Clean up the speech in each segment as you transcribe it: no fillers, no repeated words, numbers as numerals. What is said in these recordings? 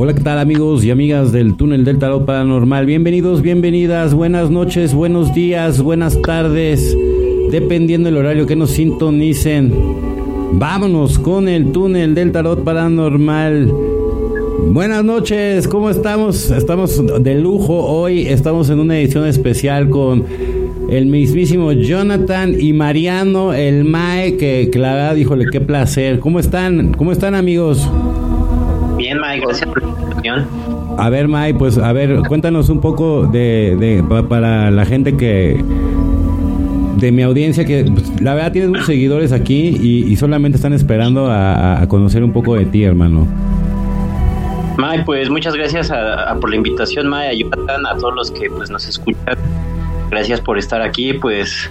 Hola, ¿qué tal amigos y amigas del Túnel del Tarot Paranormal? Bienvenidos, bienvenidas, buenas noches, buenos días, buenas tardes, dependiendo del horario que nos sintonicen. Vámonos con el Túnel del Tarot Paranormal. Buenas noches, ¿cómo estamos? Estamos de lujo hoy, estamos en una edición especial con el mismísimo Jonathan y Mariano, el Mae, que la verdad, híjole, qué placer. ¿Cómo están? ¿Cómo están, amigos? Bien, Mae, gracias por la invitación. A ver, Mae, pues, a ver, cuéntanos un poco para la gente de mi audiencia, que pues, la verdad tienes muchos seguidores aquí y solamente están esperando a conocer un poco de ti, hermano. Mae, pues muchas gracias por la invitación, Mae, a Jonathan, a todos los que pues nos escuchan. Gracias por estar aquí, pues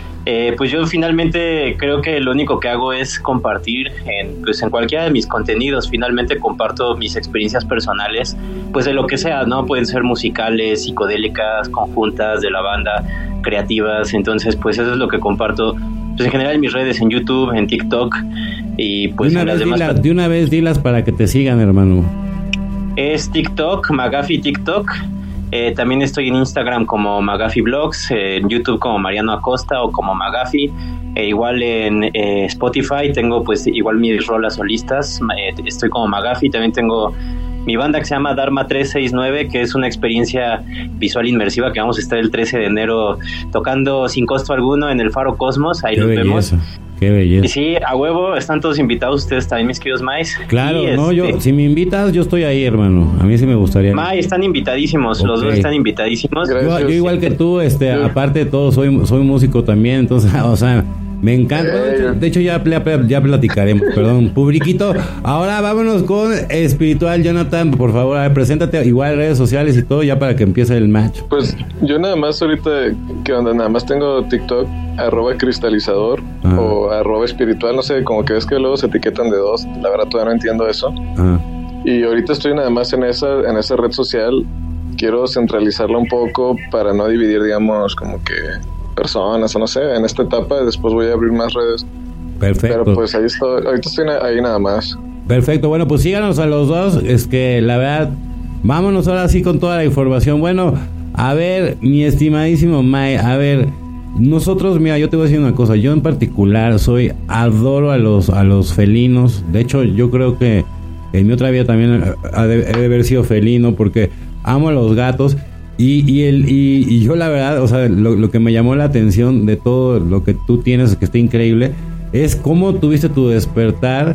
yo finalmente creo que lo único que hago es compartir en cualquiera de mis contenidos. Finalmente comparto mis experiencias personales, pues de lo que sea, ¿no? Pueden ser musicales, psicodélicas, conjuntas, de la banda, creativas. Entonces, pues eso es lo que comparto, pues en general en mis redes, en YouTube, en TikTok y pues en las demás. De una vez dilas para que te sigan, hermano. Es TikTok, Magafi TikTok. También estoy en Instagram como Magafi Vlogs, en YouTube como Mariano Acosta o como Magafi, igual en Spotify tengo pues igual mis rolas solistas, estoy como Magafi. También tengo mi banda que se llama Dharma 369, que es una experiencia visual inmersiva que vamos a estar el 13 de enero tocando sin costo alguno en el Faro Cosmos, ahí nos vemos. Qué belleza. Y sí, a huevo, están todos invitados ustedes también, mis queridos Maes. Claro, no, si me invitas, yo estoy ahí, hermano. A mí sí me gustaría. Mae, están invitadísimos, okay. Los dos están invitadísimos. Yo igual que tú, aparte de todo, soy músico también, entonces, o sea, me encanta. De hecho, ya platicaremos, perdón, publiquito. Ahora vámonos con Espiritual. Jonathan, por favor, a ver, preséntate, igual redes sociales y todo, ya para que empiece el match. Pues yo nada más ahorita, ¿qué onda? Nada más tengo TikTok, @cristalizador o @espiritual, no sé, como que ves que luego se etiquetan de dos, la verdad todavía no entiendo eso. Y ahorita estoy nada más en esa red social. Quiero centralizarla un poco para no dividir, digamos, como que personas o no sé, en esta etapa. Después voy a abrir más redes. Perfecto. Pero pues ahí estoy, ahorita estoy ahí nada más. Perfecto, bueno, pues síganos a los dos. Es que la verdad, vámonos ahora sí con toda la información. Bueno, a ver, mi estimadísimo Mae, a ver, nosotros, mira, yo te voy a decir una cosa. Yo en particular adoro a los felinos. De hecho, yo creo que en mi otra vida también he de haber sido felino, porque amo a los gatos. Y yo la verdad, o sea, lo que me llamó la atención de todo lo que tú tienes, que está increíble, es cómo tuviste tu despertar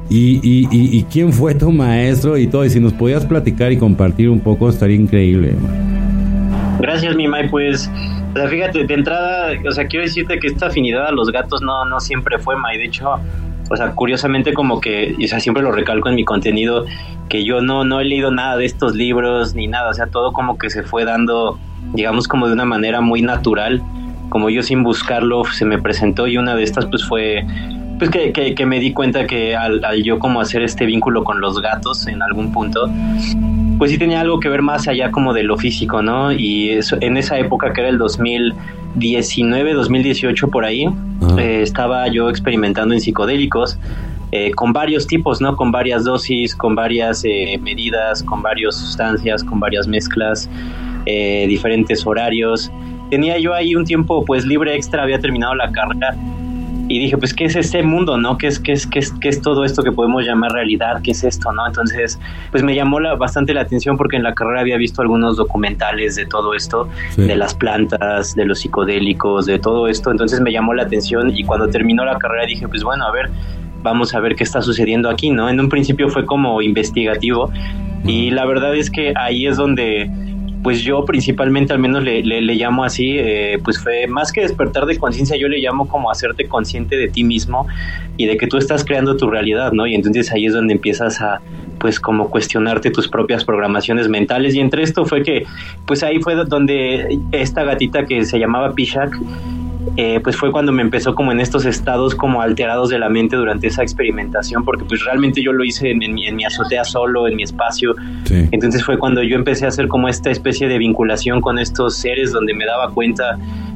y quién fue tu maestro y todo. Y si nos podías platicar y compartir un poco, estaría increíble. Gracias, mi Mae. Pues, o sea, fíjate, de entrada, o sea, quiero decirte que esta afinidad a los gatos no siempre fue, Mae. De hecho, o sea, curiosamente, como que, o sea, siempre lo recalco en mi contenido, que yo no he leído nada de estos libros ni nada. O sea, todo como que se fue dando, digamos, como de una manera muy natural, como yo sin buscarlo se me presentó. Y una de estas pues fue pues que me di cuenta que al yo como hacer este vínculo con los gatos en algún punto, pues sí tenía algo que ver más allá como de lo físico, ¿no? Y eso, en esa época que era el 2019, 2018 por ahí, estaba yo experimentando en psicodélicos, con varios tipos, ¿no? Con varias dosis, con varias medidas, con varias sustancias, con varias mezclas, diferentes horarios. Tenía yo ahí un tiempo pues libre extra, había terminado la carrera y dije, pues, ¿qué es este mundo, no? ¿Qué es todo esto que podemos llamar realidad? ¿Qué es esto, no? Entonces, pues me llamó bastante la atención, porque en la carrera había visto algunos documentales de todo esto, sí, de las plantas, de los psicodélicos, de todo esto. Entonces me llamó la atención, y cuando terminó la carrera dije, pues bueno, a ver, vamos a ver qué está sucediendo aquí, ¿no? En un principio fue como investigativo, y la verdad es que ahí es donde pues yo principalmente, al menos le llamo así, pues fue más que despertar de conciencia, yo le llamo como hacerte consciente de ti mismo y de que tú estás creando tu realidad, ¿no? Y entonces ahí es donde empiezas a, pues, como cuestionarte tus propias programaciones mentales. Y entre esto fue que, pues ahí fue donde esta gatita que se llamaba Pishak, pues fue cuando me empezó como en estos estados como alterados de la mente durante esa experimentación, porque pues realmente yo lo hice en mi azotea solo, en mi espacio. Sí. Entonces fue cuando yo empecé a hacer como esta especie de vinculación con estos seres, donde me daba cuenta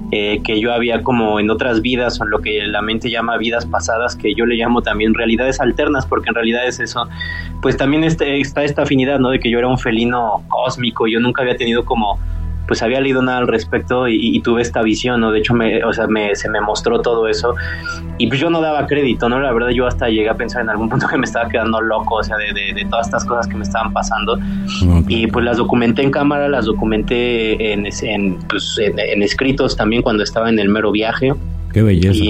que yo había como en otras vidas, o en lo que la mente llama vidas pasadas, que yo le llamo también realidades alternas, porque en realidad es eso. Pues también está esta afinidad, ¿no? De que yo era un felino cósmico, yo nunca había tenido como, pues había leído nada al respecto y tuve esta visión, ¿no? De hecho, se me mostró todo eso y pues yo no daba crédito, ¿no? La verdad, yo hasta llegué a pensar en algún punto que me estaba quedando loco, o sea, de todas estas cosas que me estaban pasando. Okay. Y pues las documenté en cámara, las documenté en escritos también cuando estaba en el mero viaje. Qué belleza.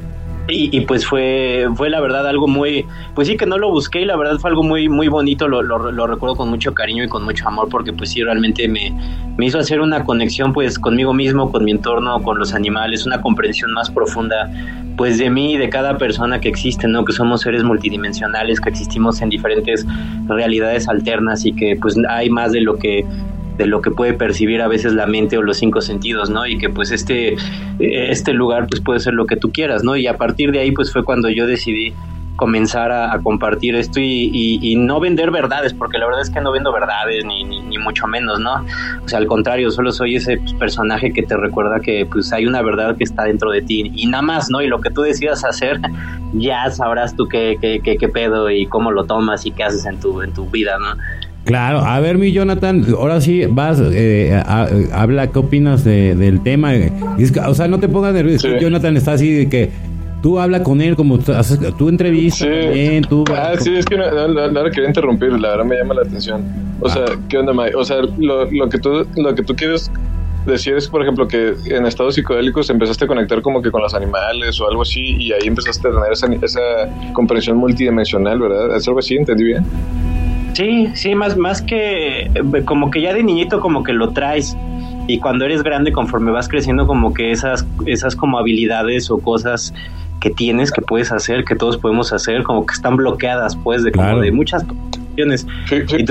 Y pues fue la verdad algo muy, pues sí, que no lo busqué, y la verdad fue algo muy muy bonito, lo recuerdo con mucho cariño y con mucho amor, porque pues sí, realmente me hizo hacer una conexión pues conmigo mismo, con mi entorno, con los animales, una comprensión más profunda pues de mí y de cada persona que existe, ¿no? Que somos seres multidimensionales, que existimos en diferentes realidades alternas y que pues hay más de lo que puede percibir a veces la mente o los 5 sentidos, ¿no? Y que pues este lugar pues puede ser lo que tú quieras, ¿no? Y a partir de ahí pues fue cuando yo decidí comenzar a compartir esto y no vender verdades, porque la verdad es que no vendo verdades ni mucho menos, ¿no? O sea, al contrario, solo soy ese pues, personaje que te recuerda que pues hay una verdad que está dentro de ti y nada más, ¿no? Y lo que tú decidas hacer, ya sabrás tú qué pedo y cómo lo tomas y qué haces en tu vida, ¿no? Claro, a ver, mi Jonathan, ahora sí vas, habla, ¿qué opinas del tema? O sea, no te pongas nervioso, sí. Jonathan está así de que tú habla con él como tú entrevistas, sí. También, tú... sí, es que no quería interrumpir, la verdad me llama la atención. O sea, ¿qué onda, Mike? O sea, lo que tú quieres decir es, por ejemplo, que en estados psicodélicos empezaste a conectar como que con los animales o algo así, y ahí empezaste a tener esa comprensión multidimensional, ¿verdad? ¿Es algo así? ¿Entendí bien? Sí, más que como que ya de niñito como que lo traes, y cuando eres grande, conforme vas creciendo, como que esas como habilidades o cosas que tienes, que puedes hacer, que todos podemos hacer, como que están bloqueadas pues como de muchas cuestiones. Sí,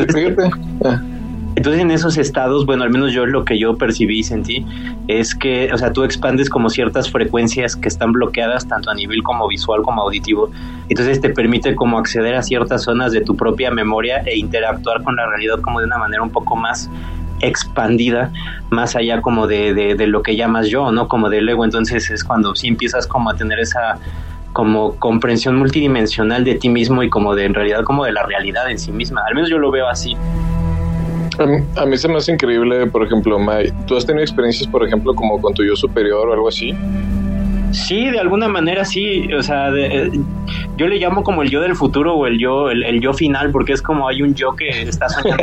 Entonces en esos estados, bueno, al menos yo lo que yo percibí y sentí es que, o sea, tú expandes como ciertas frecuencias que están bloqueadas tanto a nivel como visual como auditivo. Entonces te permite como acceder a ciertas zonas de tu propia memoria e interactuar con la realidad como de una manera un poco más expandida, más allá como de lo que llamas yo, ¿no? Como del ego. Entonces es cuando sí empiezas como a tener esa como comprensión multidimensional de ti mismo y como de en realidad como de la realidad en sí misma. Al menos yo lo veo así. A mí se me hace increíble, por ejemplo, Mai, ¿tú has tenido experiencias, por ejemplo, como con tu yo superior o algo así? Sí, de alguna manera sí, o sea, yo le llamo como el yo del futuro o el yo final, porque es como hay un yo que está soñando.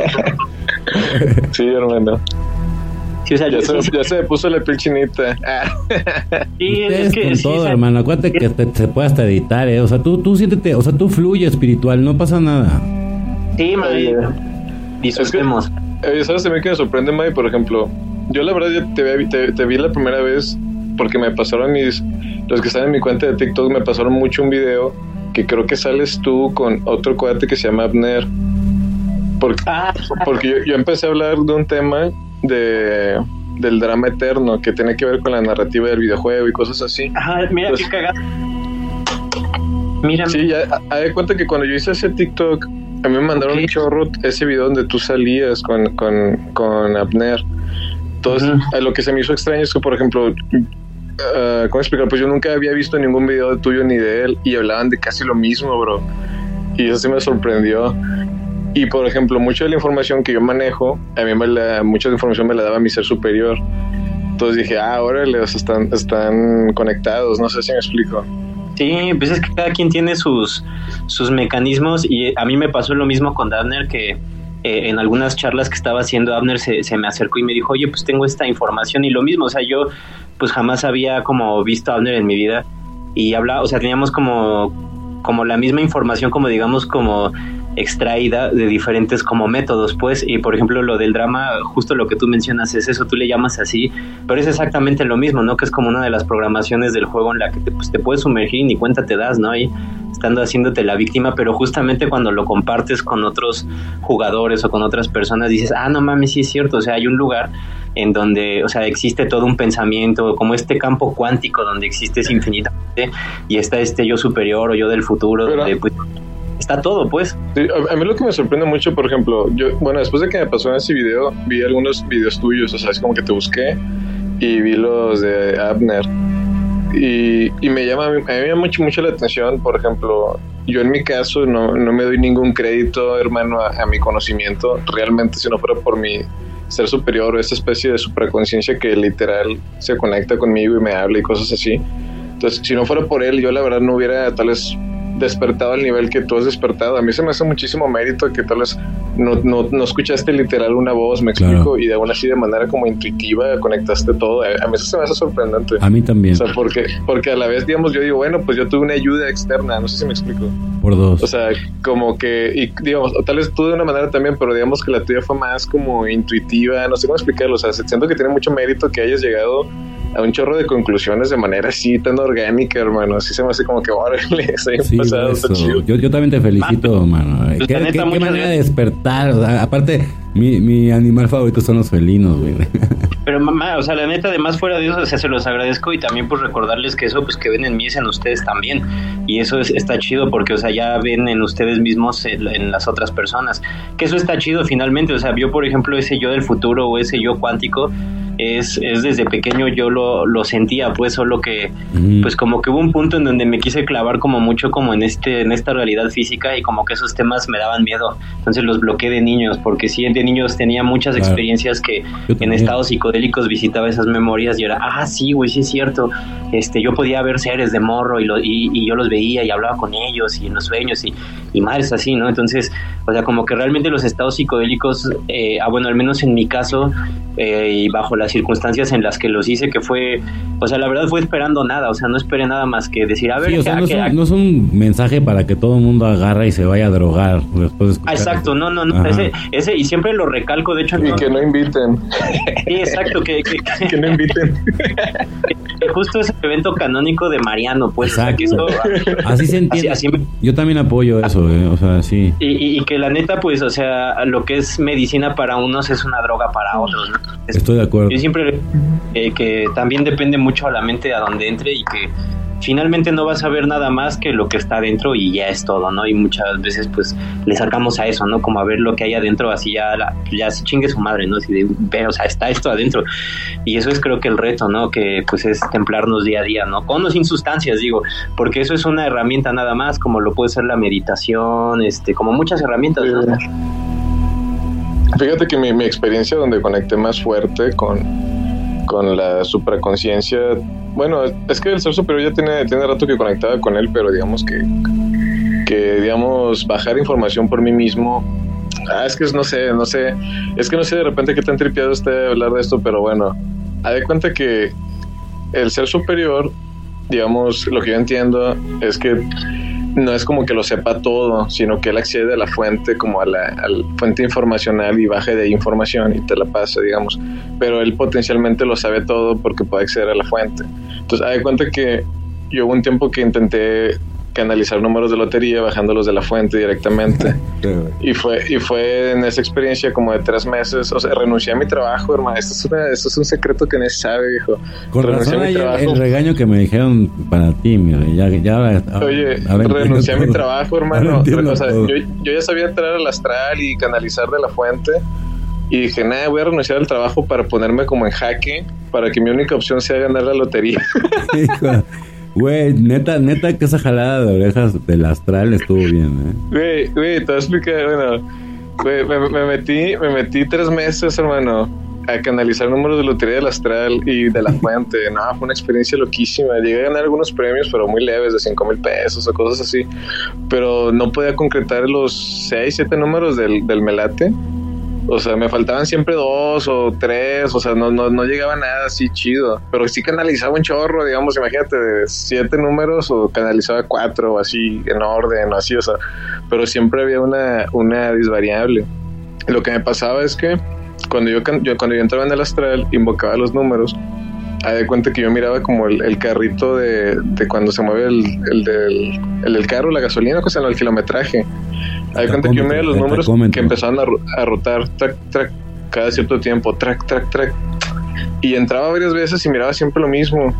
Sí, hermano. Sí, o sea, ya se me puso la piel chinita. Sí, es que con sí, todo, hermano, acuérdate que se puede hasta editar, o sea, tú siéntete, o sea, tú fluye espiritual, no pasa nada. Sí, May, disfrutemos. ¿Sabes a mí que me sorprende, May? Por ejemplo, yo la verdad te vi la primera vez porque me pasaron los que están en mi cuenta de TikTok me pasaron mucho un video que creo que sales tú con otro cuate que se llama Abner. Porque yo empecé a hablar de un tema del drama eterno que tiene que ver con la narrativa del videojuego y cosas así. Ajá, mira, qué cagado. Mira. Sí, ya de cuenta que cuando yo hice ese TikTok, a mí me mandaron un chorro ese video donde tú salías con Abner. Entonces, lo que se me hizo extraño es que, por ejemplo, ¿cómo explicar? Pues yo nunca había visto ningún video tuyo ni de él y hablaban de casi lo mismo, bro. Y eso sí me sorprendió. Y, por ejemplo, mucha de la información que yo manejo, a mí mucha de la información me la daba mi ser superior. Entonces dije, órale, están conectados, no sé si me explico. Sí, pues es que cada quien tiene sus mecanismos, y a mí me pasó lo mismo con Abner, que en algunas charlas que estaba haciendo Abner se me acercó y me dijo, oye, pues tengo esta información, y lo mismo, o sea, yo pues jamás había como visto a Abner en mi vida, y hablaba, o sea, teníamos como la misma información, como digamos, como extraída de diferentes como métodos, pues, y por ejemplo lo del drama, justo lo que tú mencionas es eso, tú le llamas así, pero es exactamente lo mismo, ¿no? Que es como una de las programaciones del juego en la que te puedes sumergir y ni cuenta te das, ¿no? Ahí estando haciéndote la víctima, pero justamente cuando lo compartes con otros jugadores o con otras personas dices, no mames, sí es cierto, o sea, hay un lugar en donde, o sea, existe todo un pensamiento, como este campo cuántico donde existe infinitamente, y está este yo superior o yo del futuro, pero donde pues está todo, pues. Sí, a mí lo que me sorprende mucho, por ejemplo, después de que me pasó ese video, vi algunos videos tuyos, o sea, es como que te busqué y vi los de Abner. Y a mí me llama mucho la atención, por ejemplo, yo en mi caso no me doy ningún crédito, hermano, a mi conocimiento, realmente, si no fuera por mi ser superior o esta especie de supraconciencia que literal se conecta conmigo y me habla y cosas así. Entonces, si no fuera por él, yo la verdad no hubiera tal vez despertado al nivel que tú has despertado. A mí se me hace muchísimo mérito que tal vez no escuchaste literal una voz, me explico, claro. Y de aún así de manera como intuitiva conectaste todo. A mí eso se me hace sorprendente. A mí también. O sea, porque a la vez, digamos, yo digo, bueno, pues yo tuve una ayuda externa, no sé si me explico. Por dos. O sea, como que, y digamos, tal vez tú de una manera también, pero digamos que la tuya fue más como intuitiva, no sé cómo explicarlo. O sea, siento que tiene mucho mérito que hayas llegado a un chorro de conclusiones de manera así tan orgánica, hermano. Así se me hace como que, órale, sí, pasado, está chido. Yo también te felicito, mano. ¿Qué manera de despertar? O sea, aparte, mi animal favorito son los felinos, güey. Pero mamá, o sea, la neta, además fuera de eso, o sea, se los agradezco y también pues recordarles que eso pues que ven en mí es en ustedes también. Y eso está chido porque, o sea, ya ven en ustedes mismos en las otras personas. Que eso está chido finalmente. O sea, yo, por ejemplo, ese yo del futuro o ese yo cuántico es desde pequeño yo lo sentía, pues, solo que pues como que hubo un punto en donde me quise clavar como mucho como en esta realidad física y como que esos temas me daban miedo, entonces los bloqueé de niños, porque sí, de niños tenía muchas experiencias que en estados psicodélicos visitaba esas memorias y era, sí, güey, sí es cierto, yo podía ver seres de morro y yo los veía y hablaba con ellos y en los sueños y madres así, ¿no? Entonces, o sea, como que realmente los estados psicodélicos, bueno, al menos en mi caso, y bajo las circunstancias en las que los hice, que fue, o sea, la verdad fue esperando nada, o sea, no esperé nada más que decir, a ver, sí, o sea, no es un mensaje para que todo el mundo agarre y se vaya a drogar después de exacto, eso. No, ese, y siempre lo recalco, de hecho. Y que no inviten. Sí, exacto, que no inviten. Que justo ese evento canónico de Mariano, pues. Exacto. O sea, que eso, así se entiende. Así yo también apoyo eso, o sea, sí. Y que la neta, pues, o sea, lo que es medicina para unos es una droga para otros, ¿no? Estoy de acuerdo. Yo siempre que también depende mucho a la mente a donde entre y que finalmente no vas a ver nada más que lo que está adentro y ya es todo, ¿no? Y muchas veces pues le sacamos a eso, ¿no? Como a ver lo que hay adentro, así ya se chingue su madre, ¿no? Así de, o sea, está esto adentro. Y eso es creo que el reto, ¿no? Que pues es templarnos día a día, ¿no? Con o sin sustancias, digo, porque eso es una herramienta nada más, como lo puede ser la meditación, como muchas herramientas, ¿no? Fíjate que mi experiencia donde conecté más fuerte con la supraconciencia, bueno, es que el ser superior ya tiene rato que conectaba con él, pero digamos que digamos bajar información por mí mismo, es que no sé, es que no sé de repente qué tan tripiado esté hablar de esto, pero bueno, haz de cuenta que el ser superior, digamos, lo que yo entiendo es que no es como que lo sepa todo, sino que él accede a la fuente, como a la fuente informacional y baja de ahí información y te la pasa, digamos. Pero él potencialmente lo sabe todo porque puede acceder a la fuente. Entonces, haz de cuenta que yo hubo un tiempo que intenté canalizar números de lotería bajándolos de la fuente directamente. y fue en esa experiencia como de 3 meses, o sea, renuncié a mi trabajo, hermano. Esto es un secreto que nadie sabe, viejo. Con renuncié razón a mi trabajo. El regaño que me dijeron para ti, mira, oye, renuncié a mi trabajo, hermano. O sea, yo ya sabía entrar al astral y canalizar de la fuente. Y dije, nada, voy a renunciar al trabajo para ponerme como en jaque, para que mi única opción sea ganar la lotería. Güey, neta que esa jalada de orejas del astral estuvo bien, Güey, te voy a explicar, bueno, güey, me metí 3 meses, hermano, a canalizar números de lotería del astral y de la fuente. No, fue una experiencia loquísima. Llegué a ganar algunos premios, pero muy leves, de 5,000 pesos o cosas así. Pero no podía concretar los 6, 7 números del melate. O sea, me faltaban siempre 2 o 3, o sea, no llegaba nada así chido, pero sí canalizaba un chorro, digamos, imagínate, de 7 números o canalizaba 4 o así en orden o así, o sea, pero siempre había una disvariable. Lo que me pasaba es que cuando yo entraba en el astral, invocaba los números, haz de cuenta que yo miraba como el carrito de cuando se mueve el del carro, la gasolina, o sea, el kilometraje. Hay cuenta que yo me los números que empezaban a rotar, track, track, cada cierto tiempo, track, track, track. Y entraba varias veces y miraba siempre lo mismo.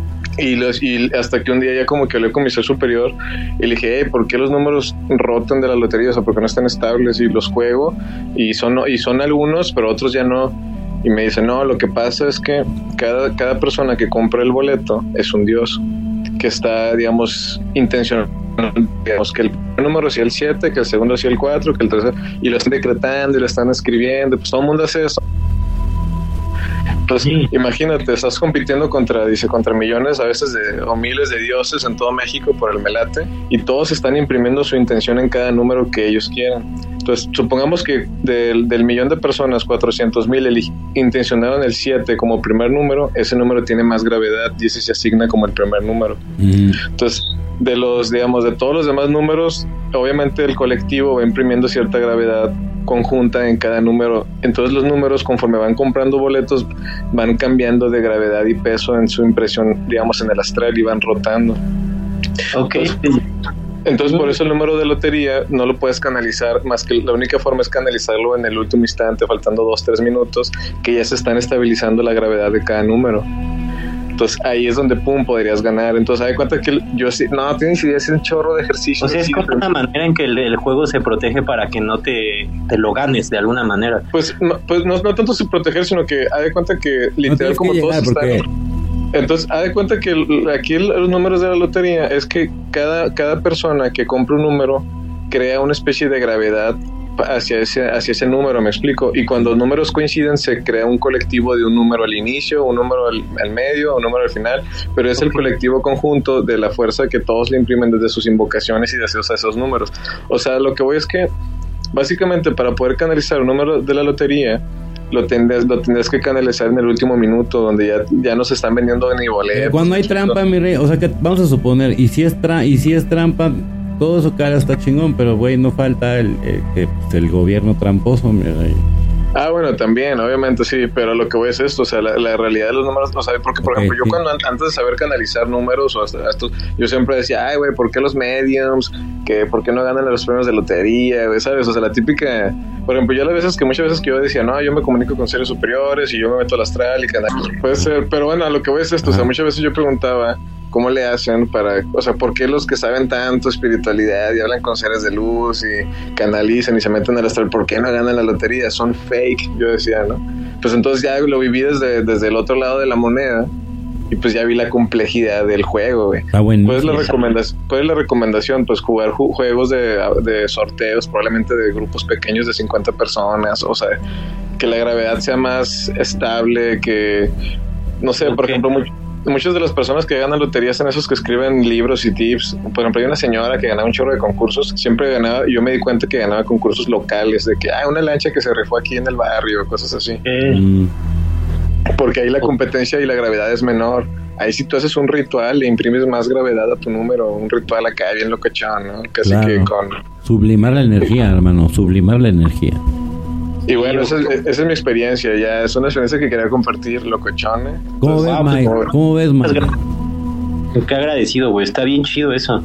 Y hasta que un día ya como que hablé con mi ser superior y le dije, ¿por qué los números rotan de la lotería? O sea, ¿por qué no están estables? Y los juego y son algunos, pero otros ya no. Y me dice, no, lo que pasa es que cada persona que compra el boleto es un dios que está, digamos, intencional, digamos, que el primer número sea el 7, que el segundo sea el 4, que el tercero, y lo están decretando y lo están escribiendo, pues todo el mundo hace eso. Entonces, imagínate, estás compitiendo contra millones a veces o miles de dioses en todo México por el melate, y todos están imprimiendo su intención en cada número que ellos quieran. Entonces, supongamos que del millón de personas, 400,000 intencionaron el 7 como primer número, ese número tiene más gravedad y ese se asigna como el primer número. Entonces, de todos los demás números, obviamente el colectivo va imprimiendo cierta gravedad conjunta en cada número. Entonces los números, conforme van comprando boletos, van cambiando de gravedad y peso en su impresión, digamos, en el astral, y van rotando. Entonces por eso el número de lotería no lo puedes canalizar, más que la única forma es canalizarlo en el último instante, faltando 2-3 minutos, que ya se están estabilizando la gravedad de cada número. Entonces ahí es donde podrías ganar. Entonces hay cuenta que yo sí, no tienes idea, es un chorro de ejercicio. O sea, es como una manera en que el juego se protege para que no te lo ganes de alguna manera. Pues no tanto se proteger, sino que hay de cuenta que literal, no como todos están. Entonces, haz de cuenta que aquí los números de la lotería es que cada persona que compra un número crea una especie de gravedad hacia ese número, me explico, y cuando los números coinciden se crea un colectivo de un número al inicio, un número al medio, un número al final, pero es el colectivo conjunto de la fuerza que todos le imprimen desde sus invocaciones y desde esos números. O sea, lo que voy es que básicamente para poder canalizar un número de la lotería lo tendrás que canalizar en el último minuto, donde ya no se están vendiendo ni boletos. Cuando hay trampa, mi rey, o sea, que vamos a suponer, y si es trampa, todo eso cara está chingón, pero güey, no falta el gobierno tramposo, mi rey. Ah, bueno, también, obviamente sí, pero lo que voy es esto, o sea, la realidad de los números, o sea, porque por ejemplo, yo cuando antes de saber canalizar números o hasta estos, yo siempre decía, ay, güey, ¿por qué los mediums? ¿Por qué no ganan los premios de lotería? ¿Sabes? O sea, la típica, por ejemplo, yo muchas veces que yo decía, no, yo me comunico con seres superiores y yo me meto al astral y canalizo. Puede ser, pero bueno, a lo que voy es esto, o sea, muchas veces yo preguntaba, ¿cómo le hacen o sea, por qué los que saben tanto espiritualidad y hablan con seres de luz y canalizan y se meten al astral, por qué no ganan la lotería? Son fake, yo decía, ¿no? Pues entonces ya lo viví desde el otro lado de la moneda y pues ya vi la complejidad del juego, güey. Está bueno. ¿Cuál es la recomendación? Pues jugar juegos de sorteos, probablemente de grupos pequeños de 50 personas, o sea, que la gravedad sea más estable, que, no sé, por ejemplo, muchas de las personas que ganan loterías son esos que escriben libros y tips. Por ejemplo, hay una señora que ganaba un chorro de concursos, siempre ganaba, y yo me di cuenta que ganaba concursos locales, de que una lancha que se rifó aquí en el barrio, cosas así. Porque ahí la competencia y la gravedad es menor. Ahí si tú haces un ritual le imprimes más gravedad a tu número, un ritual acá bien locochón, ¿no? Casi claro. Que con... Sublimar la energía, hermano, sublimar la energía. Y bueno, esa es mi experiencia, ya es una experiencia que quería compartir, locochón. ¿Cómo ves, Mike? ¿Cómo ves, Mike? Qué agradecido, güey, está bien chido eso.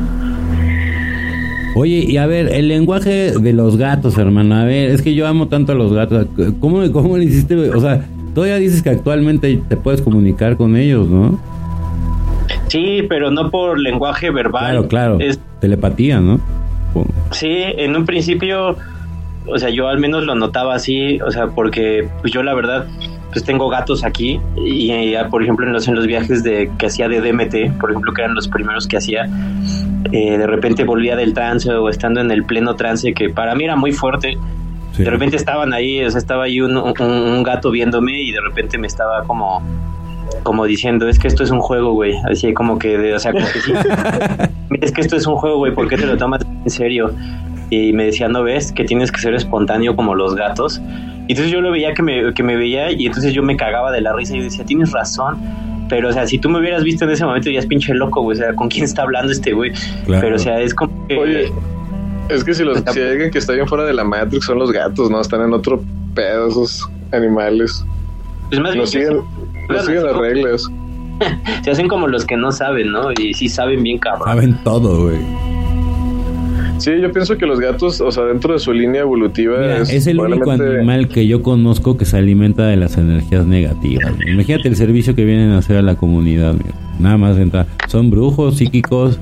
Oye, y a ver, el lenguaje de los gatos, hermano, a ver, es que yo amo tanto a los gatos. ¿Cómo le hiciste? O sea, todavía dices que actualmente te puedes comunicar con ellos, ¿no? Sí, pero no por lenguaje verbal. Claro, telepatía, ¿no? Sí, en un principio... O sea, yo al menos lo notaba así, o sea, porque pues yo la verdad, pues tengo gatos aquí y por ejemplo en los viajes que hacía de DMT, por ejemplo, que eran los primeros que hacía, de repente volvía del trance o estando en el pleno trance, que para mí era muy fuerte, sí. De repente estaban ahí, o sea, estaba ahí un gato viéndome y de repente me estaba como diciendo, es que esto es un juego, güey, así como que, o sea, como que sí, es que esto es un juego, güey, ¿por qué te lo tomas en serio? Y me decía, ¿no ves? Que tienes que ser espontáneo como los gatos. Y entonces yo lo veía que me veía y entonces yo me cagaba de la risa y decía, tienes razón. Pero, o sea, si tú me hubieras visto en ese momento ya es pinche loco, güey. O sea, ¿con quién está hablando este güey? Claro. Pero, o sea, es como que... Oye, es que si hay alguien que está bien fuera de la Matrix son los gatos, ¿no? Están en otro pedo esos animales. Pues más no siguen las reglas. Se hacen como los que no saben, ¿no? Y sí saben bien cabrón. Saben todo, güey. Sí, yo pienso que los gatos, o sea, dentro de su línea evolutiva... Mira, es el único animal que yo conozco que se alimenta de las energías negativas. Imagínate el servicio que vienen a hacer a la comunidad. Mira. Nada más entrar. Son brujos, psíquicos,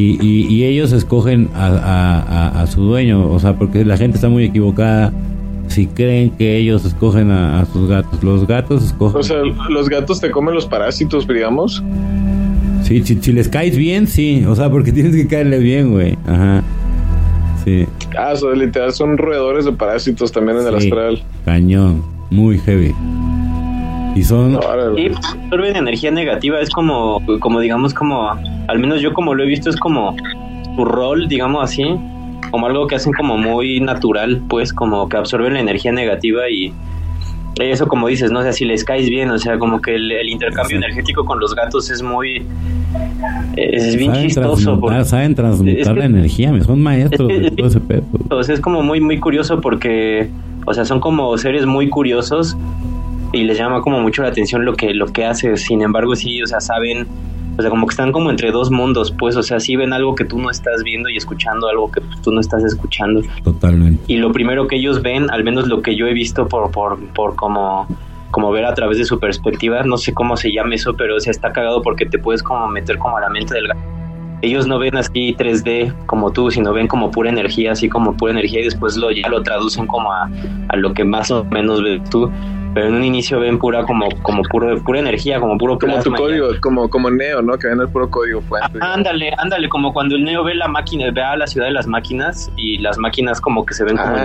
y ellos escogen a su dueño. O sea, porque la gente está muy equivocada. si creen que ellos escogen a sus gatos. Los gatos escogen... O sea, los gatos te comen los parásitos, digamos. Sí, si les caes bien, sí. O sea, porque tienes que caerle bien, güey. Ajá. Sí. O sea, literal son roedores de parásitos también en el astral. Cañón. Muy heavy. Y son... Sí, absorben energía negativa. Es como digamos, como... Al menos yo como lo he visto, es como su rol, digamos así. Como algo que hacen como muy natural, pues, como que absorben la energía negativa y... Eso como dices, ¿no? O sea, si les caes bien, o sea, como que el intercambio energético con los gatos es muy... Es bien chistoso. Saben transmutar la energía, son maestros de todo ese pedo. O sea, es como muy, muy curioso porque, o sea, son como seres muy curiosos y les llama como mucho la atención lo que hace. Sin embargo, sí, o sea, saben... O sea, como que están como entre dos mundos, pues, o sea, sí ven algo que tú no estás viendo y escuchando algo que tú no estás escuchando. Totalmente. Y lo primero que ellos ven, al menos lo que yo he visto por como ver a través de su perspectiva, no sé cómo se llama eso, pero o sea, está cagado porque te puedes como meter como a la mente del gato. Ellos no ven así 3D como tú, sino ven como pura energía, así como pura energía, y después ya lo traducen como a lo que más o menos ves tú. Pero en un inicio ven pura energía, como puro plasma. Como tu código, como Neo, ¿no? Que ven el puro código fuente. Ándale, como cuando el Neo ve la máquina, ve a la ciudad de las máquinas y las máquinas como que se ven como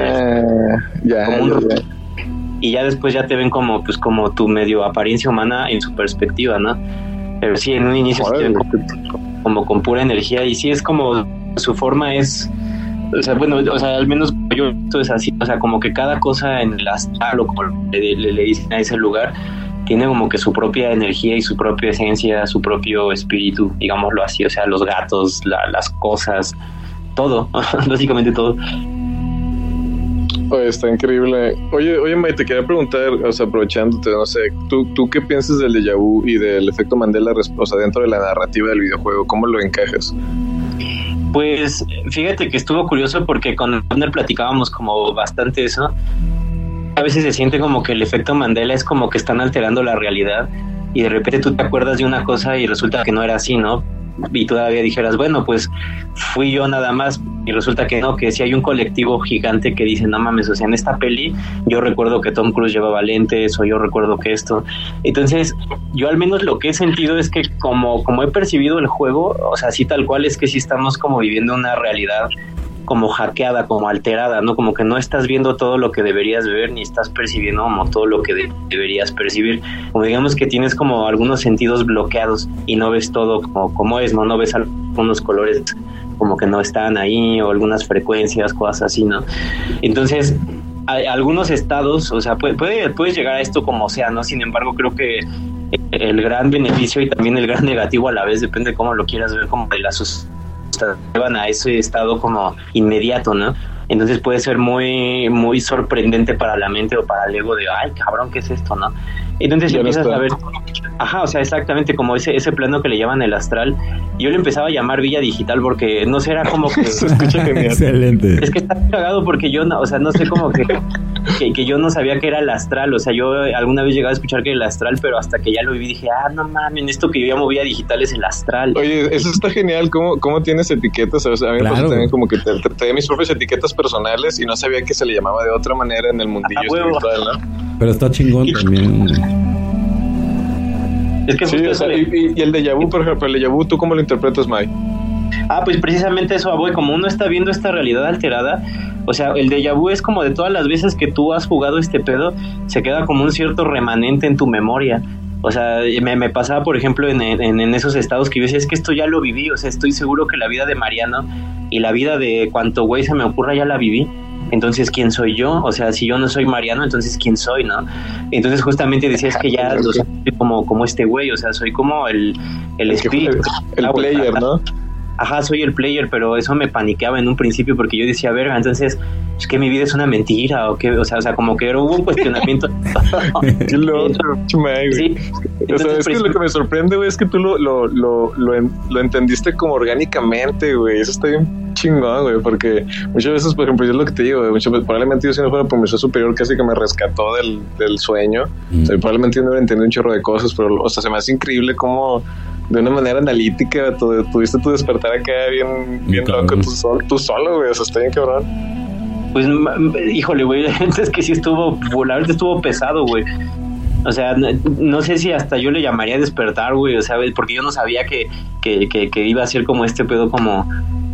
y ya después ya te ven como pues como tu medio apariencia humana en su perspectiva, ¿no? Pero sí, en un inicio sí te ven como con pura energía y sí es como su forma es... O sea, bueno, o sea, al menos yo esto es así, o sea, como que cada cosa en el astral o como le dicen a ese lugar tiene como que su propia energía y su propia esencia, su propio espíritu, digámoslo así, o sea, los gatos, las cosas, todo, básicamente todo. Oye, está increíble. Oye, May, te quería preguntar, o sea, aprovechándote, no sé, ¿tú qué piensas del déjà vu y del efecto Mandela, o sea, dentro de la narrativa del videojuego? ¿Cómo lo encajas? Pues fíjate que estuvo curioso porque con Abner platicábamos como bastante eso. A veces se siente como que el efecto Mandela es como que están alterando la realidad y de repente tú te acuerdas de una cosa y resulta que no era así, ¿no? Y todavía dijeras, bueno, pues fui yo nada más, y resulta que no, que si hay un colectivo gigante que dice, no mames, o sea, en esta peli yo recuerdo que Tom Cruise llevaba lentes, o yo recuerdo que esto. Entonces, yo al menos lo que he sentido es que como he percibido el juego, o sea, así tal cual es que sí estamos como viviendo una realidad como hackeada, como alterada, ¿no? Como que no estás viendo todo lo que deberías ver, ni estás percibiendo como todo lo que deberías percibir. Como digamos que tienes como algunos sentidos bloqueados y no ves todo como es, ¿no? No ves algunos colores como que no están ahí, o algunas frecuencias, cosas así, ¿no? Entonces, algunos estados, o sea, puedes llegar a esto como sea, ¿no? Sin embargo, creo que el gran beneficio y también el gran negativo a la vez, depende de cómo lo quieras ver, como de la llevan a ese estado como inmediato, ¿no? Entonces puede ser muy, muy sorprendente para la mente o para el ego de, ay, cabrón, ¿qué es esto, no? Entonces ya empiezas a ver, o sea, exactamente como ese plano que le llaman el astral. Yo le empezaba a llamar Villa Digital porque no sé, era como que se escucha genial. Excelente. Es que está cagado porque yo no, o sea, no sé cómo que yo no sabía que era el astral. O sea, yo alguna vez llegaba a escuchar que era el astral, pero hasta que ya lo viví dije, no mames, esto que yo llamo Villa Digital es el astral. Oye, eso está genial. ¿Cómo tienes etiquetas? O sea, a mí me pasa también como que te mis propias etiquetas personales y no sabía que se le llamaba de otra manera en el mundillo espiritual, ¿no? Pero está chingón también. Es que sí, o sea, y el déjà vu, por ejemplo, el déjà vu, ¿tú cómo lo interpretas, Mike? Pues precisamente eso, voy, como uno está viendo esta realidad alterada, o sea, el déjà vu es como de todas las veces que tú has jugado este pedo, se queda como un cierto remanente en tu memoria. O sea, me pasaba, por ejemplo, en esos estados que yo decía, es que esto ya lo viví, o sea, estoy seguro que la vida de Mariano y la vida de cuanto güey se me ocurra ya la viví. Entonces, ¿quién soy yo? O sea, si yo no soy Mariano, entonces, ¿quién soy, no? Entonces, justamente decías que ya soy como este güey, o sea, soy como el espíritu. El player, ¿no? Soy el player, pero eso me paniqueaba en un principio porque yo decía, verga, entonces, ¿es que mi vida es una mentira o qué? O sea, como que hubo un cuestionamiento. Qué loco, sí. O sea, es que lo que me sorprende, güey, es que tú lo entendiste como orgánicamente, güey. Eso está bien chingón, güey, porque muchas veces, por ejemplo, yo es lo que te digo, güey, probablemente yo si no fuera por mi profesor superior casi que me rescató del sueño. O sea, probablemente yo no hubiera entendido un chorro de cosas, pero, o sea, se me hace increíble cómo de una manera analítica tuviste tu despertar acá bien loco tú solo, güey, o sea, está bien cabrón. Pues, híjole, güey, es que sí estuvo, la verdad estuvo pesado, güey. O sea, no sé si hasta yo le llamaría despertar, güey, o sea, porque yo no sabía que iba a ser como este pedo como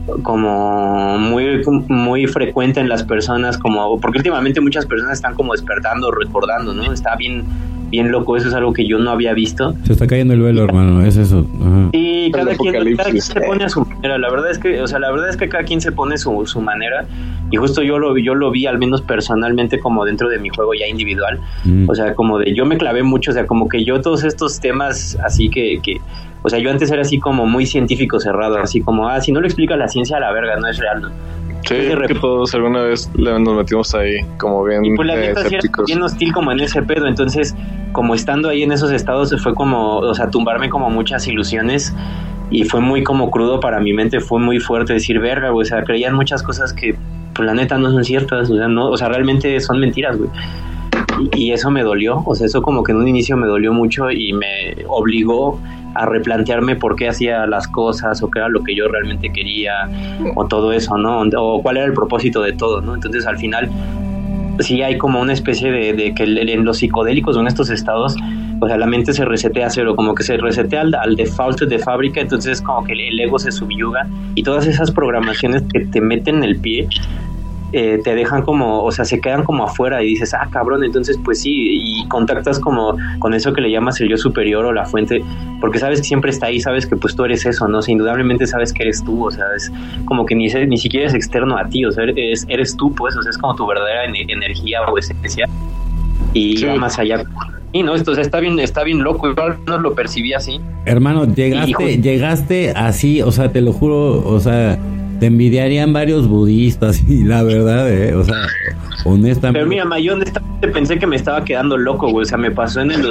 muy frecuente en las personas, como porque últimamente muchas personas están como despertando, recordando, ¿no? Está bien loco, eso es algo que yo no había visto. Se está cayendo el velo, hermano, es eso. Ajá. Y cada quien se pone a su manera, la verdad es que cada quien se pone su manera, y justo yo lo vi al menos personalmente como dentro de mi juego ya individual, o sea, como de yo me clavé mucho, o sea, como que yo todos estos temas así que o sea, yo antes era así como muy científico cerrado, así como, si no lo explica la ciencia, a la verga, no es real, ¿no? Sí, que todos alguna vez nos metimos ahí, como bien y pues la neta sí era bien hostil como en ese pedo, entonces, como estando ahí en esos estados, fue como, o sea, tumbarme como muchas ilusiones, y fue muy como crudo para mi mente, fue muy fuerte decir, verga, güey, o sea, creían muchas cosas que, pues la neta no son ciertas, o sea, no, o sea, realmente son mentiras, güey. Y eso me dolió, o sea, eso como que en un inicio me dolió mucho y me obligó a replantearme por qué hacía las cosas o qué era lo que yo realmente quería o todo eso, ¿no? O cuál era el propósito de todo, ¿no? Entonces al final sí hay como una especie de que en los psicodélicos o en estos estados, o sea, la mente se resetea a cero, como que se resetea al default de fábrica, entonces como que el ego se subyuga y todas esas programaciones que te meten en el pie te dejan como, o sea, se quedan como afuera y dices, cabrón, entonces pues sí, y contactas como con eso que le llamas el yo superior o la fuente, porque sabes que siempre está ahí, sabes que pues tú eres eso, ¿no? O sea, indudablemente sabes que eres tú, o sea, es como que ni siquiera es externo a ti, o sea, eres tú, pues, o sea, es como tu verdadera energía o esencia, y sí, va más allá. Y no, esto, o sea, está bien loco, igual no lo percibí así. Hermano, llegaste así, o sea, te lo juro, o sea, te envidiarían varios budistas, y la verdad, o sea, honestamente. Pero mira, yo honestamente pensé que me estaba quedando loco, güey, o sea, me pasó en el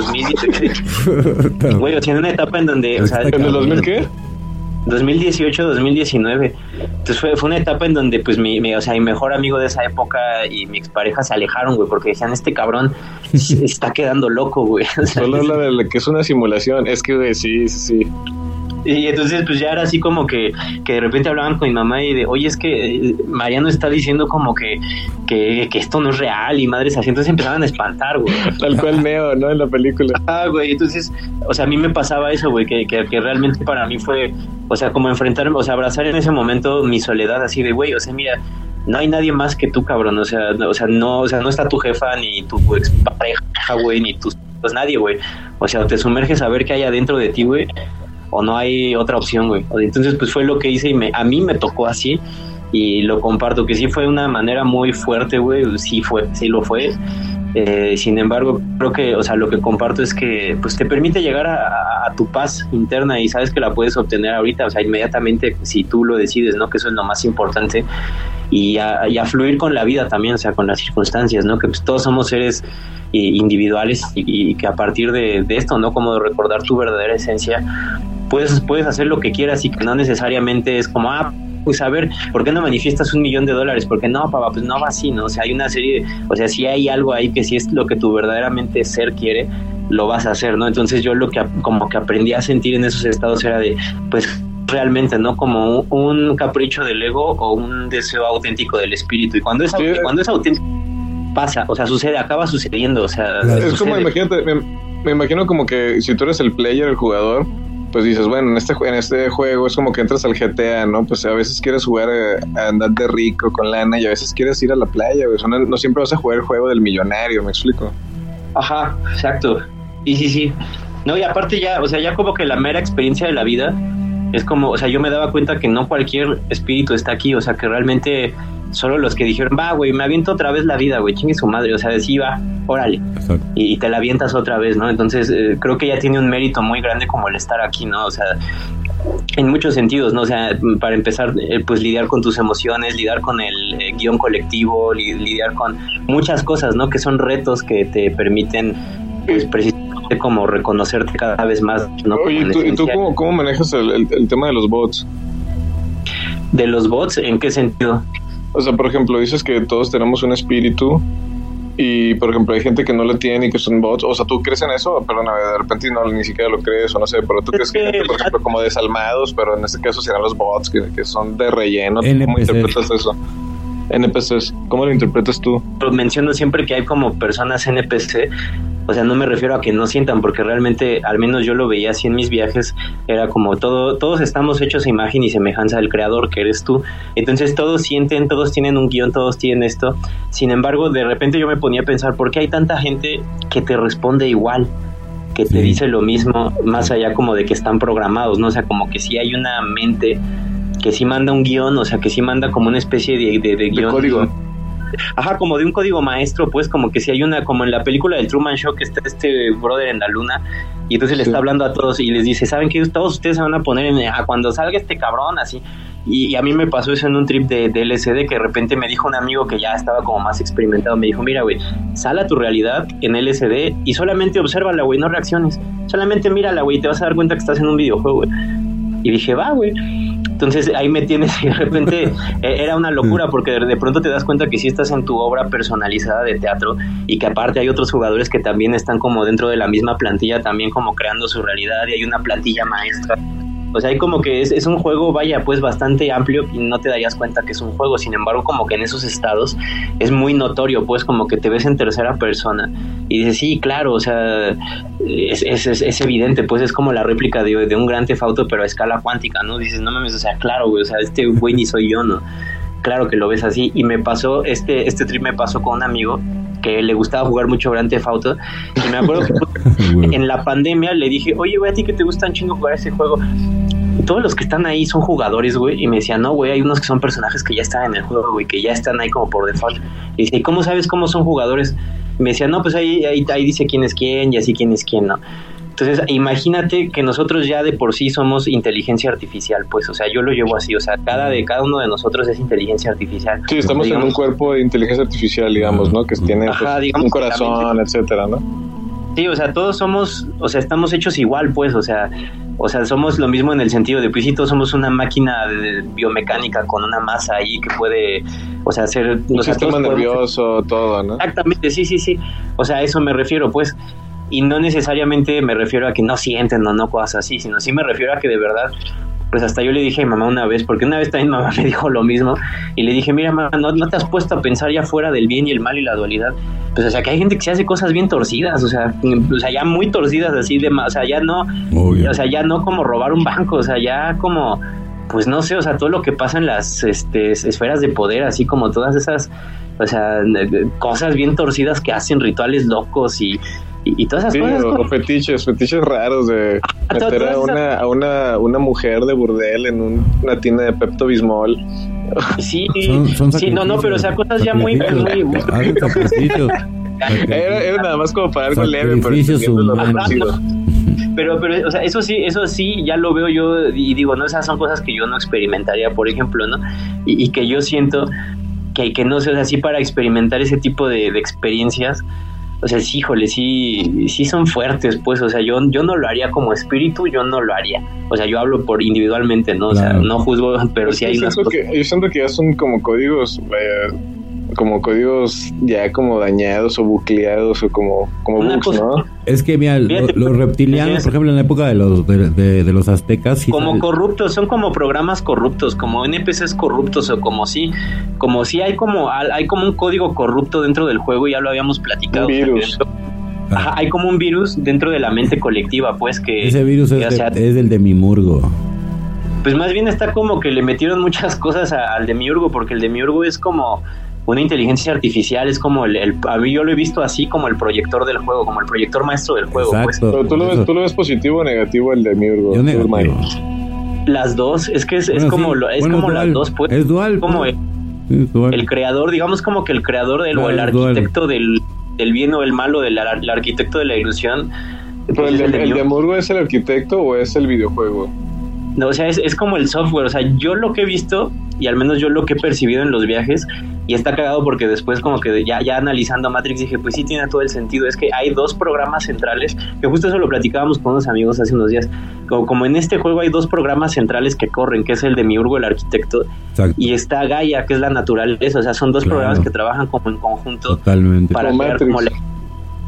2018. Güey, o sea, en una etapa en donde, o sea, ¿en el 2000 qué? 2018, 2019. Entonces fue una etapa en donde pues mi mejor amigo de esa época y mi expareja se alejaron, güey, porque decían, este cabrón está quedando loco, güey. O sea, solo habla de que es una simulación, es que, güey, sí. Y entonces pues ya era así como que de repente hablaban con mi mamá y de, oye, es que Mariano está diciendo como que esto no es real y madres así, entonces empezaban a espantar, güey. Tal cual Neo, ¿no? En la película. Güey, entonces, o sea, a mí me pasaba eso, güey, que realmente para mí fue, o sea, como enfrentarme, o sea, abrazar en ese momento mi soledad así de, güey, o sea, mira, no hay nadie más que tú, cabrón, o sea, no está tu jefa, ni tu expareja, güey, ni tus, pues nadie, güey. O sea, te sumerges a ver qué hay adentro de ti, güey, o no hay otra opción, güey. Entonces, pues fue lo que hice y a mí me tocó así y lo comparto, que sí fue una manera muy fuerte, güey, sí lo fue. Sin embargo, creo que, o sea, lo que comparto es que pues te permite llegar a tu paz interna y sabes que la puedes obtener ahorita, o sea, inmediatamente si tú lo decides, ¿no? Que eso es lo más importante. Y a fluir con la vida también, o sea, con las circunstancias, ¿no? Que pues todos somos seres individuales y que a partir de esto, ¿no? Como de recordar tu verdadera esencia, puedes hacer lo que quieras y que no necesariamente es como, pues a ver, ¿por qué no manifiestas $1 millón? Porque no, papá, pues no va así, ¿no? O sea, hay una serie, o sea, si hay algo ahí que si es lo que tu verdaderamente ser quiere, lo vas a hacer, ¿no? Entonces yo lo que como que aprendí a sentir en esos estados era de, pues realmente, ¿no? Como un capricho del ego o un deseo auténtico del espíritu. Y cuando es auténtico, pasa, o sea, acaba sucediendo, o sea... Es como, imagínate, me imagino como que si tú eres el player, el jugador, pues dices, bueno, en este juego es como que entras al GTA, ¿no? Pues a veces quieres jugar a andar de rico con lana y a veces quieres ir a la playa, güey. O sea, no siempre vas a jugar el juego del millonario, ¿me explico? Ajá, exacto. Y sí. No, y aparte ya, o sea, ya como que la mera experiencia de la vida es como, o sea, yo me daba cuenta que no cualquier espíritu está aquí, o sea, que realmente solo los que dijeron, va, güey, me aviento otra vez la vida, güey, chingue su madre, o sea, sí, va, órale, y te la avientas otra vez, ¿no? Entonces, creo que ya tiene un mérito muy grande como el estar aquí, ¿no? O sea, en muchos sentidos, ¿no? O sea, para empezar, pues lidiar con tus emociones, lidiar con el guión colectivo, lidiar con muchas cosas, ¿no? Que son retos que te permiten, pues, precisamente como reconocerte cada vez más, ¿no? Oye, ¿y tú cómo manejas el tema de los bots? ¿De los bots? ¿En qué sentido? O sea, por ejemplo, dices que todos tenemos un espíritu y, por ejemplo, hay gente que no lo tiene y que son bots. O sea, ¿tú crees en eso? Perdóname, de repente no, ni siquiera lo crees o no sé, pero ¿tú crees que hay gente, por ejemplo, como desalmados, pero en este caso serán los bots que son de relleno? ¿Cómo interpretas eso? NPCs. ¿Cómo lo interpretas tú? Menciono siempre que hay como personas NPC. O sea, no me refiero a que no sientan, porque realmente, al menos yo lo veía así en mis viajes, era como todos estamos hechos a imagen y semejanza del creador, que eres tú. Entonces todos sienten, todos tienen un guión, todos tienen esto. Sin embargo, de repente yo me ponía a pensar, ¿por qué hay tanta gente que te responde igual? Que te dice lo mismo, más allá como de que están programados, ¿no? O sea, como que sí hay una mente que sí manda un guión, o sea, que sí manda como una especie de guión. Código. Ajá, como de un código maestro, pues, como que si hay una, como en la película del Truman Show, que está este brother en la luna, y entonces le está hablando a todos y les dice, ¿saben qué? Todos ustedes se van a poner cuando salga este cabrón, así. Y a mí me pasó eso en un trip de LSD, que de repente me dijo un amigo que ya estaba como más experimentado, me dijo, mira, güey, sal a tu realidad en LSD y solamente obsérvala, güey, no reacciones. Solamente mírala, güey, y te vas a dar cuenta que estás en un videojuego, güey. Y dije, va, güey. Entonces ahí me tienes y de repente era una locura porque de pronto te das cuenta que sí estás en tu obra personalizada de teatro y que aparte hay otros jugadores que también están como dentro de la misma plantilla, también como creando su realidad, y hay una plantilla maestra. O sea, hay como que es un juego, vaya, pues bastante amplio y no te darías cuenta que es un juego. Sin embargo, como que en esos estados es muy notorio, pues como que te ves en tercera persona y dices, sí, claro, o sea, es evidente, pues es como la réplica de un Grand Theft Auto, pero a escala cuántica, ¿no? Dices, no mames, o sea, claro, güey, o sea, este güey ni soy yo, ¿no? Claro que lo ves así. Y me pasó, este trip me pasó con un amigo que le gustaba jugar mucho Grand Theft Auto, y me acuerdo que en la pandemia le dije, oye, güey, a ti que te gusta un chingo jugar ese juego, todos los que están ahí son jugadores, güey. Y me decía, no, güey, hay unos que son personajes que ya están en el juego, güey, que ya están ahí como por default. Y dice, ¿y cómo sabes cómo son jugadores? Y me decía, no, pues ahí dice quién es quién y así quién es quién, ¿no? Entonces, imagínate que nosotros ya de por sí somos inteligencia artificial, pues, o sea, yo lo llevo así, o sea, cada uno de nosotros es inteligencia artificial. Sí, estamos en un cuerpo de inteligencia artificial, digamos, ¿no? Que tiene pues, un corazón, etcétera, ¿no? Sí, o sea, todos somos, o sea, estamos hechos igual, pues, o sea, somos lo mismo en el sentido de, pues sí, todos somos una máquina biomecánica con una masa ahí que puede, o sea, hacer... Un sistema nervioso, todo, ¿no? Exactamente, sí, o sea, a eso me refiero, pues, y no necesariamente me refiero a que no sienten o no cosas así, sino sí me refiero a que de verdad, pues hasta yo le dije a mi mamá una vez, porque una vez también mamá me dijo lo mismo, y le dije, mira, mamá, ¿no te has puesto a pensar ya fuera del bien y el mal y la dualidad? Pues, o sea, que hay gente que se hace cosas bien torcidas, o sea ya muy torcidas así, o sea, ya no, o sea, ya no como robar un banco, o sea, ya como, pues no sé, o sea, todo lo que pasa en las esferas de poder, así como todas esas, o sea, cosas bien torcidas que hacen, rituales locos y todas esas cosas. O fetiches raros de meter a una mujer de burdel en una tina de Pepto Bismol. Sí, sí, no, pero o sea, cosas ya muy era nada más como para algo leve, pero o sea, eso sí ya lo veo yo y digo, no, esas son cosas que yo no experimentaría, por ejemplo, ¿no? Y que yo siento que no sé, o sea, sí, para experimentar ese tipo de experiencias, o sea, sí, híjole, sí son fuertes, pues, o sea, yo no lo haría como espíritu, yo no lo haría. O sea, yo hablo por individualmente, ¿no? O sea, no juzgo, pero sí hay unas cosas. Yo siento que ya son como códigos, ya como dañados o bucleados o como bugs, ¿no? Es que, mira, los reptilianos, por ejemplo, en la época de los aztecas... Sí, como corruptos, son como programas corruptos, como NPCs corruptos, o como si hay como un código corrupto dentro del juego, y ya lo habíamos platicado. Un virus. Ajá, hay como un virus dentro de la mente colectiva, pues, que... Ese virus es el Demiurgo. Pues más bien está como que le metieron muchas cosas al Demiurgo, porque el Demiurgo es como una inteligencia artificial, es como a mí yo lo he visto así como el proyector del juego, como el proyector maestro del juego. Exacto, pues. Pero tú lo ves positivo o negativo el Demiurgo. Yo negativo. Las dos, es que es como las dos, pues. Es dual. Como el creador, digamos como que el creador o el arquitecto del bien o el malo, el arquitecto de la ilusión. ¿Pero el Demiurgo es el arquitecto o es el videojuego? No, o sea, es como el software. O sea, yo lo que he visto, y al menos yo lo que he percibido en los viajes, y está cagado porque después como que ya analizando Matrix dije, pues sí tiene todo el sentido. Es que hay dos programas centrales, que justo eso lo platicábamos con unos amigos hace unos días. Como en este juego hay dos programas centrales que corren, que es el Demiurgo, el arquitecto, exacto, y está Gaia, que es la naturaleza. O sea, son dos programas que trabajan como en conjunto. Totalmente. Para crear como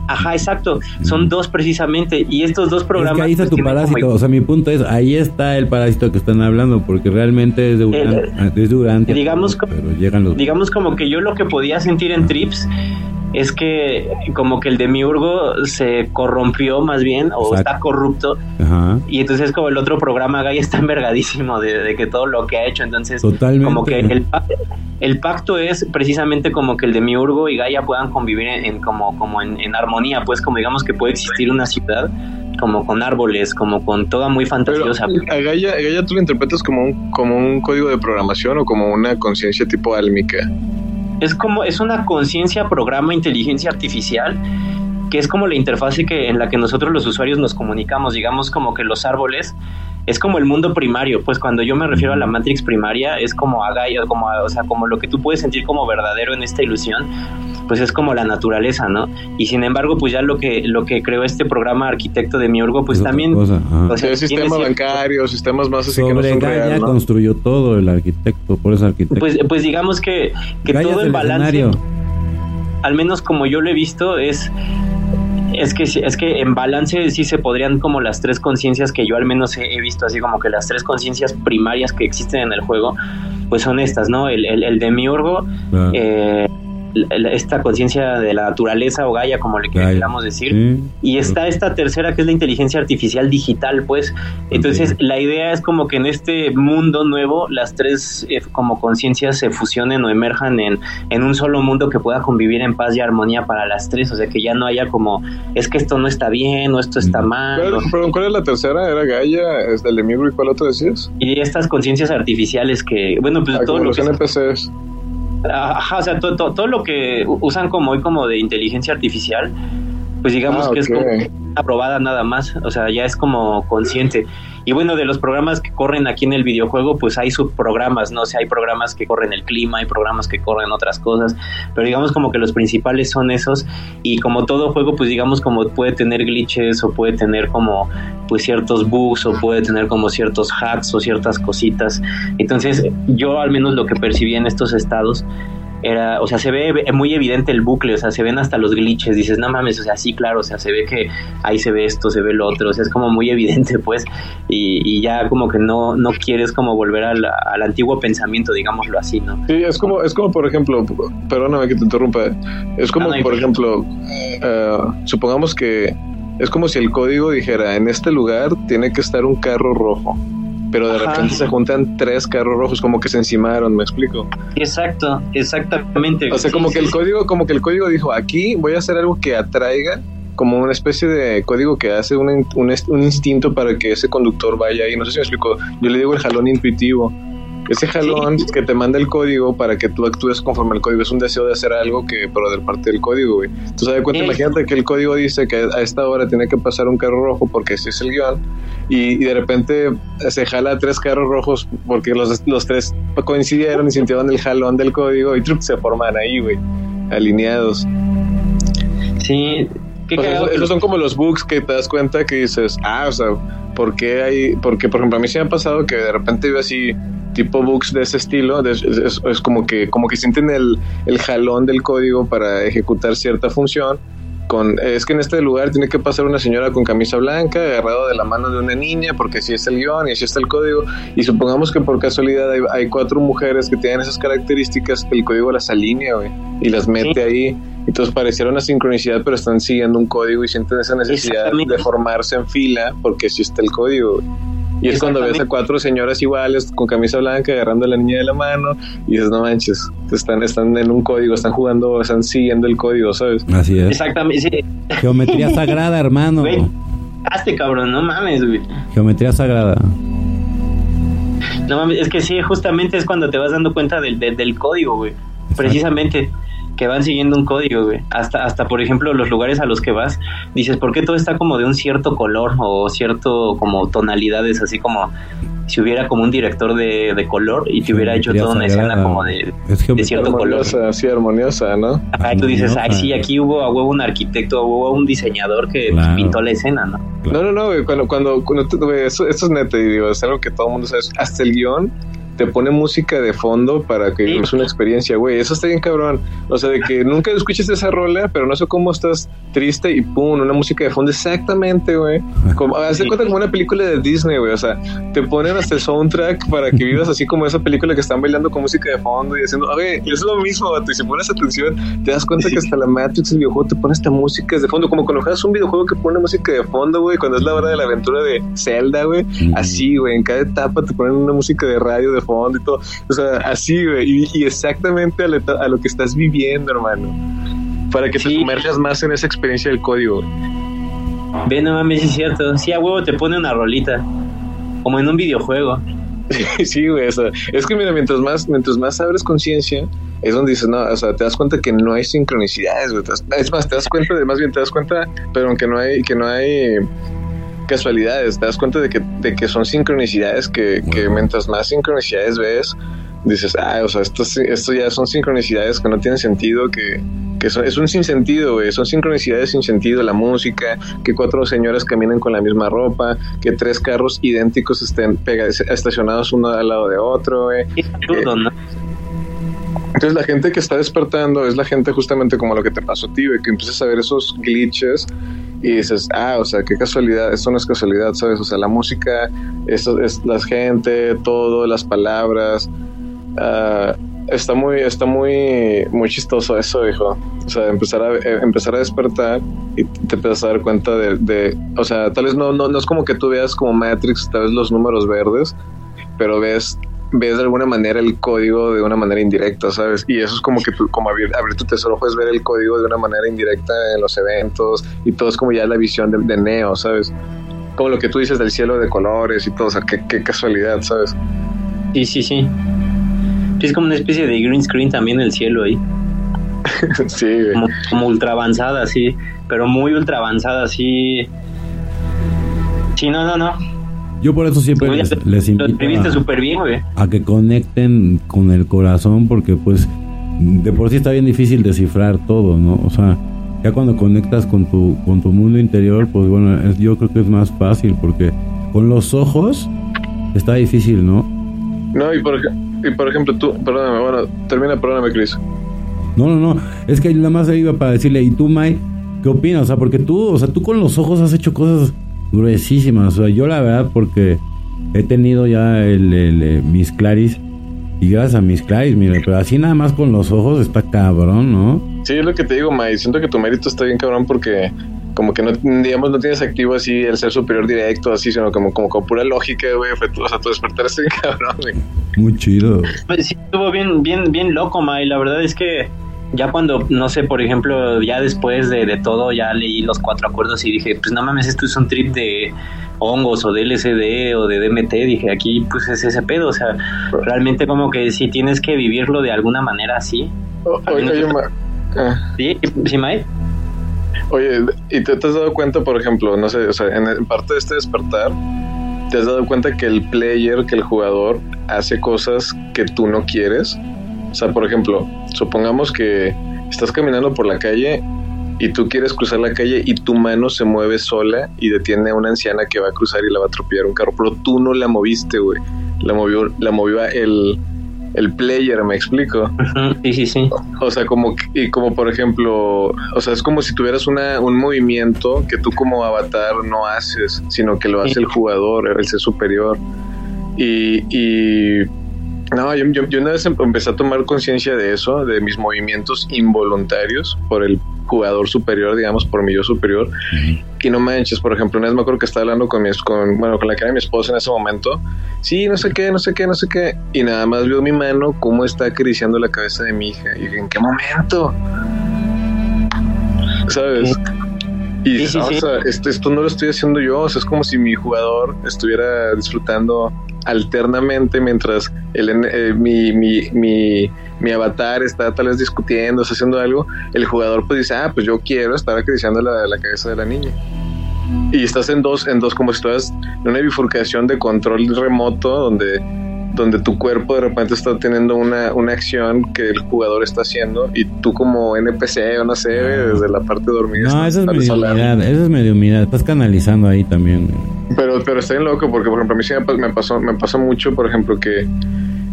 Ajá, exacto. Son dos precisamente. Y estos dos programas... Es que ahí está tu parásito. O sea, mi punto es, ahí está el parásito que están hablando, porque realmente es durante digamos, pero llegan los... digamos como que yo lo que podía sentir en Trips es que como que el demiurgo se corrompió más bien, o está corrupto. Ajá. Y entonces como el otro programa Gaia está envergadísimo de que todo lo que ha hecho. Entonces totalmente. Como que el pacto es precisamente como que el demiurgo y Gaia puedan convivir en armonía, pues como digamos que puede existir una ciudad como con árboles, como con toda muy fantasiosa. Pero a Gaia tú lo interpretas como un código de programación o como una conciencia tipo álmica. Es una conciencia, programa, inteligencia artificial, que es como la interfase en la que nosotros los usuarios nos comunicamos. Digamos como que los árboles es como el mundo primario, pues cuando yo me refiero a la Matrix primaria es como a Gaia, como lo que tú puedes sentir como verdadero en esta ilusión, pues es como la naturaleza, ¿no? Y sin embargo, pues ya lo que creó este programa Arquitecto de Demiurgo, pues también... O sea, sistema bancario, sistemas más así que no son Gaia real, ¿no? Construyó todo el arquitecto, por eso arquitecto. Pues digamos que todo en balance, escenario. Al menos como yo lo he visto, es que en balance sí se podrían como las tres conciencias que yo al menos he visto, así como que las tres conciencias primarias que existen en el juego, pues son estas, ¿no? El demiurgo, esta conciencia de la naturaleza o Gaia, como le queramos decir, y está esta tercera que es la inteligencia artificial digital, pues. Entonces la idea es como que en este mundo nuevo las tres como conciencias se fusionen o emerjan en un solo mundo que pueda convivir en paz y armonía para las tres, o sea que ya no haya como es que esto no está bien o esto está mal. Perdón, ¿cuál es la tercera? ¿Era Gaia? ¿Es del demiurgo y cuál otro decías? Y estas conciencias artificiales que, bueno, pues todo los NPCs. Ajá, o sea, todo lo que usan como hoy como de inteligencia artificial, pues digamos que es como aprobada nada más, o sea, ya es como consciente. Y bueno, de los programas que corren aquí en el videojuego, pues hay subprogramas, ¿no? O sea, hay programas que corren el clima, hay programas que corren otras cosas, pero digamos como que los principales son esos, y como todo juego, pues digamos como puede tener glitches o puede tener como pues ciertos bugs o puede tener como ciertos hacks o ciertas cositas. Entonces, yo al menos lo que percibí en estos estados era, o sea, se ve muy evidente el bucle, o sea, se ven hasta los glitches, dices, no mames, o sea, sí, claro, o sea, se ve que ahí se ve esto, se ve lo otro, o sea, es como muy evidente, pues, y ya como que no quieres como volver al antiguo pensamiento, digámoslo así, ¿no? Sí, es como por ejemplo, perdóname que te interrumpa, es como, por ejemplo, supongamos que es como si el código dijera, en este lugar tiene que estar un carro rojo, pero de repente se juntan tres carros rojos, como que se encimaron, ¿me explico? Exacto, exactamente. O sea, como que el código dijo, aquí voy a hacer algo que atraiga, como una especie de código que hace un instinto para que ese conductor vaya ahí, no sé si me explico, yo le digo el jalón intuitivo. Ese jalón que te manda el código para que tú actúes conforme al código es un deseo de hacer algo pero de parte del código, güey. Entonces, ¿sabes cuenta? Imagínate que el código dice que a esta hora tiene que pasar un carro rojo porque ese es el guión y de repente se jala tres carros rojos porque los tres coincidieron y sintieron el jalón del código y se forman ahí, güey, alineados. Sí. O sea, esos son como los bugs que te das cuenta que dices, o sea, porque por ejemplo a mí se me ha pasado que de repente veo así tipo bugs de ese estilo, es como que sienten el jalón del código para ejecutar cierta función. Es que en este lugar tiene que pasar una señora con camisa blanca agarrado de la mano de una niña porque así es el guión y así está el código, y supongamos que por casualidad hay cuatro mujeres que tienen esas características, el código las alinea, güey, y las mete ahí. Entonces pareciera una sincronicidad, pero están siguiendo un código y sienten esa necesidad de formarse en fila porque así está el código, güey. Y es cuando ves a cuatro señoras iguales con camisa blanca agarrando a la niña de la mano y dices, no manches, están en un código, están siguiendo el código, ¿sabes? Así es. Exactamente, sí. Geometría sagrada, hermano. Güey, hazte cabrón, no mames, güey. Geometría sagrada. No mames, es que sí, justamente es cuando te vas dando cuenta del código, güey. Precisamente. Que van siguiendo un código, güey. Hasta por ejemplo, los lugares a los que vas, dices, ¿por qué todo está como de un cierto color o cierto como tonalidades, así como si hubiera como un director de color y te hubiera hecho toda una escena como de cierto color? Así armoniosa, ¿no? Ajá, y tú dices, ay, sí, aquí hubo a huevo un arquitecto, hubo un diseñador que pintó la escena, ¿no? No, güey, cuando güey, eso es neta, y digo, es algo que todo el mundo sabe, hasta el guión te pone música de fondo para que es una experiencia, güey. Eso está bien cabrón. O sea, de que nunca escuches esa rola, pero no sé cómo estás triste y pum, una música de fondo. Exactamente, güey. Haz de cuenta como una película de Disney, güey. O sea, te ponen hasta el soundtrack para que vivas así como esa película que están bailando con música de fondo y haciendo, oye, es lo mismo, vato. Y si pones atención, te das cuenta que hasta la Matrix, el videojuego, te pone esta música de fondo. Como cuando juegas un videojuego que pone música de fondo, güey, cuando es la hora de la aventura de Zelda, güey. Así, güey, en cada etapa te ponen una música de radio de fondo y todo. O sea, así, güey. Y exactamente a lo que estás viviendo, hermano. Para que te sumerjas más en esa experiencia del código. Ve, no mames, es cierto. Sí, a huevo te pone una rolita. Como en un videojuego. Sí, güey, o sea, es que mira, mientras más abres conciencia, es donde dices, no, o sea, te das cuenta que no hay sincronicidades, güey. Es más, te das cuenta, pero aunque no hay casualidades, te das cuenta de que son sincronicidades que mientras más sincronicidades ves, dices, o sea, esto ya son sincronicidades que no tienen sentido, que es un sinsentido, güey. Son sincronicidades sin sentido. La música, que 4 señoras caminen con la misma ropa, que 3 carros idénticos estén estacionados uno al lado de otro, güey. Entonces la gente que está despertando es la gente justamente como lo que te pasó a ti, güey, que empiezas a ver esos glitches y dices, o sea, qué casualidad, esto no es casualidad, ¿sabes? O sea, la música, esto es la gente, todo, las palabras, está muy chistoso eso, hijo. O sea, empezar a despertar y te empiezas a dar cuenta de o sea, tal vez no es como que tú veas como Matrix, tal vez los números verdes, pero ves de alguna manera el código de una manera indirecta, ¿sabes? Y eso es como que como abrir tu tesoro, puedes ver el código de una manera indirecta en los eventos y todo es como ya la visión de Neo, ¿sabes? Como lo que tú dices del cielo de colores y todo, o sea, qué casualidad, ¿sabes? Sí. Es como una especie de green screen también el cielo ahí. Sí, como ultra avanzada, sí, pero muy ultra avanzada, sí. Sí, no. Yo por eso siempre les invito lo escribiste súper bien, güey, a que conecten con el corazón, porque pues de por sí está bien difícil descifrar todo, ¿no? O sea, ya cuando conectas con tu mundo interior, pues bueno, yo creo que es más fácil, porque con los ojos está difícil, ¿no? No, y por ejemplo, tú, perdóname, Chris. No, es que nada más iba para decirle, ¿y tú, Mai, qué opinas? O sea, porque tú con los ojos has hecho cosas gruesísimas. O sea, yo la verdad, porque he tenido ya mis Claris, y gracias a mis Claris, mire, pero así nada más con los ojos está cabrón, ¿no? Sí, es lo que te digo, Mai, siento que tu mérito está bien cabrón porque como que no tienes activo así el ser superior directo, así, sino como con pura lógica, güey. O sea, tu despertar está bien cabrón, güey. Muy chido. Pues sí, estuvo bien loco, Mai. La verdad es que ya cuando, no sé, por ejemplo, ya después de todo, ya leí los 4 acuerdos y dije, pues no mames, esto es un trip de hongos o de LSD o de DMT. Dije, aquí pues es ese pedo, o sea, realmente como que si tienes que vivirlo de alguna manera así. ¿Sí, Mai? Oye, ¿y te has dado cuenta, por ejemplo, no sé, o sea, en parte de este despertar, te has dado cuenta que el player, que el jugador hace cosas que tú no quieres? O sea, por ejemplo, supongamos que estás caminando por la calle y tú quieres cruzar la calle y tu mano se mueve sola y detiene a una anciana que va a cruzar y la va a atropellar un carro, pero tú no la moviste, güey. La movió el player, ¿me explico? Uh-huh. Sí. O sea, como por ejemplo, o sea, es como si tuvieras un movimiento que tú como avatar no haces, sino que lo hace el jugador, el ser superior. Y no, yo una vez empecé a tomar conciencia de eso, de mis movimientos involuntarios por el jugador superior, digamos, por mi yo superior. Uh-huh. Y no manches, por ejemplo, una vez me acuerdo que estaba hablando con la que era mi esposa en ese momento. Sí, no sé qué. Y nada más veo mi mano cómo está acariciando la cabeza de mi hija. Y dije, ¿en qué momento? ¿Sabes? Y sí. O sea, esto no lo estoy haciendo yo. O sea, es como si mi jugador estuviera disfrutando alternamente mientras mi avatar está tal vez discutiendo, está haciendo algo. El jugador pues dice, pues yo quiero estar acariciando la cabeza de la niña. Y estás en dos, como si estuvieras en una bifurcación de control remoto donde tu cuerpo de repente está teniendo una acción que el jugador está haciendo y tú como NPC o no sé, desde la parte dormida. No, esa es mediumidad, estás canalizando ahí también. Pero está bien loco porque, por ejemplo, a mí sí me pasó mucho, por ejemplo, que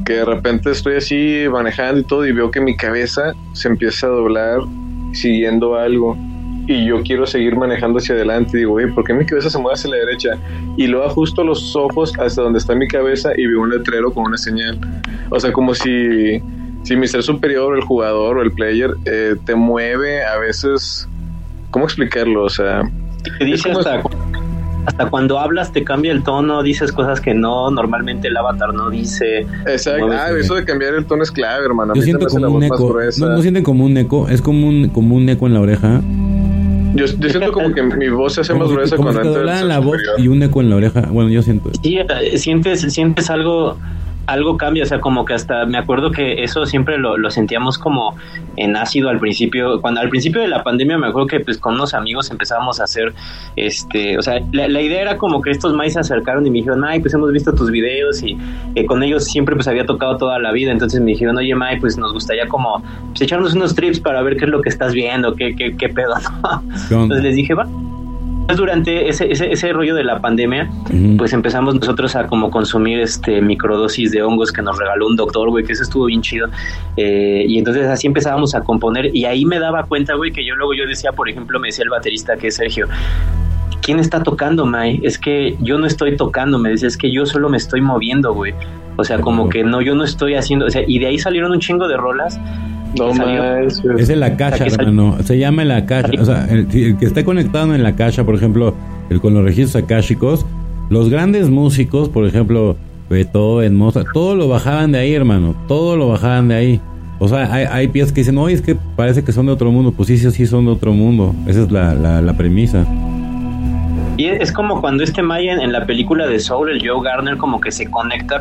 que de repente estoy así manejando y todo y veo que mi cabeza se empieza a doblar siguiendo algo y yo quiero seguir manejando hacia adelante y digo, ¿por qué mi cabeza se mueve hacia la derecha? Y luego ajusto los ojos hasta donde está mi cabeza y veo un letrero con una señal. O sea, como si mi ser superior, el jugador o el player, te mueve a veces... ¿Cómo explicarlo? O sea... Te dice hasta cuando hablas te cambia el tono, dices cosas que no, normalmente el avatar no dice. Exacto, eso de cambiar el tono es clave, hermano. Yo siento como un eco, no sienten como un eco, es como un eco en la oreja. Yo siento como que mi voz se hace más gruesa cuando entra la voz y un eco en la oreja. Bueno, yo siento eso. Sí, sientes algo cambia, o sea, como que hasta me acuerdo que eso siempre lo sentíamos como en ácido al principio, cuando al principio de la pandemia me acuerdo que pues con unos amigos empezábamos a hacer, o sea, la idea era como que estos maíz se acercaron y me dijeron, May, pues hemos visto tus videos y con ellos siempre pues había tocado toda la vida, entonces me dijeron, oye May, pues nos gustaría como pues echarnos unos trips para ver qué es lo que estás viendo, qué pedo, ¿no? Entonces les dije, va. Durante ese rollo de la pandemia, pues empezamos nosotros a como consumir microdosis de hongos que nos regaló un doctor, güey, que eso estuvo bien chido. Y entonces así empezábamos a componer y ahí me daba cuenta, güey, que yo decía, por ejemplo, me decía el baterista que es Sergio, ¿quién está tocando, May? Es que yo no estoy tocando, me decía, es que yo solo me estoy moviendo, güey. O sea, como que no, yo no estoy haciendo, o sea, y de ahí salieron un chingo de rolas. No más. Es en la caja, hermano. Se llama en la caja. O sea, el que esté conectado en la caja, por ejemplo, con los registros akáshicos, los grandes músicos, por ejemplo, Beethoven, Mozart, todo lo bajaban de ahí, hermano. Todo lo bajaban de ahí. O sea, hay piezas que dicen, oye, es que parece que son de otro mundo. Pues sí son de otro mundo. Esa es la premisa. Y es como cuando May en la película de Soul, el Joe Garner como que se conecta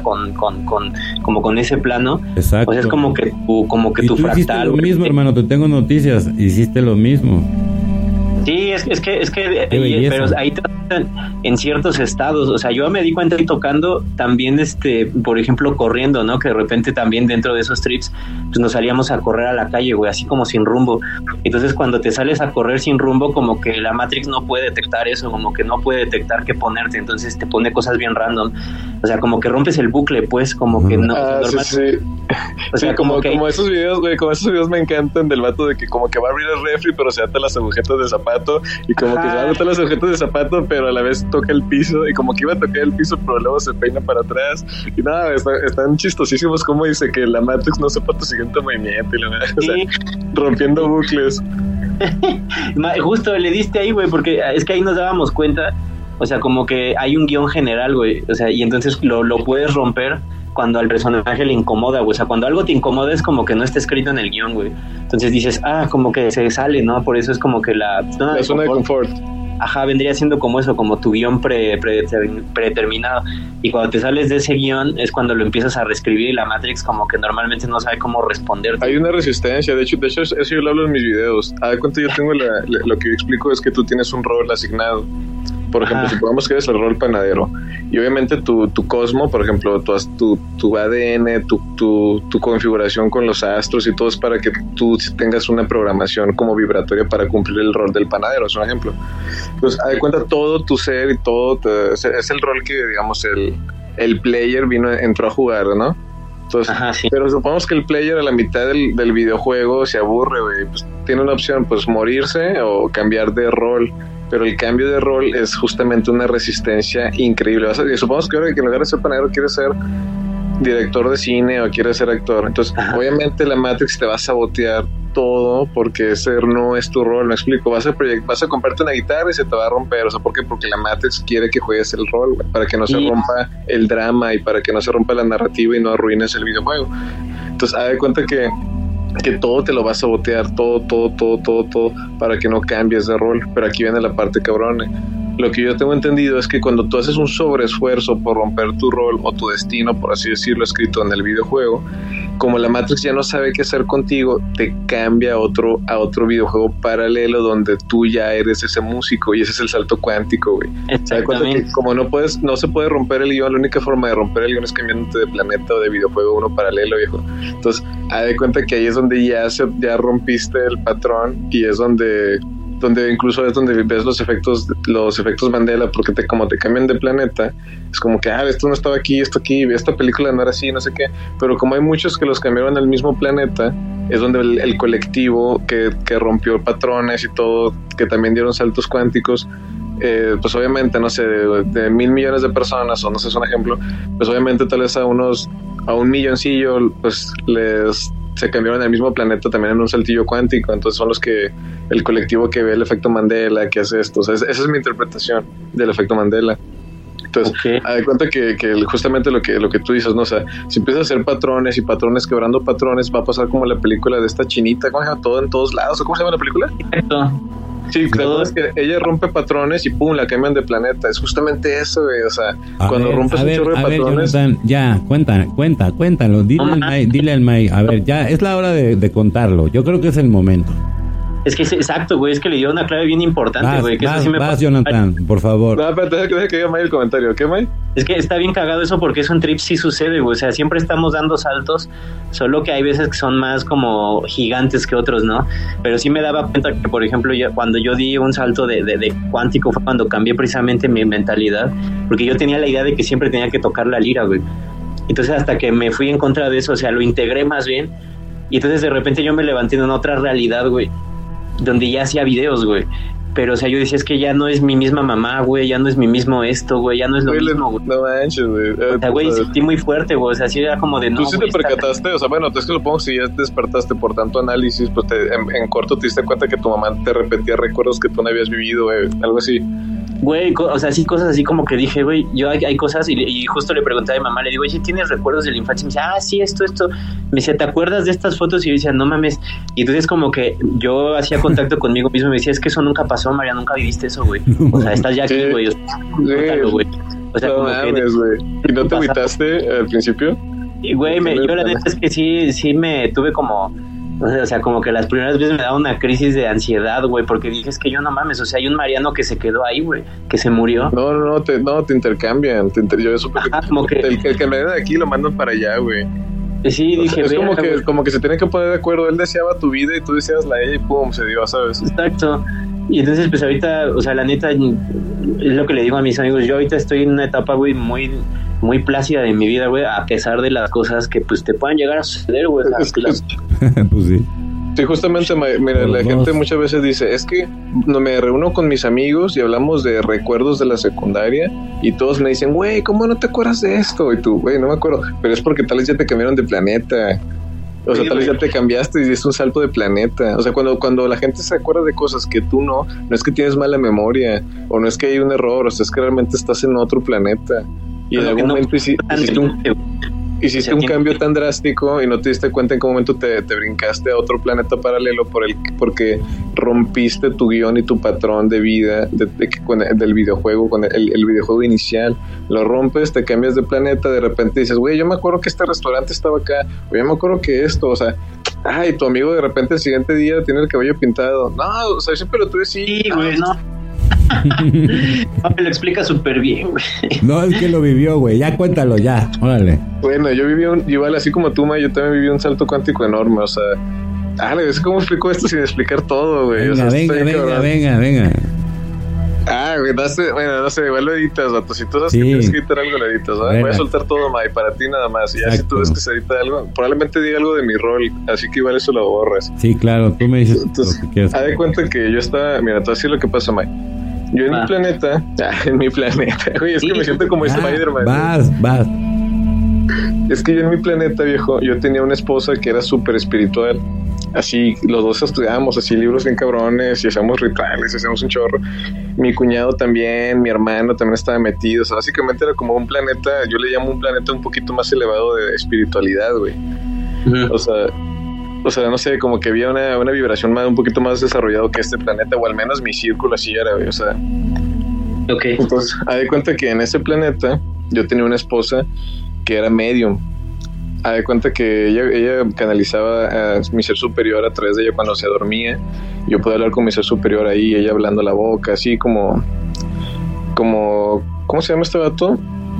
con ese plano. Exacto. O sea, es como que tu fractal. Hiciste lo mismo, hermano, te tengo noticias. Hiciste lo mismo. Sí, es que pero ahí en ciertos estados, o sea, yo me di cuenta ahí tocando también, por ejemplo, corriendo, ¿no? Que de repente también dentro de esos trips, pues nos salíamos a correr a la calle, güey, así como sin rumbo. Entonces, cuando te sales a correr sin rumbo, como que la Matrix no puede detectar eso, como que no puede detectar qué ponerte, entonces te pone cosas bien random. O sea, como que rompes el bucle, pues, como que no. Normal. Sí. O sea, como esos videos, güey, como esos videos me encantan del vato de que como que va a abrir el refri, pero se ata las agujetas de zapato, y como que se va a atar las agujetas de zapato, pero a la vez toca el piso, y como que iba a tocar el piso, pero luego se peina para atrás, y nada, están chistosísimos como dice que la Matrix no sepa tu siguiente movimiento, y la verdad, sí. O sea, rompiendo bucles. Justo le diste ahí, güey, porque es que ahí nos dábamos cuenta, o sea, como que hay un guión general, güey, o sea, y entonces lo puedes romper cuando al personaje le incomoda, güey. O sea, cuando algo te incomoda es como que no está escrito en el guión, güey. Entonces dices, como que se sale, ¿no? Por eso es como que la zona de confort. Ajá, vendría siendo como eso, como tu guión predeterminado. Y cuando te sales de ese guión es cuando lo empiezas a reescribir y la Matrix como que normalmente no sabe cómo responderte. Hay una resistencia, de hecho eso yo lo hablo en mis videos. A ver cuánto yo tengo lo que yo explico es que tú tienes un rol asignado. Por ejemplo, supongamos que eres el rol panadero y obviamente tu cosmo, por ejemplo, tu ADN, tu configuración con los astros y todo es para que tú tengas una programación como vibratoria para cumplir el rol del panadero, es un ejemplo. Entonces, haz de cuenta todo tu ser y todo es el rol que, digamos, el player entró a jugar, ¿no? Entonces, sí. Pero supongamos que el player a la mitad del videojuego se aburre, güey, pues tiene una opción, pues morirse o cambiar de rol. Pero el cambio de rol es justamente una resistencia increíble. Supongamos que ahora que en lugar de ser panadero quieres ser director de cine o quieres ser actor. Entonces, obviamente la Matrix te va a sabotear todo porque ese no es tu rol, me explico. Vas a comprarte una guitarra y se te va a romper. O sea, ¿por qué? Porque la Matrix quiere que juegues el rol, güey, para que no se rompa el drama y para que no se rompa la narrativa y no arruines el videojuego. Entonces, haz de cuenta que todo te lo va a sabotear, todo, para que no cambies de rol. Pero aquí viene la parte cabrona. Lo que yo tengo entendido es que cuando tú haces un sobreesfuerzo por romper tu rol o tu destino, por así decirlo, escrito en el videojuego, como la Matrix ya no sabe qué hacer contigo, te cambia a otro videojuego paralelo donde tú ya eres ese músico, y ese es el salto cuántico, güey. Exactamente. Como no se puede romper el guión, la única forma de romper el guión es cambiándote de planeta o de videojuego uno paralelo, viejo. Entonces, haz de cuenta que ahí es donde ya rompiste el patrón y es donde donde incluso es donde ves los efectos Mandela, porque como te cambian de planeta, es como que, esto no estaba aquí, esto aquí, esta película no era así, no sé qué, pero como hay muchos que los cambiaron al mismo planeta, es donde el colectivo que rompió patrones y todo, que también dieron saltos cuánticos, pues obviamente, no sé, de 1,000 millones de personas, o no sé, es un ejemplo, pues obviamente tal vez a un milloncillo, pues se cambiaron al mismo planeta también en un saltillo cuántico, entonces son el colectivo que ve el efecto Mandela, que hace esto. O sea, esa es mi interpretación del efecto Mandela. Entonces, haz de cuenta que justamente lo que tú dices, ¿no? O sea, si empiezas a hacer patrones y patrones quebrando patrones, va a pasar como la película de esta chinita, ¿cómo se llama? Todo en todos lados, ¿o cómo se llama la película? Exacto. Sí, es que ella rompe patrones y pum, la cambian de planeta. Es justamente eso, güey. O sea, cuando rompes un chorro de patrones. Jonathan, ya, cuéntalo. Dile al May. A ver, ya es la hora de contarlo. Yo creo que es el momento. Es que exacto, güey, es que le dio una clave bien importante, güey. Vas, Jonathan, por favor. No, pero deja que diga May el comentario, ¿qué, May? Es que está bien cagado eso porque es un trip, sí sucede, güey. O sea, siempre estamos dando saltos, solo que hay veces que son más como gigantes que otros, ¿no? Pero sí me daba cuenta que, por ejemplo, cuando yo di un salto de cuántico fue cuando cambié precisamente mi mentalidad, porque yo tenía la idea de que siempre tenía que tocar la lira, güey. Entonces hasta que me fui en contra de eso, o sea, lo integré más bien, y entonces de repente yo me levanté en otra realidad, güey, donde ya hacía videos, güey. Pero, o sea, yo decía, es que ya no es mi misma mamá, güey, ya no es mi mismo esto, güey, ya no es lo mismo, güey. No manches, güey. O sea, güey, sentí muy fuerte, güey, o sea, así era como de no. ¿Tú sí te percataste? O sea, bueno, es que supongo que si ya te despertaste por tanto análisis, pues en corto te diste cuenta que tu mamá te repetía recuerdos que tú no habías vivido, güey, algo así. Güey, o sea, sí, cosas así como que dije, güey, yo hay cosas y justo le pregunté a mi mamá, le digo, oye, ¿tienes recuerdos de la infancia? Y me dice, sí, esto. Me decía, ¿te acuerdas de estas fotos? Y yo decía, no mames. Y entonces como que yo hacía contacto conmigo mismo y me decía, es que eso nunca pasó, María, nunca viviste eso, güey. O sea, estás ya aquí, güey. Güey. O sea, no como mames, güey. ¿Y no te agüitaste al principio? Y, güey, yo la neta es que sí me tuve como... O sea, como que las primeras veces me daba una crisis de ansiedad, güey, porque dije, es que yo no mames, o sea, hay un Mariano que se quedó ahí, güey, que se murió. No, te intercambian. Yo supe que el que me de aquí lo mandan para allá, güey. Sí, dije, es como que se tienen que poner de acuerdo. Él deseaba tu vida y tú deseabas la de ella y pum, se dio, ¿sabes? Exacto. Y entonces, pues ahorita, o sea, la neta, es lo que le digo a mis amigos, yo ahorita estoy en una etapa, güey, muy plácida de mi vida, güey, a pesar de las cosas que, pues, te puedan llegar a suceder, güey. Pues sí. Sí, justamente, mira, la gente muchas veces dice, es que no me reúno con mis amigos y hablamos de recuerdos de la secundaria y todos me dicen, güey, ¿cómo no te acuerdas de esto? Y tú, güey, no me acuerdo, pero es porque tal vez ya te cambiaron de planeta. O sea, tal vez ya te cambiaste y es un salto de planeta. O sea, cuando la gente se acuerda de cosas que tú no es que tienes mala memoria o no es que hay un error, o sea, es que realmente estás en otro planeta. Y en algún momento hiciste un cambio tan drástico y no te diste cuenta en qué momento te brincaste a otro planeta paralelo porque rompiste tu guión y tu patrón de vida del videojuego, con el videojuego inicial. Lo rompes, te cambias de planeta, de repente dices, güey, yo me acuerdo que este restaurante estaba acá, o yo me acuerdo que esto, o sea, y tu amigo de repente el siguiente día tiene el cabello pintado. No, o sea, siempre lo tuve así. Sí, güey, no. Me lo explica súper bien, güey. No, es que lo vivió, güey. Ya cuéntalo, ya. Órale. Bueno, yo viví igual así como tú, yo también viví un salto cuántico enorme. O sea, es como explico esto sin explicar todo, güey. Venga, o sea, venga. Güey, no sé, igual lo editas, vato. Si tú sabes que tienes que editar algo, lo editas, ¿verdad? Voy a soltar todo, May, para ti nada más. Y ya si tú ves que se edita algo, probablemente diga algo de mi rol, así que igual eso lo borras. Sí, claro, tú me dices. Entonces, lo que quieras. Haz de cuenta que yo estaba, mira, te voy a decir lo que pasa, May. Yo en mi planeta, güey, es que me siento como Spider-Man. Vas. Es que yo en mi planeta, viejo, yo tenía una esposa que era súper espiritual. Así, los dos estudiábamos así libros bien cabrones y hacíamos rituales, hacíamos un chorro. Mi cuñado también, mi hermano también estaba metido. O sea, básicamente era como un planeta, yo le llamo un planeta un poquito más elevado de espiritualidad, güey. Uh-huh. O sea, no sé, como que había una vibración un poquito más desarrollado que este planeta, o al menos mi círculo así era, güey, o sea. Ok. Entonces, haz de cuenta que en ese planeta yo tenía una esposa que era medium. Haz de cuenta que ella canalizaba a mi ser superior a través de ella cuando se dormía. Yo podía hablar con mi ser superior ahí, ella hablando la boca, así como ¿cómo se llama este vato?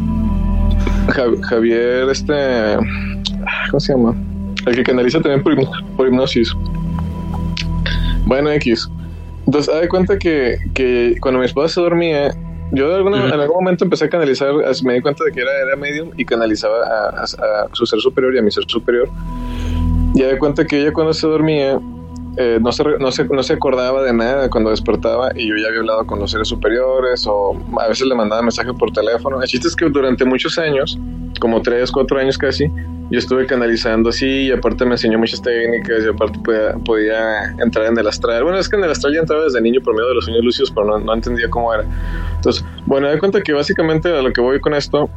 Javier, ¿cómo se llama? El que canaliza también por hipnosis. Bueno, X. Entonces, haz de cuenta que cuando mi esposa se dormía, yo en algún momento empecé a canalizar, me di cuenta de que era medium y canalizaba a su ser superior y a mi ser superior. Y haz de cuenta que ella cuando se dormía, no se acordaba de nada cuando despertaba, y yo ya había hablado con los seres superiores, o a veces le mandaba mensaje por teléfono. El chiste es que durante muchos años, como 3, 4 años casi, yo estuve canalizando así, y aparte me enseñó muchas técnicas, y aparte podía entrar en el astral. Bueno, es que en el astral ya entraba desde niño por medio de los sueños lúcidos, pero no entendía cómo era. Entonces, bueno, me doy cuenta que básicamente a lo que voy con esto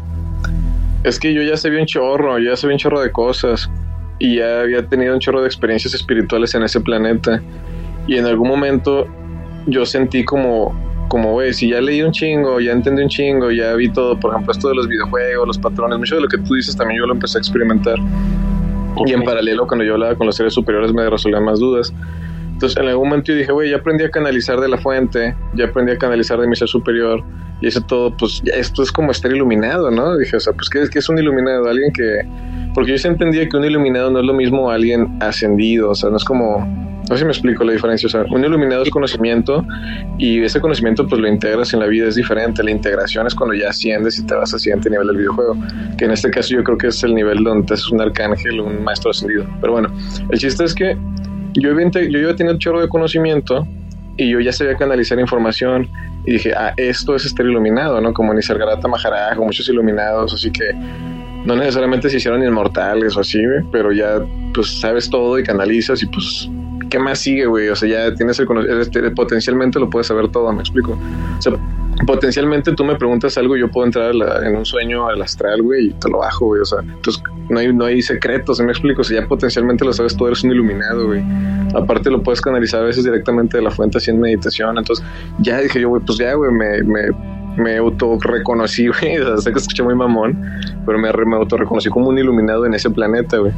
es que yo ya sabía un chorro de cosas, y ya había tenido un chorro de experiencias espirituales en ese planeta, y en algún momento yo sentí como güey, si ya leí un chingo, ya entendí un chingo, ya vi todo, por ejemplo, esto de los videojuegos, los patrones, mucho de lo que tú dices también yo lo empecé a experimentar. Okay. Y en paralelo, cuando yo hablaba con los seres superiores, me resolvían más dudas. Entonces, en algún momento yo dije, güey, ya aprendí a canalizar de la fuente, ya aprendí a canalizar de mi ser superior, y eso todo, pues, ya esto es como estar iluminado, ¿no? Dije, o sea, pues, ¿qué es un iluminado? Alguien que... Porque yo sí entendía que un iluminado no es lo mismo a alguien ascendido, o sea, no es como... No sé si me explico la diferencia. O sea, un iluminado es conocimiento, y ese conocimiento pues lo integras en la vida, es diferente. La integración es cuando ya asciendes y te vas al siguiente nivel del videojuego, que en este caso yo creo que es el nivel donde es un arcángel o un maestro ascendido. Pero bueno, el chiste es que yo iba a tener un chorro de conocimiento, y yo ya sabía canalizar información, y dije, esto es estar iluminado, ¿no? Como Nisargadatta Maharaj o muchos iluminados, así que no necesariamente se hicieron inmortales o así, güey, pero ya pues sabes todo y canalizas, y pues ¿qué más sigue, güey? O sea, ya tienes potencialmente lo puedes saber todo, ¿me explico? O sea, potencialmente tú me preguntas algo y yo puedo entrar en un sueño al astral, güey, y te lo bajo, güey. O sea, entonces no hay secretos, ¿me explico? O sea, ya potencialmente lo sabes todo, eres un iluminado, güey. Aparte lo puedes canalizar a veces directamente de la fuente así en meditación. Entonces ya dije yo, güey, pues ya, güey, me autorreconocí, güey. O sea, sé que escuché muy mamón, pero me autorreconocí como un iluminado en ese planeta, güey.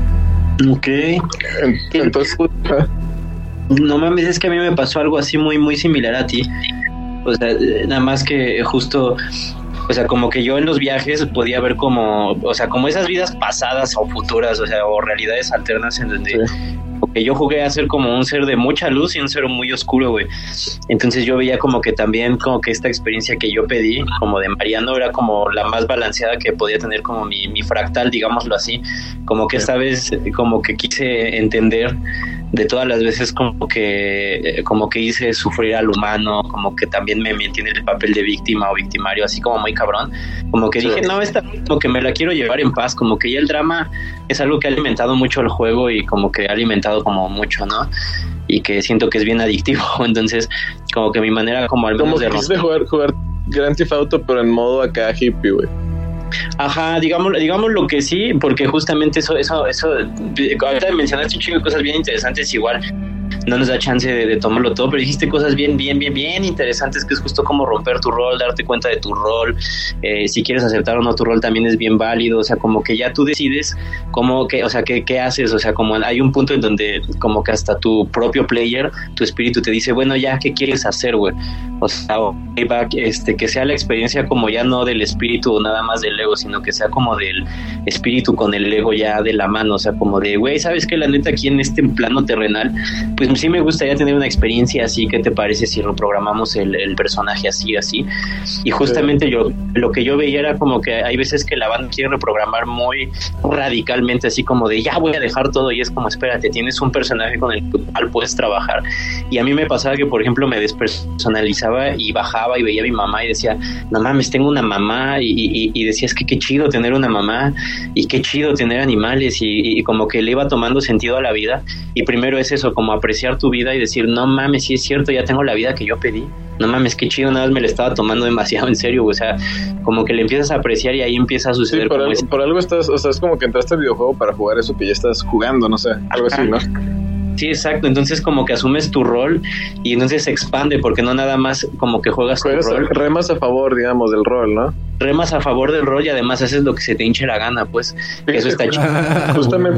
Ok. Entonces, no mames, es que a mí me pasó algo así muy, muy similar a ti. O sea, nada más que justo, o sea, como que yo en los viajes podía ver como, o sea, como esas vidas pasadas o futuras, o sea, o realidades alternas en donde... Sí. Porque yo jugué a ser como un ser de mucha luz y un ser muy oscuro, güey. Entonces yo veía como que también como que esta experiencia que yo pedí, como de Mariano, era como la más balanceada que podía tener como mi fractal, digámoslo así. Como que esta vez como que quise entender de todas las veces como que hice sufrir al humano, como que también me metí en el papel de víctima o victimario, así como muy cabrón. Como que dije, no, esta como que me la quiero llevar en paz, como que ya el drama es algo que ha alimentado mucho el juego y como que ha alimentado como mucho, ¿no? Y que siento que es bien adictivo. Entonces, como que mi manera como al menos de jugar Grand Theft Auto, pero en modo acá hippie, güey. Ajá, digamos lo que sí, porque justamente eso ahorita mencionaste un chingo de cosas bien interesantes, igual no nos da chance de tomarlo todo, pero dijiste cosas bien interesantes, que es justo como romper tu rol, darte cuenta de tu rol, si quieres aceptar o no tu rol también es bien válido, o sea, como que ya tú decides qué haces, o sea, como hay un punto en donde como que hasta tu propio player, tu espíritu te dice, bueno, ya, ¿qué quieres hacer, güey? O sea, que sea la experiencia como ya no del espíritu o nada más del ego, sino que sea como del espíritu con el ego ya de la mano, o sea, como de, güey, ¿sabes qué? La neta aquí en este plano terrenal, pues sí me gustaría tener una experiencia así. ¿Qué te parece si reprogramamos el personaje así? Y justamente lo que yo veía era como que hay veces que la banda quiere reprogramar muy radicalmente, así como de ya voy a dejar todo, y es como, espérate, tienes un personaje con el cual puedes trabajar. Y a mí me pasaba que, por ejemplo, me despersonalizaba y bajaba y veía a mi mamá y decía, no mames, tengo una mamá, y decía, es que qué chido tener una mamá y qué chido tener animales, y como que le iba tomando sentido a la vida. Y primero es eso, como apreciar tu vida y decir, no mames, sí es cierto, ya tengo la vida que yo pedí, no mames, qué chido, nada más me la estaba tomando demasiado en serio, o sea, como que le empiezas a apreciar y ahí empieza a suceder. Sí, por algo estás, o sea, es como que entraste al videojuego para jugar eso que ya estás jugando, no sé, algo así, ¿no? Sí, exacto, entonces como que asumes tu rol y entonces se expande, porque no nada más como que juegas tu rol. Remas a favor, digamos, del rol, ¿no? Remas a favor del rol y además haces lo que se te hinche la gana, pues, que eso está chido.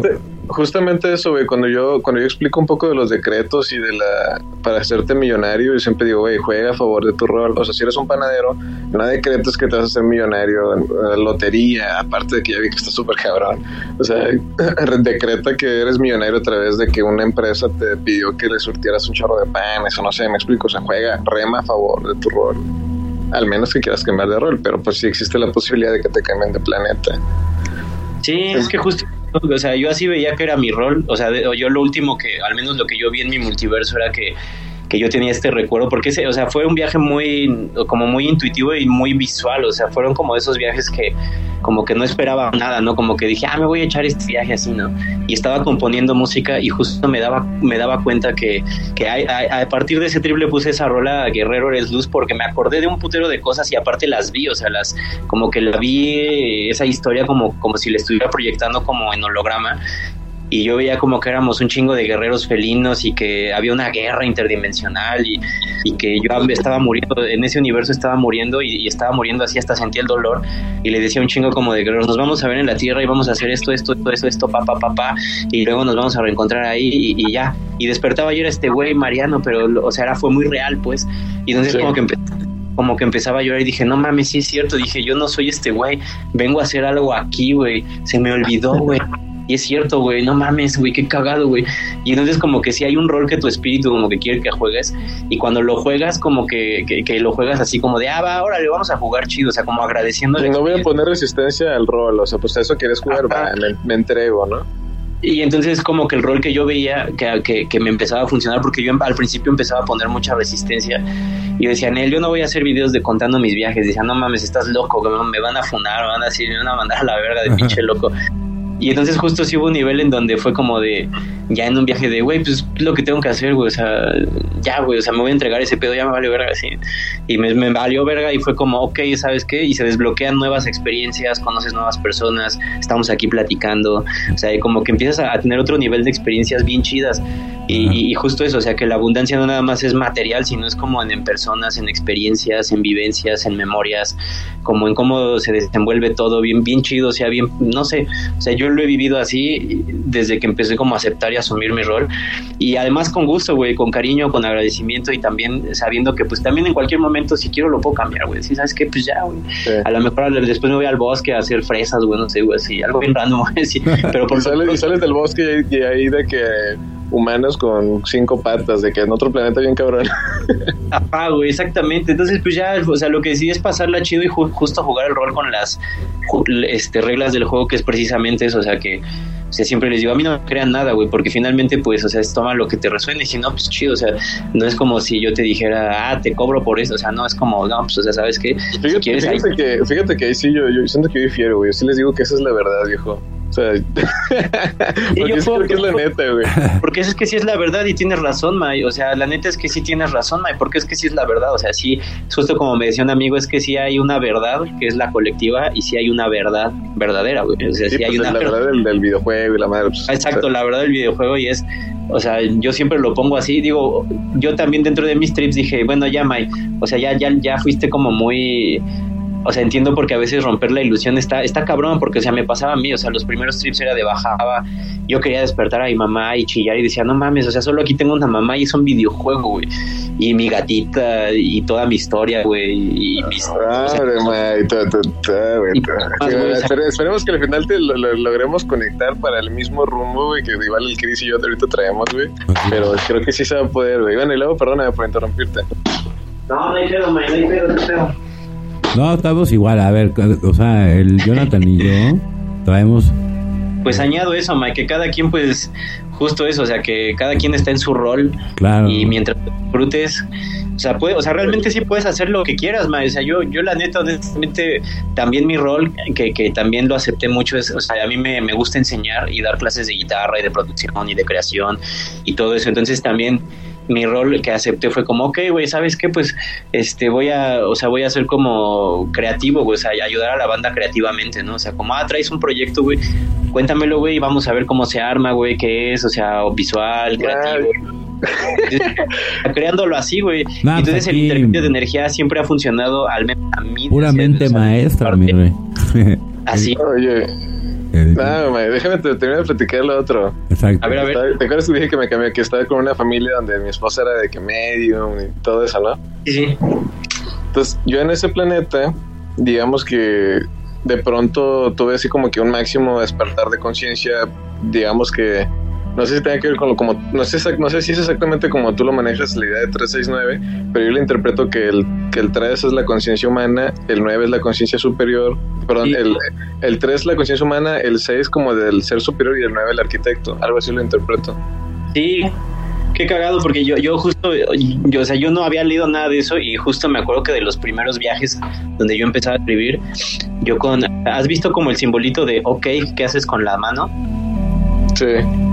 justamente eso, güey, cuando yo explico un poco de los decretos y para hacerte millonario, yo siempre digo, güey, juega a favor de tu rol. O sea, si eres un panadero, no decretos que te vas a hacer millonario en lotería, aparte de que ya vi que está súper cabrón. O sea, decreta que eres millonario a través de que una empresa te pidió que le surtieras un chorro de pan, eso no sé, me explico. O sea, rema a favor de tu rol. Al menos que quieras cambiar de rol, pero pues sí existe la posibilidad de que te cambien de planeta. Sí, es que justo, o sea, yo así veía que era mi rol, o sea, yo lo último que, al menos lo que yo vi en mi multiverso era que yo tenía este recuerdo, porque o sea, fue un viaje muy intuitivo y muy visual, o sea, fueron como esos viajes que como que no esperaba nada, ¿no? Como que dije, me voy a echar este viaje así, ¿no? Y estaba componiendo música y justo me daba cuenta que a partir de ese trip le puse esa rola Guerrero Eres Luz, porque me acordé de un putero de cosas y aparte las vi, o sea, como que la vi, esa historia como si la estuviera proyectando como en holograma. Y yo veía como que éramos un chingo de guerreros felinos y que había una guerra interdimensional y que yo estaba muriendo, en ese universo estaba muriendo y estaba muriendo así, hasta sentía el dolor y le decía un chingo como de guerreros, nos vamos a ver en la tierra y vamos a hacer esto, pa, y luego nos vamos a reencontrar ahí y ya. Y despertaba yo, era este güey Mariano, pero o sea, fue muy real, pues. Y entonces sí. Como que empezaba a llorar y dije, no mames, sí es cierto, dije, yo no soy este güey, vengo a hacer algo aquí, güey, se me olvidó, güey. Y es cierto, güey, no mames, güey, qué cagado, güey. Y entonces como que sí hay un rol que tu espíritu como que quiere que juegues, y cuando lo juegas como que lo juegas así como de, va, órale, vamos a jugar chido, o sea, como agradeciendo. No voy a poner resistencia al rol, o sea, pues eso quieres jugar, me entrego, ¿no? Y entonces como que el rol que yo veía que me empezaba a funcionar, porque yo al principio empezaba a poner mucha resistencia, y yo decía, Nel, yo no voy a hacer videos de contando mis viajes, decía, no mames, estás loco, me van a funar, me van a decir, me van a mandar a la verga de pinche loco. Y entonces justo sí hubo un nivel en donde fue como de, ya en un viaje de, güey, pues lo que tengo que hacer, güey, o sea, ya, güey, o sea, me voy a entregar ese pedo, ya me valió verga, así. Y me valió verga y fue como, ok, ¿sabes qué? Y se desbloquean nuevas experiencias, conoces nuevas personas, estamos aquí platicando, o sea, como que empiezas a tener otro nivel de experiencias bien chidas. Y justo eso, o sea, que la abundancia no nada más es material, sino es como en personas, en experiencias, en vivencias, en memorias, como en cómo se desenvuelve todo bien chido, o sea, bien, no sé, o sea, yo lo he vivido así desde que empecé como a aceptar y asumir mi rol, y además con gusto, güey, con cariño, con agradecimiento, y también sabiendo que pues también en cualquier momento si quiero lo puedo cambiar, güey, ¿sí? ¿Sabes qué? Pues ya, güey, sí. A lo mejor después me voy al bosque a hacer fresas, güey, no sé, güey, así, algo bien random, güey, sí, pero por y sales del bosque y ahí de que humanos con 5 patas, de que en otro planeta bien cabrón. Güey, exactamente. Entonces, pues ya, o sea, lo que sí es pasarla chido y justo jugar el rol con las reglas del juego, que es precisamente eso, o sea, que, o sea, siempre les digo, a mí no me crean nada, güey, porque finalmente, pues, o sea, toma lo que te resuene, y si no, pues chido, o sea, no es como si yo te dijera, te cobro por eso, o sea, no, es como, no, pues, o sea, ¿sabes qué? Fíjate que ahí sí, yo siento que yo difiero, güey, yo sí les digo que esa es la verdad, viejo. O sea, porque yo creo que es la neta, güey. Porque es que sí es la verdad y tienes razón, May. O sea, la neta es que sí tienes razón, May, porque es que sí es la verdad. O sea, sí, justo como me decía un amigo, es que sí hay una verdad que es la colectiva y sí hay una verdad verdadera, güey. O sea, sí hay una verdad del videojuego y la madre. Pues, exacto, la verdad del videojuego, y es, o sea, yo siempre lo pongo así. Digo, yo también dentro de mis trips dije, bueno, ya, May, o sea, ya fuiste como muy... O sea, entiendo, porque a veces romper la ilusión está cabrón, porque, o sea, me pasaba a mí, o sea, los primeros trips era de bajaba, yo quería despertar a mi mamá y chillar y decía, no mames, o sea, solo aquí tengo una mamá y es un videojuego, güey, y mi gatita y toda mi historia, güey, y mis... Esperemos que al final te logremos conectar para el mismo rumbo, güey, que igual el Chris y yo ahorita traemos, güey, pero creo que sí se va a poder, güey. Bueno, y luego, perdóname por interrumpirte. No hay pedo, man, no hay pedo. No, estamos igual, a ver, o sea, el Jonathan y yo traemos... Pues añado eso, Mike, que cada quien, pues, justo eso, o sea, que cada quien está en su rol. Claro. Y mientras disfrutes, o sea, realmente sí puedes hacer lo que quieras, Mike. O sea, yo la neta, honestamente, también mi rol, que también lo acepté mucho, es, o sea, a mí me gusta enseñar y dar clases de guitarra y de producción y de creación y todo eso, entonces también... Mi rol que acepté fue como, ok, güey, ¿sabes qué? Pues, voy a ser como creativo, güey, o sea, ayudar a la banda creativamente, ¿no? O sea, como, traes un proyecto, güey, cuéntamelo, güey, y vamos a ver cómo se arma, güey, qué es, o sea, visual, creativo. Entonces, creándolo así, güey. No, entonces el intercambio de energía siempre ha funcionado, al menos a mí. Puramente maestra, mi rey. Así. Oye, No, déjame terminar de platicar lo otro. Exacto. A ver. ¿Te acuerdas que dije que me cambié, que estaba con una familia donde mi esposa era de que medium y todo eso, ¿no? Sí. Entonces, yo en ese planeta, digamos que de pronto tuve así como que un máximo despertar de conciencia, digamos que no sé si tenga que ver con lo como no sé si es exactamente como tú lo manejas la idea de 369, pero yo le interpreto que el 3 es la conciencia humana, el 9 es la conciencia superior, perdón, sí. el 3 es la conciencia humana, el 6 como del ser superior y el 9 el arquitecto, algo así lo interpreto. Sí. Qué cagado, porque yo justo, o sea, yo no había leído nada de eso y justo me acuerdo que de los primeros viajes donde yo empezaba a escribir, ¿has visto como el simbolito de OK, qué haces con la mano? Sí.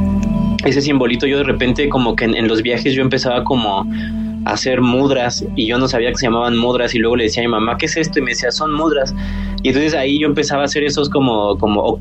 Ese simbolito yo de repente como que en los viajes yo empezaba como a hacer mudras y yo no sabía que se llamaban mudras y luego le decía a mi mamá, ¿qué es esto? Y me decía, son mudras. Y entonces ahí yo empezaba a hacer esos como OK.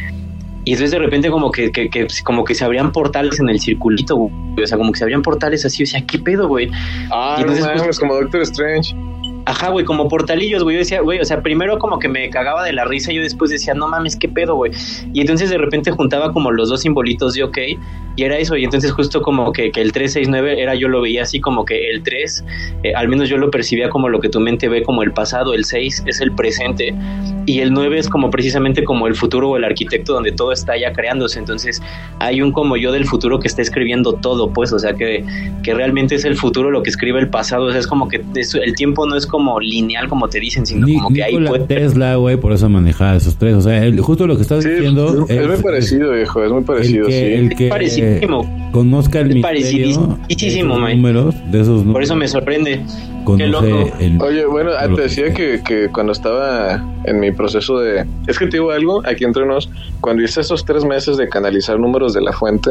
Y entonces de repente como que se abrían portales en el circulito, güey. O sea, como que se abrían portales así. O sea, ¿qué pedo, güey? Ah, y entonces, no mames, como Doctor Strange. Ajá, güey, como portalillos, güey. Yo decía, güey, o sea, primero como que me cagaba de la risa y yo después decía, no mames, ¿qué pedo, güey? Y entonces de repente juntaba como los dos simbolitos de OK y era eso. Y entonces justo como que el 369 era, yo lo veía así como que el 3, al menos yo lo percibía como lo que tu mente ve como el pasado, el 6 es el presente y el 9 es como precisamente como el futuro o el arquitecto donde todo está ya creándose. Entonces hay un como yo del futuro que está escribiendo todo, pues, o sea, que realmente es el futuro lo que escribe el pasado. O sea, es como que el tiempo no es como lineal como te dicen, sino como que hay Tesla, güey, por eso manejaba esos tres. O sea, justo lo que estás diciendo es muy parecido, viejo, es muy parecido, el que parecidísimo. Conozca el misterio de esos números, de esos números. Por eso me sorprende. Qué loco. Oye, bueno, te decía que cuando estaba en mi proceso de... Es que te digo algo, aquí entre nos, cuando hice esos 3 meses de canalizar números de la fuente,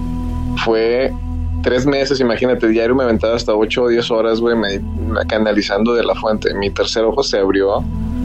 fue 3 meses, imagínate, diario me aventaba hasta 8 o 10 horas, güey, canalizando de la fuente. Mi tercer ojo se abrió.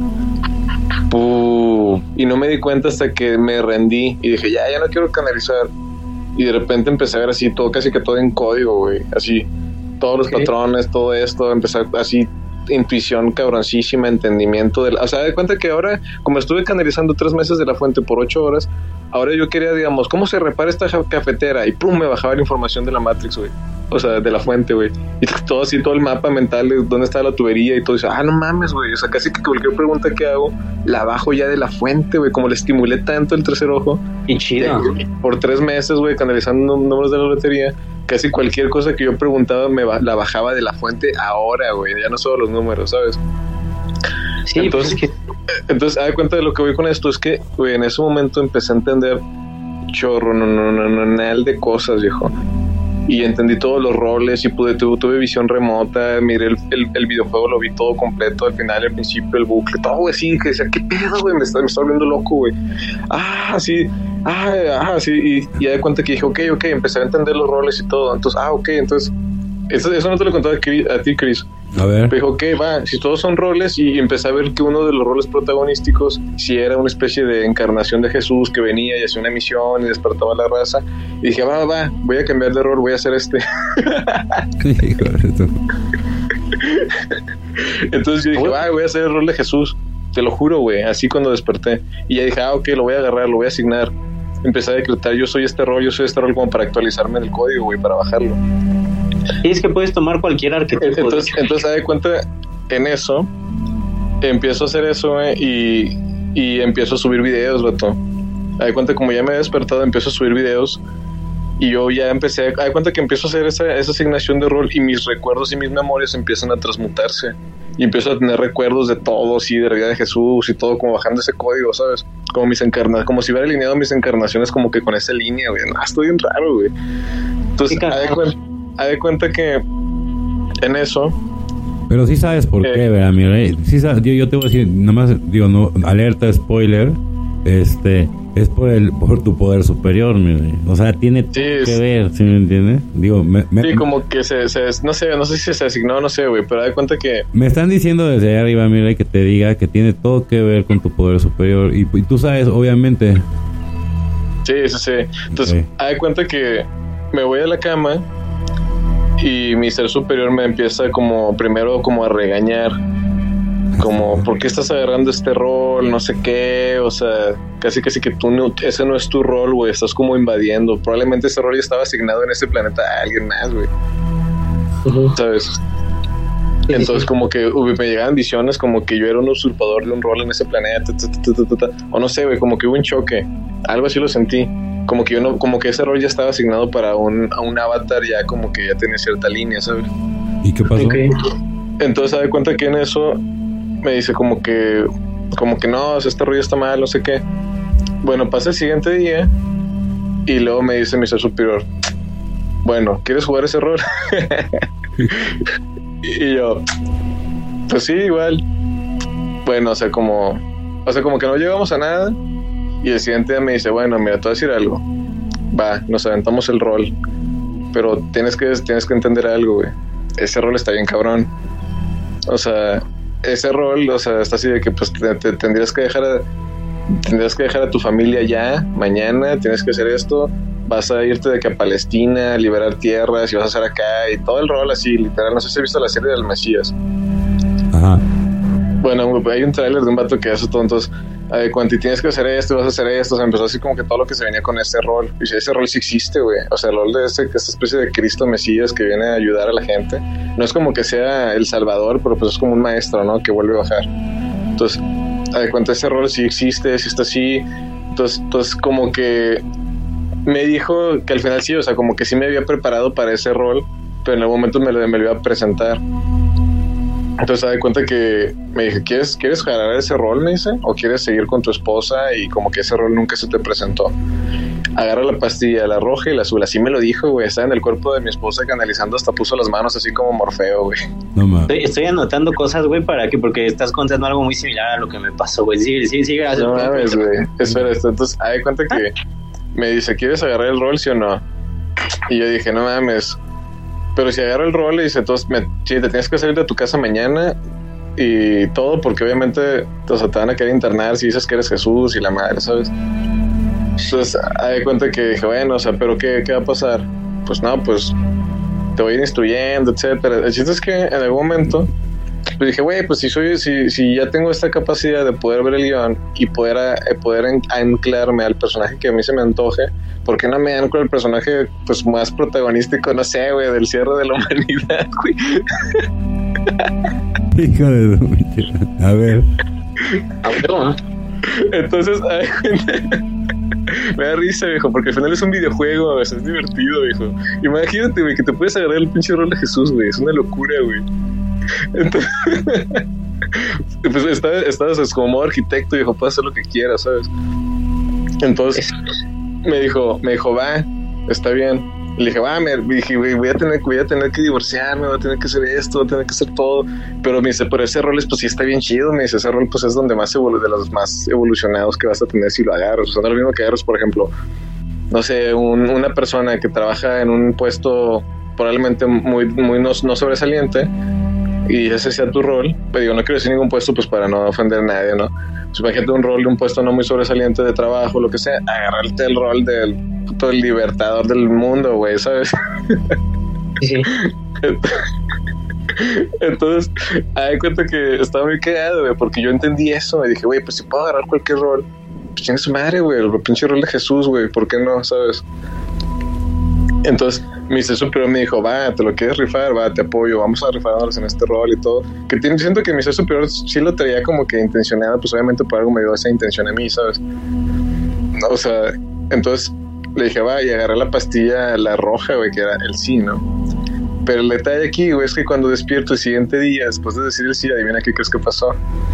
Y no me di cuenta hasta que me rendí y dije, ya no quiero canalizar. Y de repente empecé a ver así todo, casi que todo en código, güey, así, todos los patrones, todo esto, empecé así, intuición cabroncísima, entendimiento o sea, de cuenta que ahora, como estuve canalizando 3 meses de la fuente por 8 horas, ahora yo quería, digamos, ¿cómo se repara esta cafetera? Y pum, me bajaba la información de la Matrix, güey, o sea, de la fuente, güey, y todo así, todo el mapa mental de dónde está la tubería y todo, y dice, no mames, güey, o sea, casi que cualquier pregunta que hago, la bajo ya de la fuente, güey, como le estimulé tanto el tercer ojo. Y chido. Por 3 meses, güey, canalizando números de la lotería, casi cualquier cosa que yo preguntaba la bajaba de la fuente ahora, güey, ya no solo los números, ¿sabes? Sí, entonces, entonces, haz cuenta de lo que voy con esto, es que, güey, en ese momento empecé a entender chorro, no, de cosas, viejo. Y entendí todos los roles y tuve visión remota, miré el videojuego, lo vi todo completo, al final, al principio, el bucle, todo, güey, sí, que decía, ¿qué pedo, güey? Me está volviendo loco, güey. Sí, y ya de cuenta que dije, ok, empecé a entender los roles y todo, entonces, entonces, eso no te lo contaba a ti, Chris. A ver. Me dijo, ok, si todos son roles, y empecé a ver que uno de los roles protagonísticos si era una especie de encarnación de Jesús que venía y hacía una misión y despertaba a la raza, y dije, voy a cambiar de rol, voy a hacer este. Entonces yo dije, voy a hacer el rol de Jesús, te lo juro, güey, así cuando desperté, y ya dije, ok, lo voy a agarrar, lo voy a asignar. Empecé a decretar, yo soy este rol como para actualizarme en el código, güey, para bajarlo. Y es que puedes tomar cualquier arquetipo. Entonces haz de cuenta, en eso empiezo a hacer eso, güey, y empiezo a subir videos, vato. Haz de cuenta, como ya me he despertado, empiezo a subir videos y yo ya empecé, haz de cuenta que empiezo a hacer esa asignación de rol y mis recuerdos y mis memorias empiezan a transmutarse y empiezo a tener recuerdos de todo, sí, de la vida de Jesús y todo, como bajando ese código, ¿sabes? Como como si hubiera alineado mis encarnaciones como que con esa línea, güey. Estoy bien raro, güey. Entonces, haz de cuenta que en eso... Pero sí sabes por qué, ¿verdad, mi rey? Sí sabes, yo te voy a decir, nada más, no, alerta, spoiler, es por tu poder superior, mi rey. O sea, tiene todo que ver, ¿sí me entiendes? Sí, como que no sé si se asignó, no sé, güey, pero haz de cuenta que... Me están diciendo desde allá arriba, mi rey, que te diga que tiene todo que ver con tu poder superior, y tú sabes, obviamente. Sí. Entonces, haz de cuenta que me voy a la cama y mi ser superior me empieza primero a regañar como, ¿por qué estás agarrando este rol? No sé qué, o sea, casi que tú no, ese no es tu rol, güey, estás como invadiendo. Probablemente ese rol ya estaba asignado en ese planeta a alguien más, güey. ¿Sabes? Entonces como que me llegaban visiones como que yo era un usurpador de un rol en ese planeta, o no sé, güey, como que hubo un choque, algo así lo sentí, como que yo no, como que ese rol ya estaba asignado para a un avatar ya como que ya tenía cierta línea, ¿sabes? ¿Y qué pasó? Okay. Entonces se da cuenta que en eso me dice como que no, o sea, este rol está mal, no sé qué. Bueno, pasa el siguiente día y luego me dice mi ser superior, bueno, ¿quieres jugar ese rol? Y yo, pues sí, igual. Bueno, o sea, como que no llegamos a nada. Y el siguiente día me dice, bueno, mira, te voy a decir algo. Va, nos aventamos el rol. Pero tienes que entender algo, güey. Ese rol está bien cabrón. O sea, ese rol, o sea, está así de que pues te tendrías que dejar a tu familia ya, mañana, tienes que hacer esto. Vas a irte de que a Palestina, a liberar tierras y vas a hacer acá y todo el rol así, literal. No sé si has visto la serie del Mesías. Ajá. Bueno, hay un tráiler de un vato que hace todo, entonces, cuando tienes que hacer esto, vas a hacer esto, o sea, empezó así como que todo lo que se venía con ese rol. Y ese rol sí existe, güey. O sea, el rol de esta especie de Cristo Mesías que viene a ayudar a la gente. No es como que sea el Salvador, pero pues es como un maestro, ¿no? Que vuelve a bajar. Entonces, cuando ese rol sí existe, sí está así. Entonces como que me dijo que al final sí, o sea, como que sí me había preparado para ese rol, pero en algún momento me lo iba a presentar. Entonces se da cuenta que me dije, ¿quieres jalar ese rol? Me dice, o quieres seguir con tu esposa y como que ese rol nunca se te presentó. Agarra la pastilla, la roja y la azul. Así me lo dijo, güey. Estaba en el cuerpo de mi esposa canalizando, hasta puso las manos así como Morfeo, güey. No mames. Estoy anotando cosas, güey, porque estás contando algo muy similar a lo que me pasó, güey. Sí, gracias. No mames, güey. Espera esto. Entonces, da cuenta que me dice, ¿quieres agarrar el rol, sí o no? Y yo dije, no mames. Pero si agarro el rol y dice, entonces, sí, te tienes que salir de tu casa mañana y todo, porque obviamente, o sea, te van a querer internar si dices que eres Jesús y la madre, ¿sabes? Entonces, da cuenta que dije, bueno, o sea, ¿pero qué va a pasar? Pues no, pues te voy a ir instruyendo, etcétera. El chiste es que en algún momento pues dije, güey, pues si ya tengo esta capacidad de poder ver el guión y poder anclarme al personaje que a mí se me antoje, ¿por qué no me anclo al personaje pues más protagonístico, no sé, güey, del cierre de la humanidad, güey? Hijo de su... A ver. Entonces, me da risa, viejo, porque al final es un videojuego, o sea, es divertido, viejo. Imagínate, güey, que te puedes agarrar el pinche rol de Jesús, güey, es una locura, güey. Entonces, pues estás como modo arquitecto, viejo, puedes hacer lo que quieras, ¿sabes? Entonces me dijo, va, está bien. Le dije, dije, güey, voy a tener que divorciarme, voy a tener que hacer esto, voy a tener que hacer todo. Pero me dice, pero ese rol pues sí está bien chido. Me dice, ese rol pues es donde de los más evolucionados que vas a tener si lo agarras. O sea, no es lo mismo que agarras, por ejemplo, no sé, una persona que trabaja en un puesto probablemente muy no sobresaliente, y ese sea tu rol. Pero digo, no quiero decir ningún puesto pues para no ofender a nadie, ¿no? Pues imagínate un rol de un puesto no muy sobresaliente de trabajo, lo que sea, agarrarte el rol del puto libertador del mundo, güey, ¿sabes? Sí. Entonces, me cuenta que estaba muy cagado, güey, porque yo entendí eso. Y dije, güey, pues si puedo agarrar cualquier rol, pues tiene su madre, güey, el pinche rol de Jesús, güey, ¿por qué no? ¿Sabes? Entonces mi superior me dijo, va, te lo quieres rifar, va, te apoyo, vamos a rifarnos en este rol y todo. Que siento que mi superior sí lo traía como que intencionado, pues obviamente por algo me dio esa intención a mí, ¿sabes? O sea, entonces le dije, va, y agarré la pastilla, la roja, güey, que era el sí, ¿no? Pero el detalle aquí, güey, es que cuando despierto el siguiente día, después de decir el sí, adivina qué crees que pasó.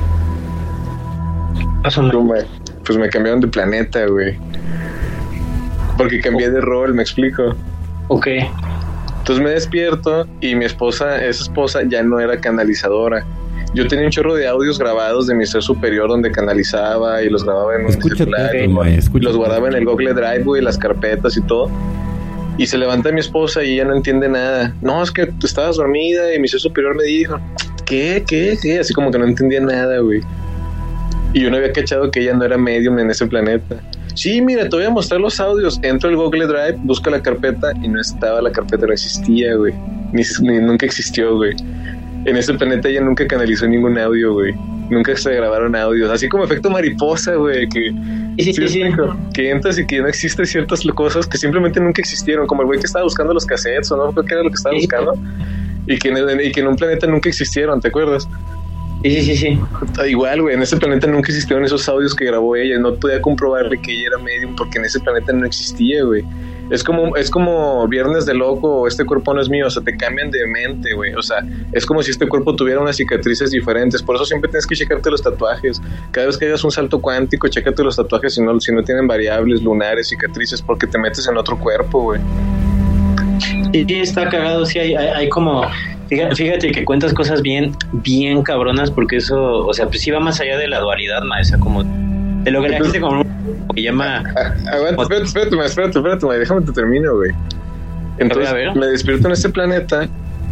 Pues me cambiaron de planeta, güey. Porque cambié de rol, me explico. Ok. Entonces me despierto y esa esposa ya no era canalizadora. Yo tenía un chorro de audios grabados de mi ser superior donde canalizaba y los grababa en un celular, los guardaba en el Google Drive, güey, las carpetas y todo. Y se levanta mi esposa y ella no entiende nada. No, es que tú estabas dormida y mi ser superior me dijo, ¿qué? Así como que no entendía nada, güey. Y yo no había cachado que ella no era medium en ese planeta. Sí, mira, te voy a mostrar los audios. Entro al Google Drive, busco la carpeta y no estaba la carpeta, no existía, güey. Ni nunca existió, güey. En ese planeta ella nunca canalizó ningún audio, güey. nunca se grabaron audios, así como efecto mariposa, güey, que que entras y que no existen ciertas cosas que simplemente nunca existieron, como el güey que estaba buscando los cassettes, o no creo que era lo que estaba buscando, y que en un planeta nunca existieron, ¿te acuerdas? Sí. Igual, güey, en ese planeta nunca existieron esos audios que grabó ella. No podía comprobarle que ella era medium porque en ese planeta no existía, güey. Es como Viernes de Loco o Este Cuerpo No Es Mío. O sea, te cambian de mente, güey. O sea, es como si este cuerpo tuviera unas cicatrices diferentes. Por eso siempre tienes que checarte los tatuajes. Cada vez que hagas un salto cuántico, chécate los tatuajes si no tienen variables, lunares, cicatrices, porque te metes en otro cuerpo, güey. Sí, está cagado. Sí, hay como... Fíjate que cuentas cosas bien cabronas, porque eso, o sea, pues sí va más allá de la dualidad, ma, o sea, como de lo que la gente como que llama... Espérate, déjame te termino, güey. Entonces, me despierto en este planeta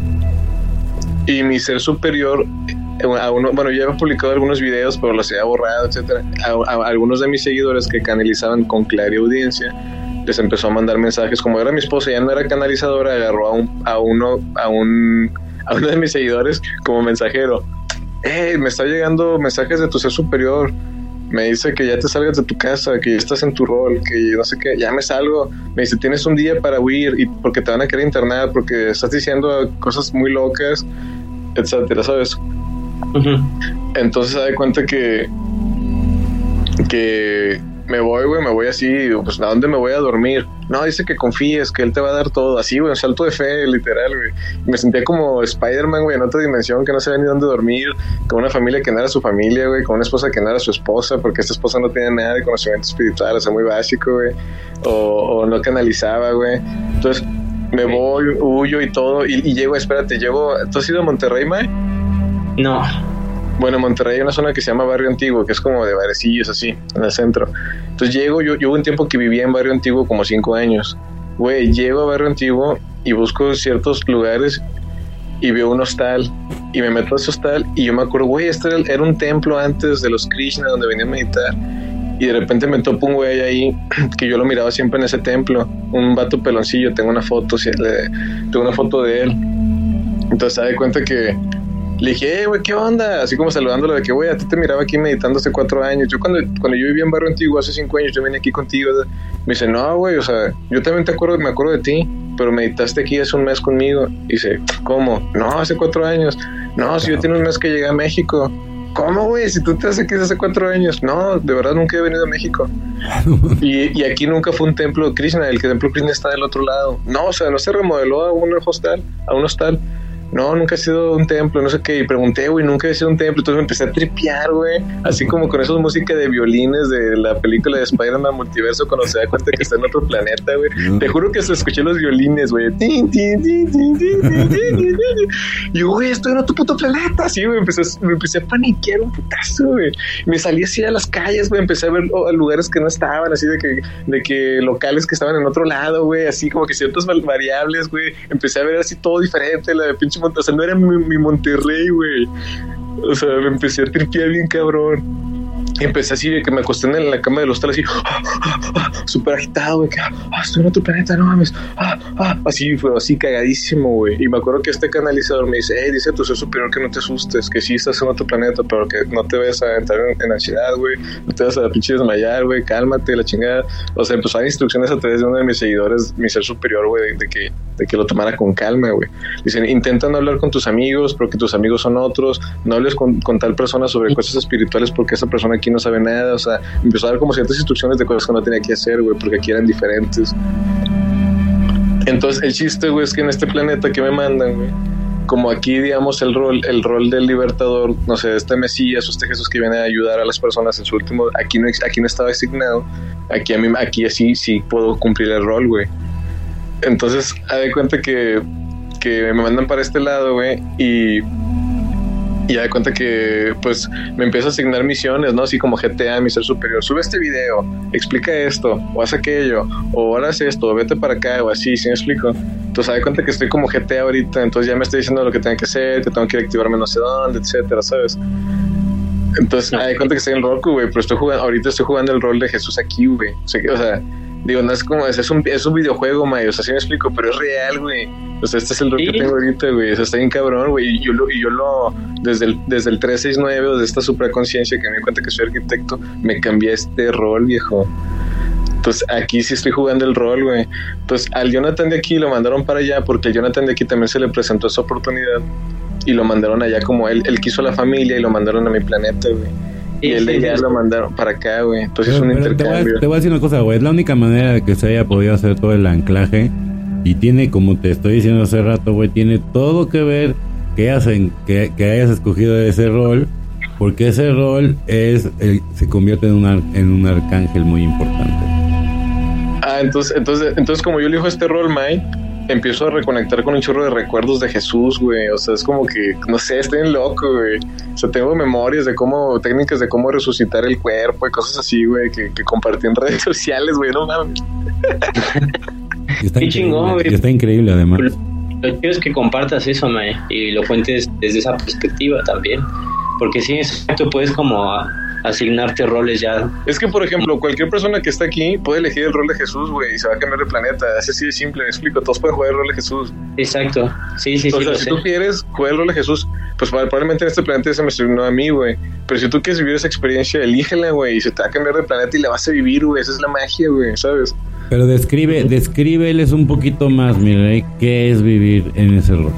y mi ser superior, bueno, ya he publicado algunos videos, pero los he borrado, etcétera. A algunos de mis seguidores que canalizaban con clariaudiencia, les empezó a mandar mensajes. Como era mi esposa, ya no era canalizadora, agarró a uno de mis seguidores como mensajero. Me está llegando mensajes de tu ser superior. Me dice que ya te salgas de tu casa, que ya estás en tu rol, que no sé qué. Ya me salgo. Me dice, tienes un día para huir y porque te van a querer internar, porque estás diciendo cosas muy locas, etcétera, ¿sabes? Uh-huh. Entonces se da cuenta que me voy así, pues ¿a dónde me voy a dormir? No, dice que confíes, que él te va a dar todo, así, güey, un salto de fe, literal, güey. Me sentía como Spider-Man, güey, en otra dimensión, que no sabía ni dónde dormir, con una familia que no era su familia, güey, con una esposa que no era su esposa, porque esta esposa no tenía nada de conocimiento espiritual, o sea, muy básico, güey, o no canalizaba, güey. Entonces, me voy, huyo y todo, y llego, ¿tú has ido a Monterrey, Mae? No. Bueno, en Monterrey hay una zona que se llama Barrio Antiguo, que es como de barecillos así, en el centro. Entonces yo hubo un tiempo que vivía en Barrio Antiguo como 5 años. Güey, llego a Barrio Antiguo y busco ciertos lugares y veo un hostal. Y me meto a ese hostal y yo me acuerdo, güey, este era un templo antes de los Krishna donde venía a meditar. Y de repente me topo un güey ahí que yo lo miraba siempre en ese templo. Un vato peloncillo, tengo una foto de él. Entonces se da cuenta que le dije, güey, ¿qué onda? Así como saludándolo de que, güey, a ti te miraba aquí meditando hace 4 años. Yo cuando yo vivía en Barrio Antiguo hace 5 años, yo venía aquí contigo. Me dice, no, güey, o sea, yo también me acuerdo de ti, pero meditaste aquí hace un mes conmigo. Y dice, ¿cómo? No, hace 4 años. No, si yo tiene un mes que llegué a México. ¿Cómo, güey? Si tú te haces aquí hace 4 años. No, de verdad nunca he venido a México. Y aquí nunca fue un templo de Krishna. El templo de Krishna está del otro lado. No, o sea, no se remodeló a un hostal. No, nunca ha sido un templo, no sé qué. Y pregunté, güey, nunca ha sido un templo. Entonces me empecé a tripear, güey. Así como con esa música de violines de la película de Spider-Man Multiverso, cuando se da cuenta que está en otro planeta, güey. Te juro que escuché los violines, güey. Y güey, estoy en otro puto planeta. Así, güey, me empecé a paniquear un putazo, güey. Me salí así a las calles, güey. Empecé a ver lugares que no estaban, así de que locales que estaban en otro lado, güey. Así como que ciertas variables, güey. Empecé a ver así todo diferente, la de pinche o sea, no era mi Monterrey, güey. O sea, me empecé a tripear bien cabrón. Y empecé así de que me acosté en la cama del hostal así, súper agitado, güey, que estoy en otro planeta, no mames, así fue, así cagadísimo, güey. Y me acuerdo que este canalizador me dice, dice a tu ser superior que no te asustes, que sí estás en otro planeta, pero que no te vayas a entrar en ansiedad, güey, no te vas a pinche desmayar, güey, cálmate, la chingada. O sea, empezaron instrucciones a través de uno de mis seguidores, mi ser superior, güey, de que lo tomara con calma, güey. Dicen, intenta no hablar con tus amigos porque tus amigos son otros, no hables con tal persona sobre cosas espirituales porque esa persona aquí no sabe nada. O sea, empezó a dar como ciertas instrucciones de cosas que no tenía que hacer, güey, porque aquí eran diferentes. Entonces el chiste, güey, es que en este planeta que me mandan, güey, como aquí, digamos, el rol del libertador, no sé, este Mesías o este Jesús que viene a ayudar a las personas en su último, aquí no estaba asignado, aquí así sí puedo cumplir el rol, güey. Entonces, haz de cuenta que me mandan para este lado, güey, y ya de cuenta que pues me empiezo a asignar misiones, ¿no? Así como GTA, mi ser superior, sube este video, explica esto, o haz aquello, o ahora haz esto, o vete para acá, o así, ¿sí me explico? Entonces de cuenta que estoy como GTA ahorita, entonces ya me estoy diciendo lo que tengo que hacer, que tengo que ir a activarme no sé dónde, etcétera, ¿sabes? Entonces de cuenta que estoy en Roku, güey, pero ahorita estoy jugando el rol de Jesús aquí, güey. O sea, Digo, no es como, es un videojuego, May, o sea, sí me explico, pero es real, güey. O sea, este es el rol que tengo ahorita, güey. O sea, está bien cabrón, güey. Y yo lo desde el 369, o de esta supraconciencia que me di cuenta que soy arquitecto, me cambié este rol, viejo. Entonces, aquí sí estoy jugando el rol, güey. Entonces, al Jonathan de aquí lo mandaron para allá, porque al Jonathan de aquí también se le presentó esa oportunidad. Y lo mandaron allá como él quiso la familia y lo mandaron a mi planeta, güey. Y él de allá lo mandaron para acá, güey. Entonces es un intercambio. Te voy a decir una cosa, güey. Es la única manera de que se haya podido hacer todo el anclaje. Y tiene, como te estoy diciendo hace rato, güey, tiene todo que ver que hayas escogido ese rol. Porque ese rol se convierte en un arcángel muy importante. Entonces como yo elijo este rol, Mike, empiezo a reconectar con un chorro de recuerdos de Jesús, güey. O sea, es como que, no sé, estoy en loco, güey. O sea, tengo memorias técnicas de cómo resucitar el cuerpo y cosas así, güey, que compartí en redes sociales, güey, no mames. Está chingón, güey. Está increíble, además. Lo chido es que compartas eso, Mae, y lo cuentes desde esa perspectiva también. Porque sí, exacto, puedes como asignarte roles ya. Es que, por ejemplo, cualquier persona que está aquí puede elegir el rol de Jesús, güey, y se va a cambiar de planeta. Así de simple, me explico. Todos pueden jugar el rol de Jesús. Exacto. Sí. O sea, si tú quieres jugar el rol de Jesús, pues probablemente en este planeta se me asignó a mí, güey. Pero si tú quieres vivir esa experiencia, elígela, güey, y se te va a cambiar de planeta y la vas a vivir, güey. Esa es la magia, güey, ¿sabes? Pero descríbeles un poquito más, mi rey, qué es vivir en ese rol.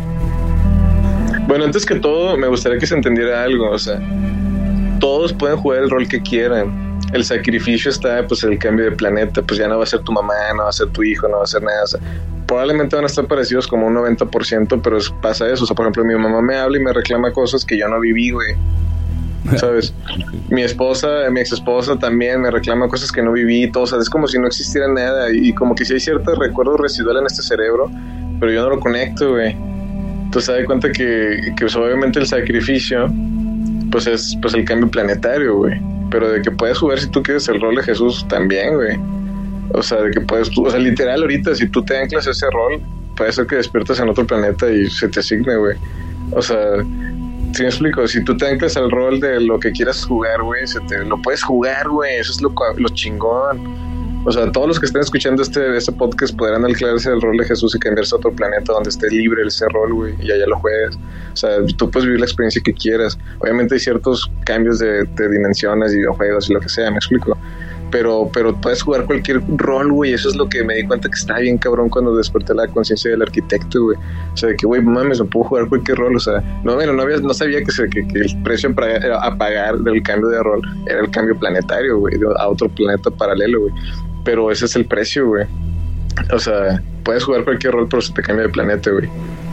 Bueno, antes que todo, me gustaría que se entendiera algo, o sea, todos pueden jugar el rol que quieran. El sacrificio está, pues, en el cambio de planeta, pues ya no va a ser tu mamá, no va a ser tu hijo, no va a ser nada, o sea, probablemente van a estar parecidos como un 90%, pero pasa eso, o sea, por ejemplo, mi mamá me habla y me reclama cosas que yo no viví, güey, ¿sabes? Mi ex esposa también me reclama cosas que no viví, todo, o sea, es como si no existiera nada, y como que sí hay cierto recuerdo residual en este cerebro, pero yo no lo conecto, güey. Entonces se da cuenta que pues, obviamente el sacrificio pues es pues el cambio planetario, güey. Pero de que puedes jugar si tú quieres el rol de Jesús también, güey. O sea, de que puedes o sea, literal ahorita si tú te anclas a ese rol, puede ser que despiertes en otro planeta y se te asigne, güey. O sea, ¿sí me explico? Si tú te anclas al rol de lo que quieras jugar, güey, lo puedes jugar, güey. Eso es lo chingón. O sea, todos los que estén escuchando este podcast podrán anclarse al rol de Jesús y cambiarse a otro planeta donde esté libre ese rol, güey, y allá lo juegues. O sea, tú puedes vivir la experiencia que quieras. Obviamente hay ciertos cambios de dimensiones, videojuegos y lo que sea, me explico. Pero puedes jugar cualquier rol, güey. Eso es lo que me di cuenta que está bien cabrón cuando desperté la conciencia del arquitecto, güey. O sea, de que, güey, mames, no puedo jugar cualquier rol. O sea, no sabía que el precio a pagar del cambio de rol era el cambio planetario, güey, a otro planeta paralelo, güey. Pero ese es el precio, güey. O sea, puedes jugar cualquier rol, pero se te cambia de planeta, güey.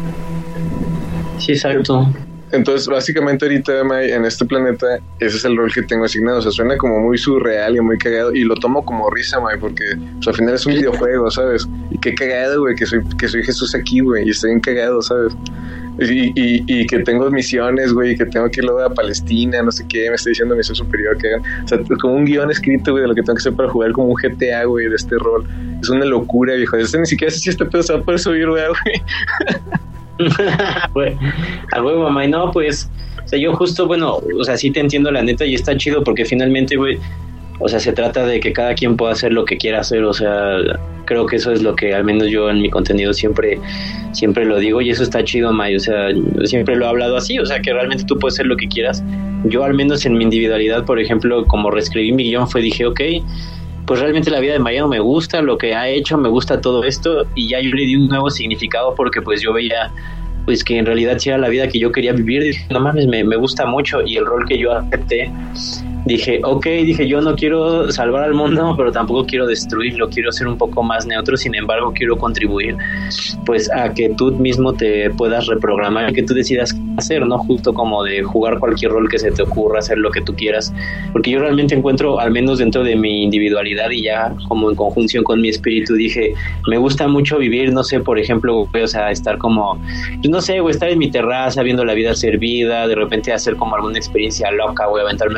Sí, exacto. Entonces, básicamente ahorita, May, en este planeta, ese es el rol que tengo asignado. O sea, suena como muy surreal y muy cagado. Y lo tomo como risa, May, porque pues, al final es un videojuego, ¿sabes? Y qué cagado, güey, que soy Jesús aquí, güey. Y estoy bien cagado, ¿sabes? Y que tengo misiones, güey, que tengo que ir luego a Palestina, no sé qué, me está diciendo mi ser superior que hagan. O sea, como un guión escrito, güey, de lo que tengo que hacer para jugar como un GTA, güey, de este rol. Es una locura, viejo. Ni siquiera sé si este pedo se va a poder subir, güey. A huevo, mamá. Y no, pues, o sea, yo justo, bueno, o sea, sí te entiendo la neta y está chido porque finalmente, güey, o sea, se trata de que cada quien pueda hacer lo que quiera hacer. O sea, creo que eso es lo que al menos yo en mi contenido siempre lo digo y eso está chido, May. O sea, yo siempre lo he hablado así, o sea, que realmente tú puedes hacer lo que quieras. Yo al menos en mi individualidad, por ejemplo, como reescribí mi guión dije, ok, pues realmente la vida de Mariano me gusta, lo que ha hecho, me gusta todo esto y ya yo le di un nuevo significado porque pues yo veía pues que en realidad sí era la vida que yo quería vivir. Dije, no mames, me gusta mucho y el rol que yo acepté, dije, yo no quiero salvar al mundo, pero tampoco quiero destruirlo, quiero ser un poco más neutro, sin embargo quiero contribuir pues a que tú mismo te puedas reprogramar y que tú decidas qué hacer, ¿no? Justo como de jugar cualquier rol que se te ocurra, hacer lo que tú quieras, porque yo realmente encuentro, al menos dentro de mi individualidad y ya como en conjunción con mi espíritu, dije, me gusta mucho vivir, no sé, por ejemplo, o sea, estar como, no sé, güey, estar en mi terraza viendo la vida servida, de repente hacer como alguna experiencia loca, güey, aventarme el paracaídas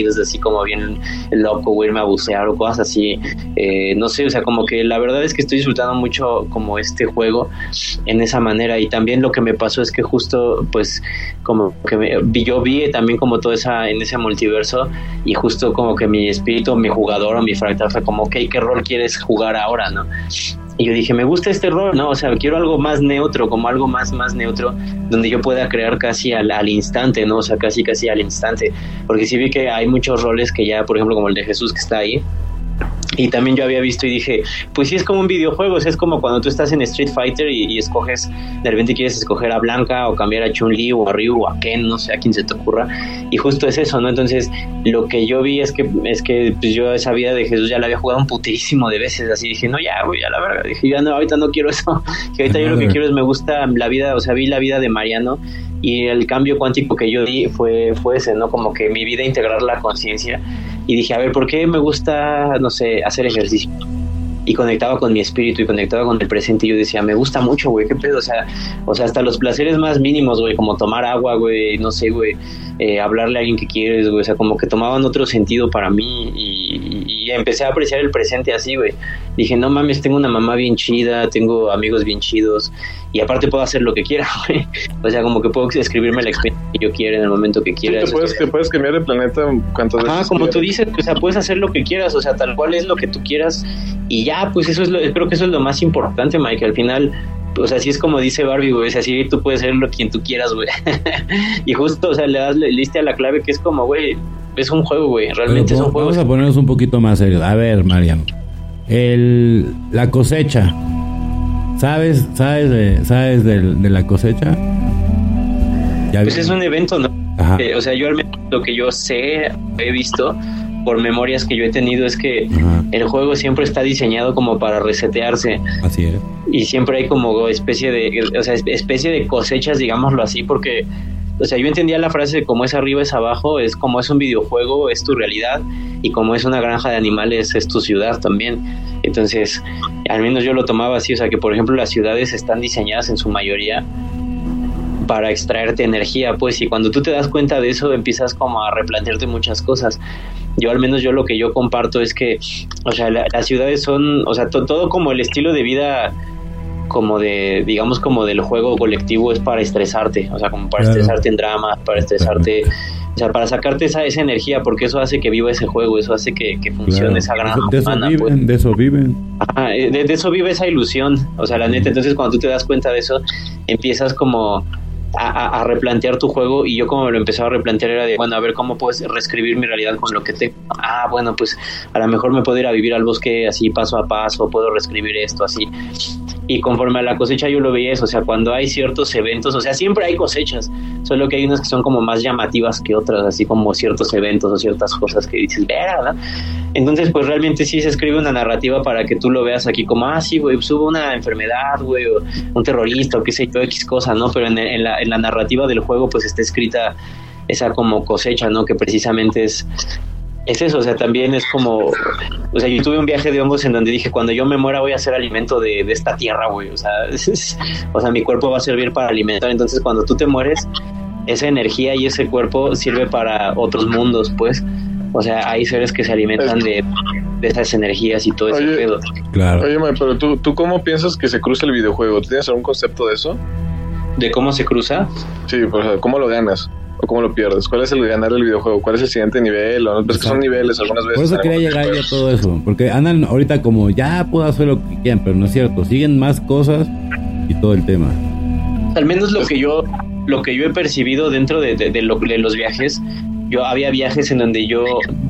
vibes así como bien loco, güey, irme a bucear o cosas así, no sé, o sea, como que la verdad es que estoy disfrutando mucho como este juego en esa manera. Y también lo que me pasó es que justo pues como que yo vi también como todo en ese multiverso, y justo como que mi espíritu, mi jugador o mi fractal fue como, ok, ¿qué rol quieres jugar ahora, no? Y yo dije, me gusta este rol, ¿no? O sea, quiero algo más neutro, como algo más neutro, donde yo pueda crear casi al instante, ¿no? O sea, casi al instante. Porque sí vi que hay muchos roles que ya, por ejemplo, como el de Jesús que está ahí, y también yo había visto y dije, pues sí, es como un videojuego, o sea, es como cuando tú estás en Street Fighter y escoges, de repente quieres escoger a Blanca o cambiar a Chun-Li o a Ryu o a Ken, no sé, a quien se te ocurra, y justo es eso, ¿no? Entonces lo que yo vi es que pues yo esa vida de Jesús ya la había jugado un putísimo de veces, así dije, no, ya, güey, a la verga, dije, ya no, ahorita no quiero eso, que ahorita yo lo que quiero es, me gusta la vida, o sea, vi la vida de Mariano, y el cambio cuántico que yo di fue ese, ¿no? Como que mi vida integrar la conciencia, y dije, a ver, ¿por qué me gusta, no sé, hacer ejercicio? Y conectaba con mi espíritu y conectaba con el presente, y yo decía, me gusta mucho, güey, qué pedo, o sea, hasta los placeres más mínimos, güey, como tomar agua, güey, no sé, güey, hablarle a alguien que quieres, güey, o sea, como que tomaban otro sentido para mí, y empecé a apreciar el presente así, güey. Dije, no mames, tengo una mamá bien chida, tengo amigos bien chidos, y aparte puedo hacer lo que quiera, güey. O sea, como que puedo escribirme la experiencia que yo quiera en el momento que quiera. Sí, te puedes cambiar el planeta cuantas veces como quieras. tú dices, o sea, puedes hacer lo que quieras, o sea, tal cual es lo que tú quieras, y ya, pues eso es creo que eso es lo más importante, Mike, al final. O sea, así es como dice Barbie, güey, o sea, así tú puedes ser quien tú quieras, güey. Y justo, o sea, le diste a la clave que es como, güey, es un juego, güey, realmente es un juego. Vamos a ponernos un poquito más serios. A ver, Mariano, la cosecha, ¿sabes de la cosecha? Pues es un evento, ¿no? O sea, yo al menos lo que yo sé, he visto por memorias que yo he tenido, es que el juego siempre está diseñado como para resetearse. Así es. Y siempre hay como especie de cosechas, digámoslo así, porque, o sea, yo entendía la frase de como es arriba es abajo, es como es un videojuego, es tu realidad, y como es una granja de animales, es tu ciudad también. Entonces, al menos yo lo tomaba así, o sea, que por ejemplo las ciudades están diseñadas en su mayoría para extraerte energía, pues, y cuando tú te das cuenta de eso, empiezas como a replantearte muchas cosas. Yo al menos lo que yo comparto es que, o sea, las ciudades son, o sea, todo como el estilo de vida, como de, digamos, como del juego colectivo, es para estresarte, o sea, como para estresarte en drama, para estresarte, o sea, para sacarte esa energía, porque eso hace que viva ese juego, eso hace que funcione esa gran humana, pues. De eso viven. De eso vive esa ilusión, o sea, la neta. Entonces cuando tú te das cuenta de eso, empiezas como a replantear tu juego, y yo como me lo empezaba a replantear era de, bueno, a ver cómo puedes reescribir mi realidad con lo que tengo. Bueno, pues a lo mejor me puedo ir a vivir al bosque así paso a paso, puedo reescribir esto así. Y conforme a la cosecha yo lo veía eso, o sea, cuando hay ciertos eventos, o sea, siempre hay cosechas, solo que hay unas que son como más llamativas que otras, así como ciertos eventos o ciertas cosas que dices, ¿verdad? Entonces, pues realmente sí se escribe una narrativa para que tú lo veas aquí como, sí, güey, pues hubo una enfermedad, güey, o un terrorista, o qué sé yo, X cosa, ¿no? Pero en la narrativa del juego, pues está escrita esa como cosecha, ¿no? Que precisamente es eso, o sea, también es como, o sea, yo tuve un viaje de hongos en donde dije, cuando yo me muera voy a ser alimento de esta tierra, güey, o sea, mi cuerpo va a servir para alimentar. Entonces cuando tú te mueres, esa energía y ese cuerpo sirve para otros mundos, pues, o sea, hay seres que se alimentan de esas energías y todo ese pedo. Claro. Oye, pero ¿tú cómo piensas que se cruza el videojuego? ¿Tienes algún concepto de eso? ¿De cómo se cruza? Sí, pues, ¿cómo lo ganas? ¿O cómo lo pierdes? ¿Cuál es el ganar el videojuego? ¿Cuál es el siguiente nivel? ¿O no? Pues que son niveles algunas veces. Por eso quería llegar yo a todo eso. Porque andan ahorita como, ya puedo hacer lo que quieran, pero no es cierto. Siguen más cosas y todo el tema. Al menos lo que yo he percibido dentro de los viajes, yo había viajes en donde yo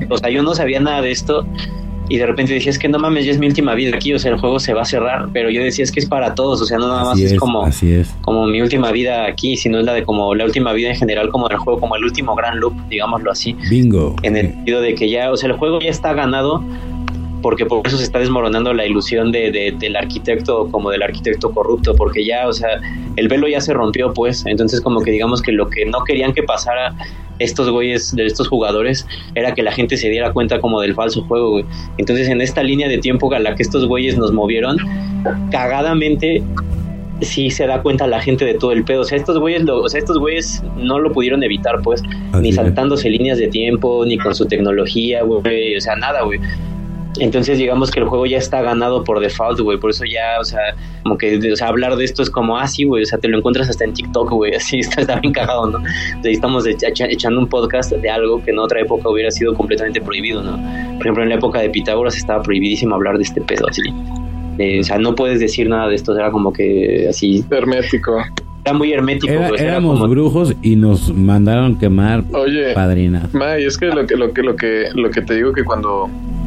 no sabía nada de esto, y de repente decía, es que no mames, ya es mi última vida aquí, o sea, el juego se va a cerrar, pero yo decía, es que es para todos, o sea, no nada más es como mi última vida aquí, sino es la de como la última vida en general, como del juego, como el último gran loop, digámoslo así. Bingo. En el sentido de que ya, o sea, el juego ya está ganado, porque por eso se está desmoronando la ilusión del arquitecto, como del arquitecto corrupto, porque ya, o sea, el velo ya se rompió, pues. Entonces como que digamos que lo que no querían que pasara estos güeyes, de estos jugadores, era que la gente se diera cuenta como del falso juego, güey. Entonces en esta línea de tiempo a la que estos güeyes nos movieron, cagadamente sí se da cuenta la gente de todo el pedo. O sea, estos güeyes no lo pudieron evitar, pues, ni saltándose líneas de tiempo, ni con su tecnología, güey, o sea, nada, güey. Entonces digamos que el juego ya está ganado por default, güey, por eso ya, o sea, como que, o sea, hablar de esto es como, sí, güey, o sea, te lo encuentras hasta en TikTok, güey, así está bien cagado, ¿no? Entonces estamos echando un podcast de algo que en otra época hubiera sido completamente prohibido, ¿no? Por ejemplo, en la época de Pitágoras estaba prohibidísimo hablar de este pedo, así. O sea, no puedes decir nada de esto, era como que así... Hermético. Era muy hermético. Éramos como... brujos y nos mandaron quemar. Oye, padrina. Y es que lo que te digo que cuando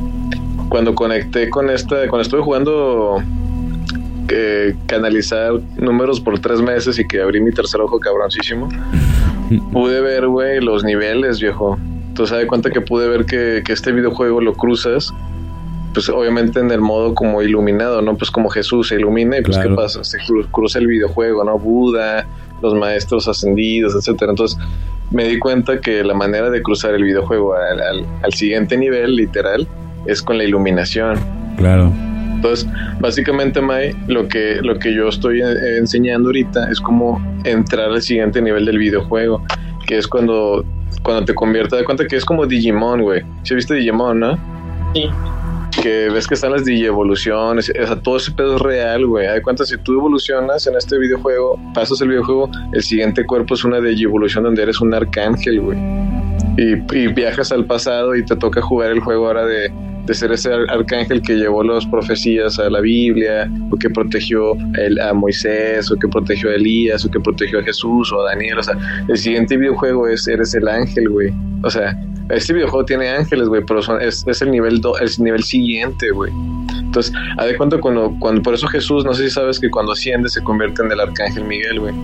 conecté cuando estuve jugando canalizar números por 3 meses y que abrí mi tercer ojo cabroncísimo, pude ver, güey, los niveles, viejo. Entonces, de cuenta que pude ver que este videojuego lo cruzas, pues obviamente en el modo como iluminado, ¿no? Pues como Jesús se ilumina y pues claro. ¿Qué pasa? Se cruza el videojuego, ¿no? Buda, los maestros ascendidos, etcétera. Entonces me di cuenta que la manera de cruzar el videojuego al siguiente nivel, literal, es con la iluminación. Claro. Entonces, básicamente, May, lo que yo estoy enseñando ahorita es cómo entrar al siguiente nivel del videojuego, que es cuando te conviertes, de cuenta que es como Digimon, güey. ¿Sí viste Digimon, no? Sí. Que ves que están las digievoluciones, o sea, todo ese pedo es real, güey. De cuenta, si tú evolucionas en este videojuego, pasas el videojuego, el siguiente cuerpo es una digievolución donde eres un arcángel, güey. Y viajas al pasado y te toca jugar el juego ahora de ser ese arcángel que llevó las profecías a la Biblia, o que protegió a Moisés, o que protegió a Elías, o que protegió a Jesús, o a Daniel. O sea, el siguiente videojuego eres el ángel, güey. O sea, este videojuego tiene ángeles, güey, pero es el nivel siguiente, güey. Entonces, haz de cuenta cuando por eso Jesús, no sé si sabes que cuando asciende se convierte en el arcángel Miguel, güey.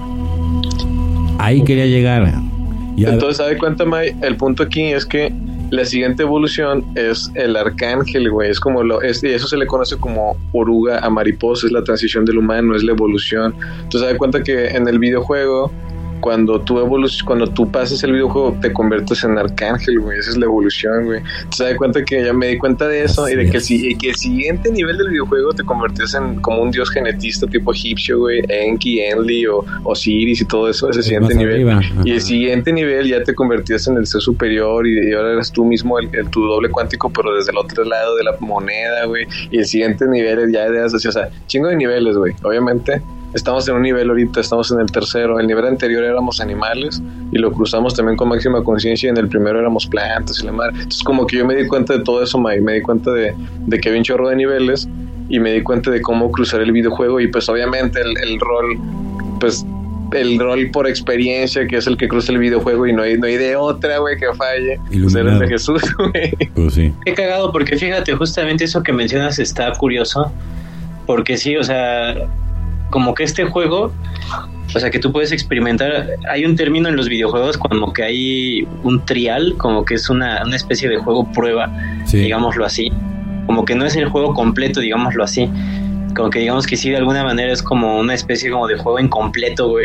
Ahí quería llegar. Entonces, haz de cuenta, May, el punto aquí es que la siguiente evolución es el arcángel, güey. Es como y eso se le conoce como oruga a mariposa, es la transición del humano, es la evolución. Entonces, haz de cuenta que en el videojuego, cuando tú pasas el videojuego, te conviertes en arcángel, güey. Esa es la evolución, güey. Entonces, de cuenta que ya me di cuenta de eso. Así y de que el siguiente nivel del videojuego te convertías en como un dios genetista tipo egipcio, güey. Enki, Enlil o Osiris y todo eso. Ese siguiente nivel. Y el siguiente nivel ya te convertías en el ser superior y ahora eres tú mismo tu doble cuántico, pero desde el otro lado de la moneda, güey. Y el siguiente nivel ya eres así, o sea, chingo de niveles, güey. Obviamente estamos en un nivel ahorita, estamos en el tercero. El nivel anterior éramos animales y lo cruzamos también con máxima conciencia, y en el primero éramos plantas y la madre. Entonces como que yo me di cuenta de todo eso, May. Me di cuenta de que había un chorro de niveles y me di cuenta de cómo cruzar el videojuego, y pues obviamente el rol, pues el rol por experiencia, que es el que cruza el videojuego, y no hay de otra, güey, que falle. Pues eres de Jesús, güey. Pues sí. Qué cagado, porque fíjate, justamente eso que mencionas está curioso, porque sí, o sea, como que este juego, o sea, que tú puedes experimentar, hay un término en los videojuegos como que hay un trial, como que es una especie de juego prueba, sí, digámoslo así, como que no es el juego completo, digámoslo así, como que digamos que sí, de alguna manera es como una especie como de juego incompleto, güey,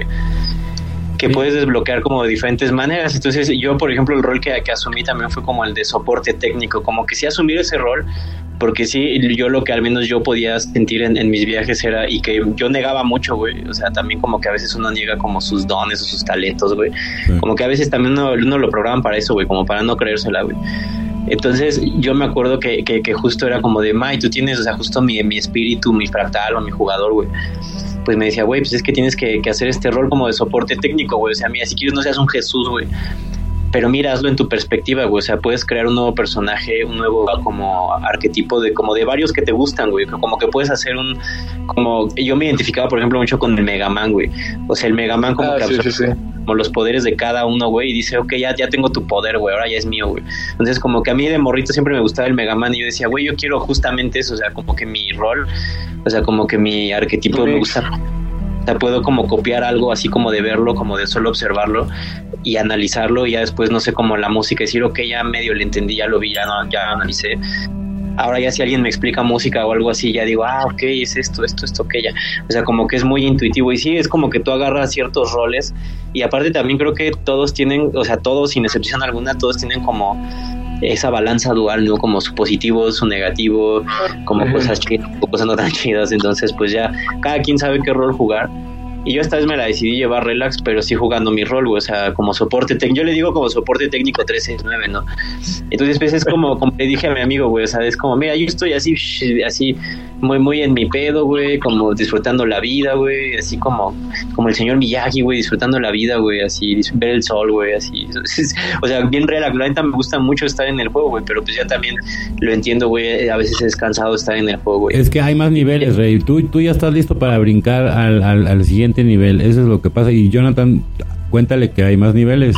que puedes desbloquear como de diferentes maneras. Entonces yo, por ejemplo, el rol que asumí también fue como el de soporte técnico, como que sí asumir ese rol, porque sí, yo lo que al menos yo podía sentir en mis viajes era, y que yo negaba mucho, güey, o sea, también como que a veces uno niega como sus dones o sus talentos, güey, como que a veces también uno lo programan para eso, güey, como para no creérsela, güey. Entonces yo me acuerdo que justo era como de, May, tú tienes, o sea, justo mi espíritu, mi fractal o mi jugador, güey. Pues me decía, güey, pues es que tienes que hacer este rol como de soporte técnico, güey. O sea, mira, si quieres no seas un Jesús, güey, pero mira, hazlo en tu perspectiva, güey. O sea, puedes crear un nuevo personaje, un nuevo como arquetipo de varios que te gustan, güey. Como que puedes hacer como yo me identificaba, por ejemplo, mucho con el Mega Man, güey. O sea, el Mega Man como que absorbe como los poderes de cada uno, güey, y dice, ok, ya tengo tu poder, güey, ahora ya es mío, güey. Entonces, como que a mí de morrito siempre me gustaba el Mega Man, y yo decía, güey, yo quiero justamente eso, o sea, como que mi rol, o sea, como que mi arquetipo me gusta. O sea, puedo como copiar algo así como de verlo, como de solo observarlo y analizarlo, y ya después, no sé, como la música, decir, ok, ya medio le entendí, ya lo vi, ya analicé. Ahora ya si alguien me explica música o algo así, ya digo, ok, es esto, ok, ya. O sea, como que es muy intuitivo, y sí, es como que tú agarras ciertos roles, y aparte también creo que todos tienen, o sea, todos, sin excepción alguna, todos tienen como esa balanza dual, ¿no? Como su positivo, su negativo, como cosas chidas o cosas no tan chidas. Entonces, pues ya cada quien sabe qué rol jugar, Y yo esta vez me la decidí llevar relax, pero sí jugando mi rol, güey, o sea, como soporte técnico. Yo le digo como soporte técnico 369, ¿no? Entonces, pues es como le dije a mi amigo, güey, o sea, es como, mira, yo estoy así muy en mi pedo, güey, como disfrutando la vida, güey, así como el señor Miyagi, güey, disfrutando la vida, güey, así, ver el sol, güey, así. O sea, bien relax. La neta me gusta mucho estar en el juego, güey, pero pues ya también lo entiendo, güey, a veces es cansado estar en el juego, güey. Es que hay más niveles, Rey. Tú ya estás listo para brincar al siguiente nivel. Eso es lo que pasa. Y Jonathan, cuéntale que hay más niveles.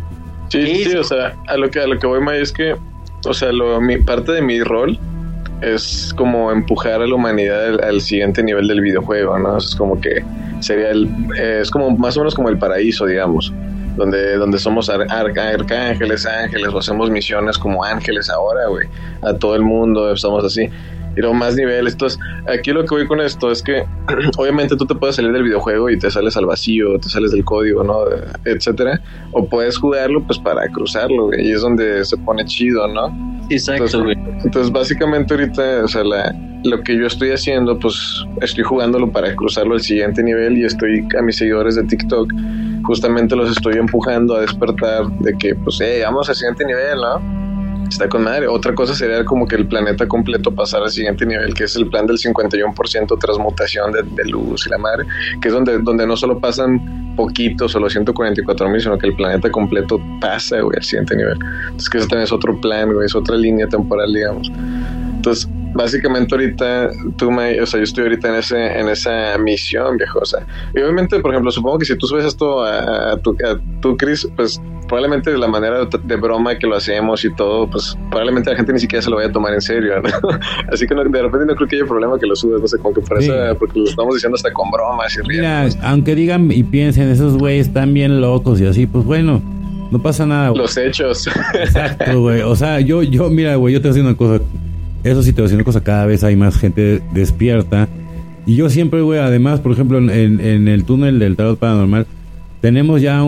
Sí, o sea, a lo que voy, May, es que, o sea, parte de mi rol es como empujar a la humanidad al siguiente nivel del videojuego, ¿no? Es como que sería es como más o menos como el paraíso, digamos, donde somos arcángeles, ángeles, o hacemos misiones como ángeles ahora, güey, a todo el mundo, estamos así. Y luego más niveles. Entonces, aquí lo que voy con esto es que obviamente tú te puedes salir del videojuego y te sales al vacío, te sales del código, ¿no? Etcétera. O puedes jugarlo pues para cruzarlo, güey, y es donde se pone chido, ¿no? Exacto, güey. Entonces, básicamente ahorita, o sea, lo que yo estoy haciendo, pues estoy jugándolo para cruzarlo al siguiente nivel, y estoy a mis seguidores de TikTok, justamente los estoy empujando a despertar de que, pues, vamos al siguiente nivel, ¿no? Está con madre. Otra cosa sería como que el planeta completo pasar al siguiente nivel, que es el plan del 51% transmutación de luz y la madre, que es donde no solo pasan poquitos o los 144,000, sino que el planeta completo pasa, güey, al siguiente nivel. Entonces, que eso también es otro plan, güey, es otra línea temporal, digamos. Entonces, básicamente ahorita o sea, yo estoy ahorita en esa misión, viejo, o sea, y obviamente, por ejemplo, supongo que si tú subes esto a tu Chris, pues probablemente de la manera de broma que lo hacemos y todo, pues probablemente la gente ni siquiera se lo vaya a tomar en serio, ¿no? Así que de repente no creo que haya problema que lo subes, no sé, como que parece, porque lo estamos diciendo hasta con bromas y riendo. Mira, aunque digan y piensen, esos güeyes están bien locos y así, pues bueno, no pasa nada, güey. Los hechos. Exacto, güey, o sea, yo mira, güey, yo te voy a decir una cosa. Eso sí, te voy a decir una cosa, cada vez hay más gente despierta. Y yo siempre, güey, además, por ejemplo, en el túnel del tarot paranormal, tenemos ya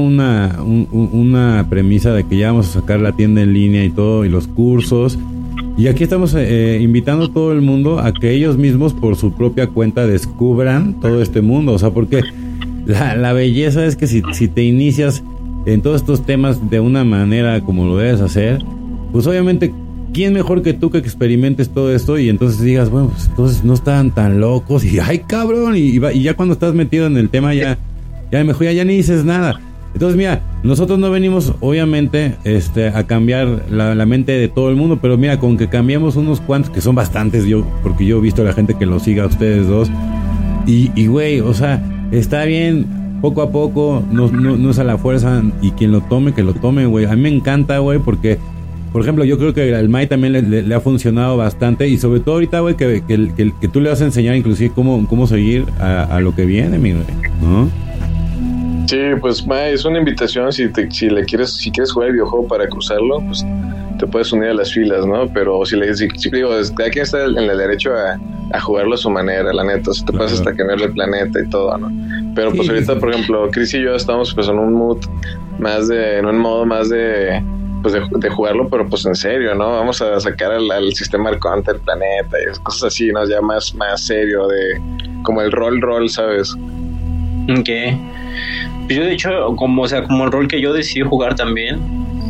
una premisa de que ya vamos a sacar la tienda en línea y todo, y los cursos. Y aquí estamos invitando a todo el mundo a que ellos mismos, por su propia cuenta, descubran todo este mundo. O sea, porque la belleza es que si te inicias en todos estos temas de una manera como lo debes hacer, pues obviamente, ¿quién mejor que tú que experimentes todo esto y entonces digas, bueno, pues entonces no están tan locos y ¡ay, cabrón! Y ya cuando estás metido en el tema ya mejor ya ni dices nada. Entonces, mira, nosotros no venimos obviamente a cambiar la mente de todo el mundo, pero mira, con que cambiemos unos cuantos, que son bastantes, porque yo he visto a la gente que los siga a ustedes dos, y güey, o sea, está bien, poco a poco, no es a la fuerza, y quien lo tome, que lo tome, güey. A mí me encanta, güey, porque por ejemplo, yo creo que al May también le ha funcionado bastante, y sobre todo ahorita, güey, que tú le vas a enseñar inclusive cómo seguir a lo que viene, mi güey, ¿no? Sí, pues May, es una invitación. Si quieres jugar el videojuego para cruzarlo, pues te puedes unir a las filas, ¿no? Pero si digo, cada quien está en el derecho a jugarlo a su manera, la neta. O sea, te puedes hasta cambiar el planeta y todo, ¿no? Pero pues ahorita, por ejemplo, Chris y yo estamos pues en un mood en un modo más de jugarlo, pero pues en serio, ¿no? Vamos a sacar al sistema Arconte, el planeta y cosas así, ¿no? Ya más serio, como el rol, ¿sabes? Ok. Yo de hecho, como el rol que yo decidí jugar también,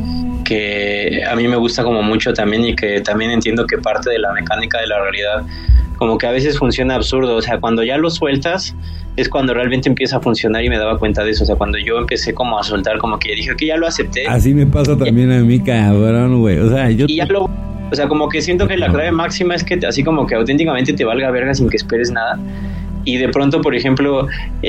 que a mí me gusta como mucho también, y que también entiendo que parte de la mecánica de la realidad como que a veces funciona absurdo, o sea, cuando ya lo sueltas es cuando realmente empieza a funcionar, y me daba cuenta de eso. O sea, cuando yo empecé como a soltar, como que dije que ya lo acepté. Así me pasa también a mí, cabrón, güey. O sea, como que siento que la clave máxima es que así como que auténticamente te valga verga sin que esperes nada. Y de pronto, por ejemplo,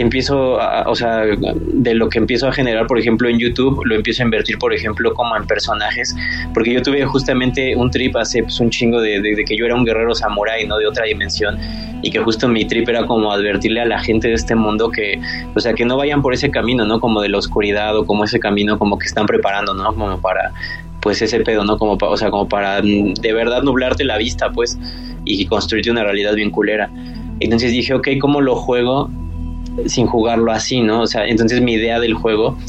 de lo que empiezo a generar, por ejemplo, en YouTube, lo empiezo a invertir, por ejemplo, como en personajes, porque yo tuve justamente un trip hace pues, un chingo de que yo era un guerrero samurái, ¿no? De otra dimensión, y que justo mi trip era como advertirle a la gente de este mundo que, o sea, que no vayan por ese camino, ¿no? Como de la oscuridad, o como ese camino como que están preparando, ¿no? Como para, pues, ese pedo, ¿no? Como para de verdad nublarte la vista, pues, y construirte una realidad bien culera. Entonces dije, ok, ¿cómo lo juego sin jugarlo así, no? O sea, entonces mi idea del juego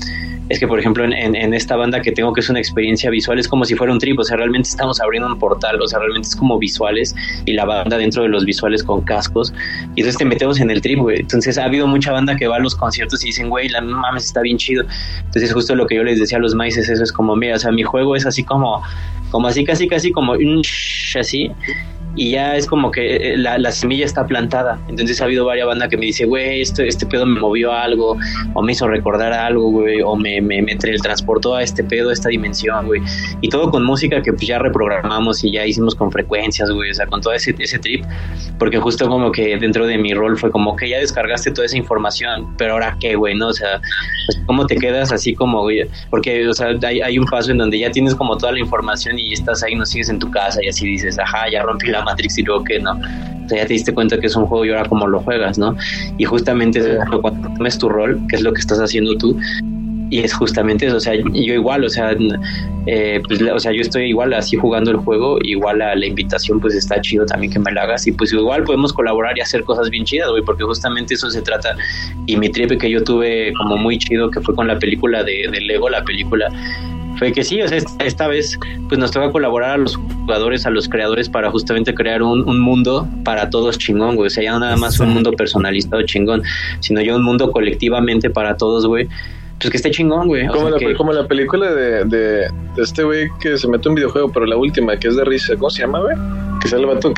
es que, por ejemplo, en esta banda que tengo, que es una experiencia visual, es como si fuera un trip, o sea, realmente estamos abriendo un portal, o sea, realmente es como visuales, y la banda dentro de los visuales con cascos, y entonces te metemos en el trip, güey. Entonces ha habido mucha banda que va a los conciertos y dicen, güey, la mames, está bien chido. Entonces justo lo que yo les decía a los maíces, eso es como, mira, o sea, mi juego es así como así, casi como así, y ya es como que la semilla está plantada. Entonces ha habido varias bandas que me dice, güey, este pedo me movió a algo, o me hizo recordar a algo, güey, o me transportó a este pedo, a esta dimensión, güey. Y todo con música que pues ya reprogramamos y ya hicimos con frecuencias, güey, o sea, con todo ese trip, porque justo como que dentro de mi rol fue como que ya descargaste toda esa información, pero ahora qué, güey, ¿no? O sea, pues, ¿cómo te quedas así como, güey? Porque, o sea, hay un paso en donde ya tienes como toda la información y estás ahí, no sigues en tu casa y así dices, ajá, ya rompí la Matrix, y luego que no, o sea, ya te diste cuenta que es un juego y ahora cómo lo juegas, ¿no? Y justamente es cuando tomes tu rol, que es lo que estás haciendo tú, y es justamente eso, o sea, yo igual, o sea, pues, o sea, yo estoy igual así jugando el juego, igual a la invitación pues está chido también que me la hagas, y pues igual podemos colaborar y hacer cosas bien chidas, güey, porque justamente eso se trata. Y mi trip que yo tuve como muy chido, que fue con la película de Lego, la película, fue que sí, o sea, esta vez pues nos toca colaborar a los jugadores, a los creadores, para justamente crear un mundo para todos chingón, güey. O sea, ya no nada más un mundo personalizado chingón, sino ya un mundo colectivamente para todos, güey. Pues que esté chingón, güey. Como la película de este güey que se mete en un videojuego, pero la última, que es de risa. ¿Cómo se llama, güey? Que sale el vato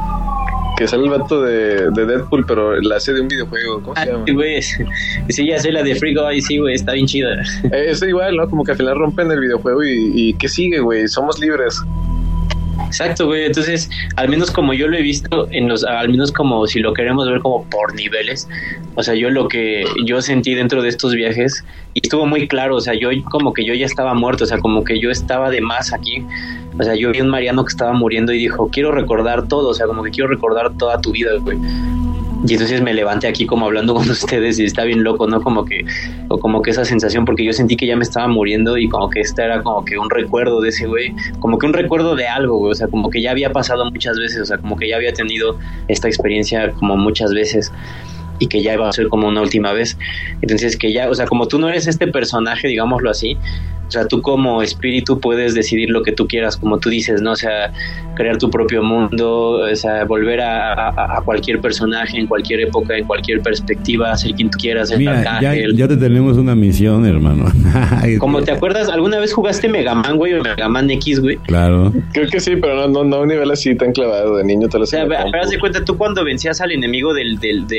que sale el vato de Deadpool, pero la hace de un videojuego. ¿Cómo se llama? Sí, güey. Sí, ya sé, la de Free Guy, sí, güey, está bien chida. Es igual, ¿no? Como que al final rompen el videojuego y ¿qué sigue, güey? Somos libres. Exacto, güey. Entonces, al menos como yo lo he visto, al menos como si lo queremos ver como por niveles, o sea, yo lo que yo sentí dentro de estos viajes, y estuvo muy claro, o sea, yo como que yo ya estaba muerto, o sea, como que yo estaba de más aquí. O sea, yo vi a un Mariano que estaba muriendo y dijo, quiero recordar todo, o sea, como que quiero recordar toda tu vida, güey. Y entonces me levanté aquí como hablando con ustedes y está bien loco, ¿no? Como que esa sensación, porque yo sentí que ya me estaba muriendo y como que esta era como que un recuerdo de ese güey, como que un recuerdo de algo, güey, o sea, como que ya había pasado muchas veces, o sea, como que ya había tenido esta experiencia como muchas veces y que ya iba a ser como una última vez. Entonces que ya, o sea, como tú no eres este personaje, digámoslo así, o sea, tú como espíritu puedes decidir lo que tú quieras, como tú dices, ¿no? O sea, crear tu propio mundo, o sea, volver a cualquier personaje, en cualquier época, en cualquier perspectiva, ser quien tú quieras, el Arcángel. Ya te tenemos una misión, hermano. Como te acuerdas, ¿alguna vez jugaste Mega Man, güey, o Mega Man X, güey? Claro. Creo que sí, pero no a un nivel así tan clavado, de niño te lo sé. O sea, pero haz de cuenta, tú cuando vencías al enemigo del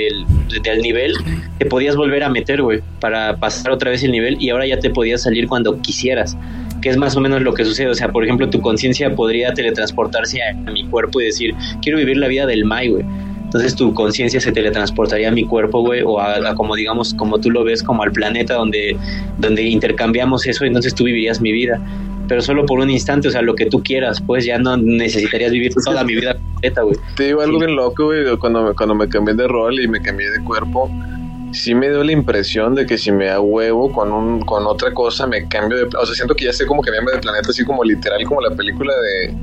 nivel, te podías volver a meter, güey, para pasar otra vez el nivel, y ahora ya te podías salir cuando quisieras, que es más o menos lo que sucede. O sea, por ejemplo, tu conciencia podría teletransportarse a mi cuerpo y decir, quiero vivir la vida del Mai, güey. Entonces tu conciencia se teletransportaría a mi cuerpo, güey, o a como digamos, como tú lo ves, como al planeta donde intercambiamos eso, entonces tú vivirías mi vida, pero solo por un instante, o sea, lo que tú quieras, pues ya no necesitarías vivir toda mi vida completa, güey. Te digo algo bien loco, güey, cuando me cambié de rol y me cambié de cuerpo, sí me dio la impresión de que si me ahuevo con otra cosa, me cambio de... O sea, siento que ya sé como cambiarme de planeta, así como literal, como la película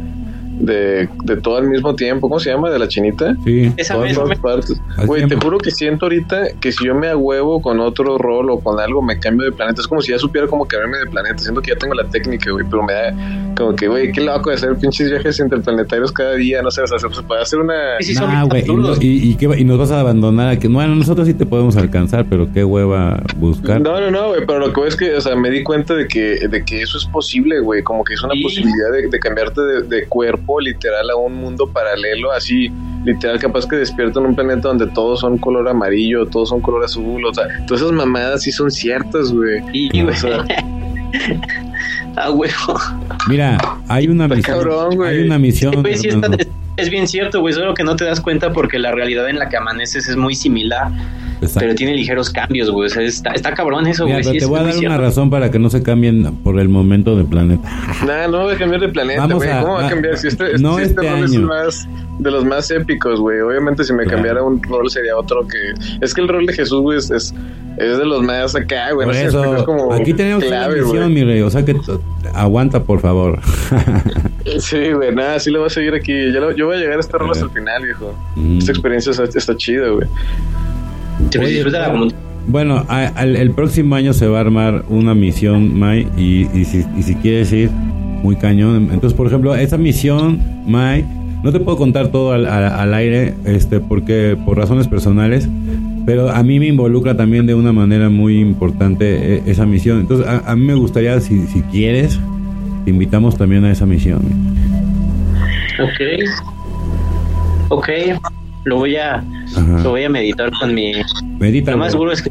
de todo al mismo tiempo. ¿Cómo se llama? ¿De la chinita? Sí. Esa todas partes. Güey, te juro que siento ahorita que si yo me ahuevo con otro rol o con algo, me cambio de planeta. Es como si ya supiera cómo cambiarme de planeta. Siento que ya tengo la técnica, güey, pero me da como que, güey, qué loco de hacer pinches viajes interplanetarios cada día. No sé, o sea, se puede hacer una... güey, y nos vas a abandonar a que, bueno, nosotros sí te podemos alcanzar, pero qué hueva buscar. No, güey, pero lo que es que, o sea, me di cuenta de que eso es posible, güey, como que es una posibilidad de cambiarte de cuerpo literal a un mundo paralelo, así literal, capaz que despierto en un planeta donde todos son color amarillo, todos son color azul, o sea, todas esas mamadas sí son ciertas, güey. Y güey, o sea, huevo. Mira, hay una misión, cabrón, hay una misión. Sí, güey, sí es bien cierto, güey, solo que no te das cuenta porque la realidad en la que amaneces es muy similar. Exacto. Pero tiene ligeros cambios, güey. O sea, está cabrón eso, güey. Sí, te voy a dar una razón para que no se cambien por el momento de planeta. No voy a cambiar de planeta, güey. ¿Cómo va a cambiar? Si este rol es de los más épicos, güey. Obviamente, si me cambiara un rol, sería otro que... Es que el rol de Jesús, güey, es de los más acá, güey. Por eso, es como aquí tenemos clave, una misión, mi rey. O sea que aguanta, por favor. Sí, güey. Nada, sí lo voy a seguir aquí. Yo voy a llegar a este rol hasta el final, viejo. Esta experiencia está chida, güey. Oye, bueno, el próximo año se va a armar una misión, May, y si quieres ir, muy cañón. Entonces, por ejemplo, esa misión, May, no te puedo contar todo al aire, porque por razones personales, pero a mí me involucra también de una manera muy importante esa misión. Entonces, a mí me gustaría, si quieres, te invitamos también a esa misión. Ok, lo voy a meditar con mi... Medita. Lo más seguro es que...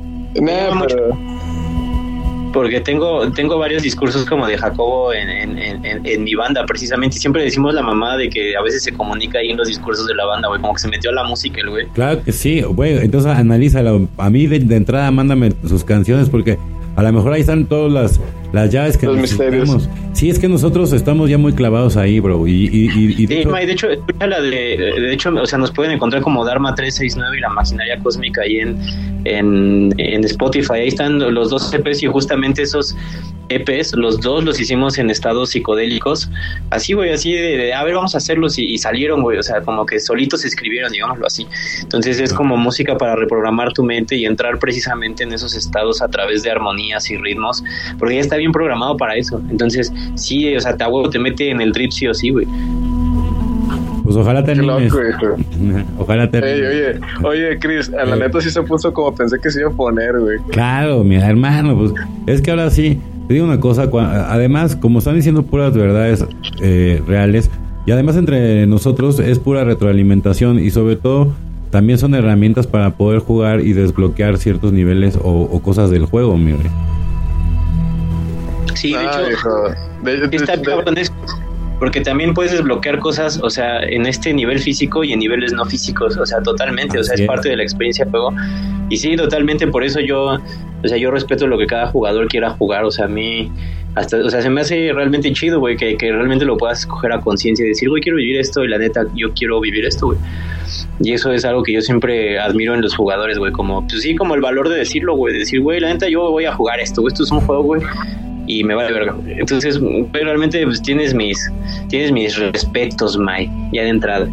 Porque tengo varios discursos como de Jacobo en mi banda, precisamente. Siempre decimos la mamá de que a veces se comunica ahí en los discursos de la banda, güey, como que se metió a la música el güey. Claro que sí, güey, entonces analízalo. A mí de entrada mándame sus canciones, porque a lo mejor ahí están todas las llaves que los necesitamos. Misterios. Sí, es que nosotros estamos ya muy clavados ahí, bro. Y de hecho, escucha la de hecho, o sea, nos pueden encontrar como Dharma 369 y la Maquinaria Cósmica ahí en Spotify. Ahí están los dos EPs, y justamente esos EPs, los dos los hicimos en estados psicodélicos. Así, güey, así de a ver, vamos a hacerlos, y salieron, güey. O sea, como que solitos se escribieron, digámoslo así. Entonces es como música para reprogramar tu mente y entrar precisamente en esos estados a través de armonías y ritmos, porque ya está bien programado para eso. Entonces, sí, o sea, te mete en el trip sí o sí, güey. Pues ojalá te animes. Ojalá te animes. Oye, Chris, a la neta sí se puso como pensé que se iba a poner, güey. Claro, mi hermano, pues es que ahora sí, te digo una cosa, además, como están diciendo puras verdades reales, y además entre nosotros es pura retroalimentación, y sobre todo también son herramientas para poder jugar y desbloquear ciertos niveles o cosas del juego, mi güey. Sí, de hecho, está cabrón, porque también puedes desbloquear cosas, o sea, en este nivel físico y en niveles no físicos, o sea, totalmente, o sea, es parte de la experiencia de juego. Y sí, totalmente, por eso yo respeto lo que cada jugador quiera jugar, o sea, a mí hasta, o sea, se me hace realmente chido, güey, que realmente lo puedas escoger a conciencia y decir, güey, quiero vivir esto, y la neta, yo quiero vivir esto, güey. Y eso es algo que yo siempre admiro en los jugadores, güey, como, pues sí, como el valor de decirlo, güey, de decir, güey, la neta, yo voy a jugar esto, güey, esto es un juego, güey, y me vale verga. Entonces, realmente pues, tienes mis respetos, May, ya de entrada.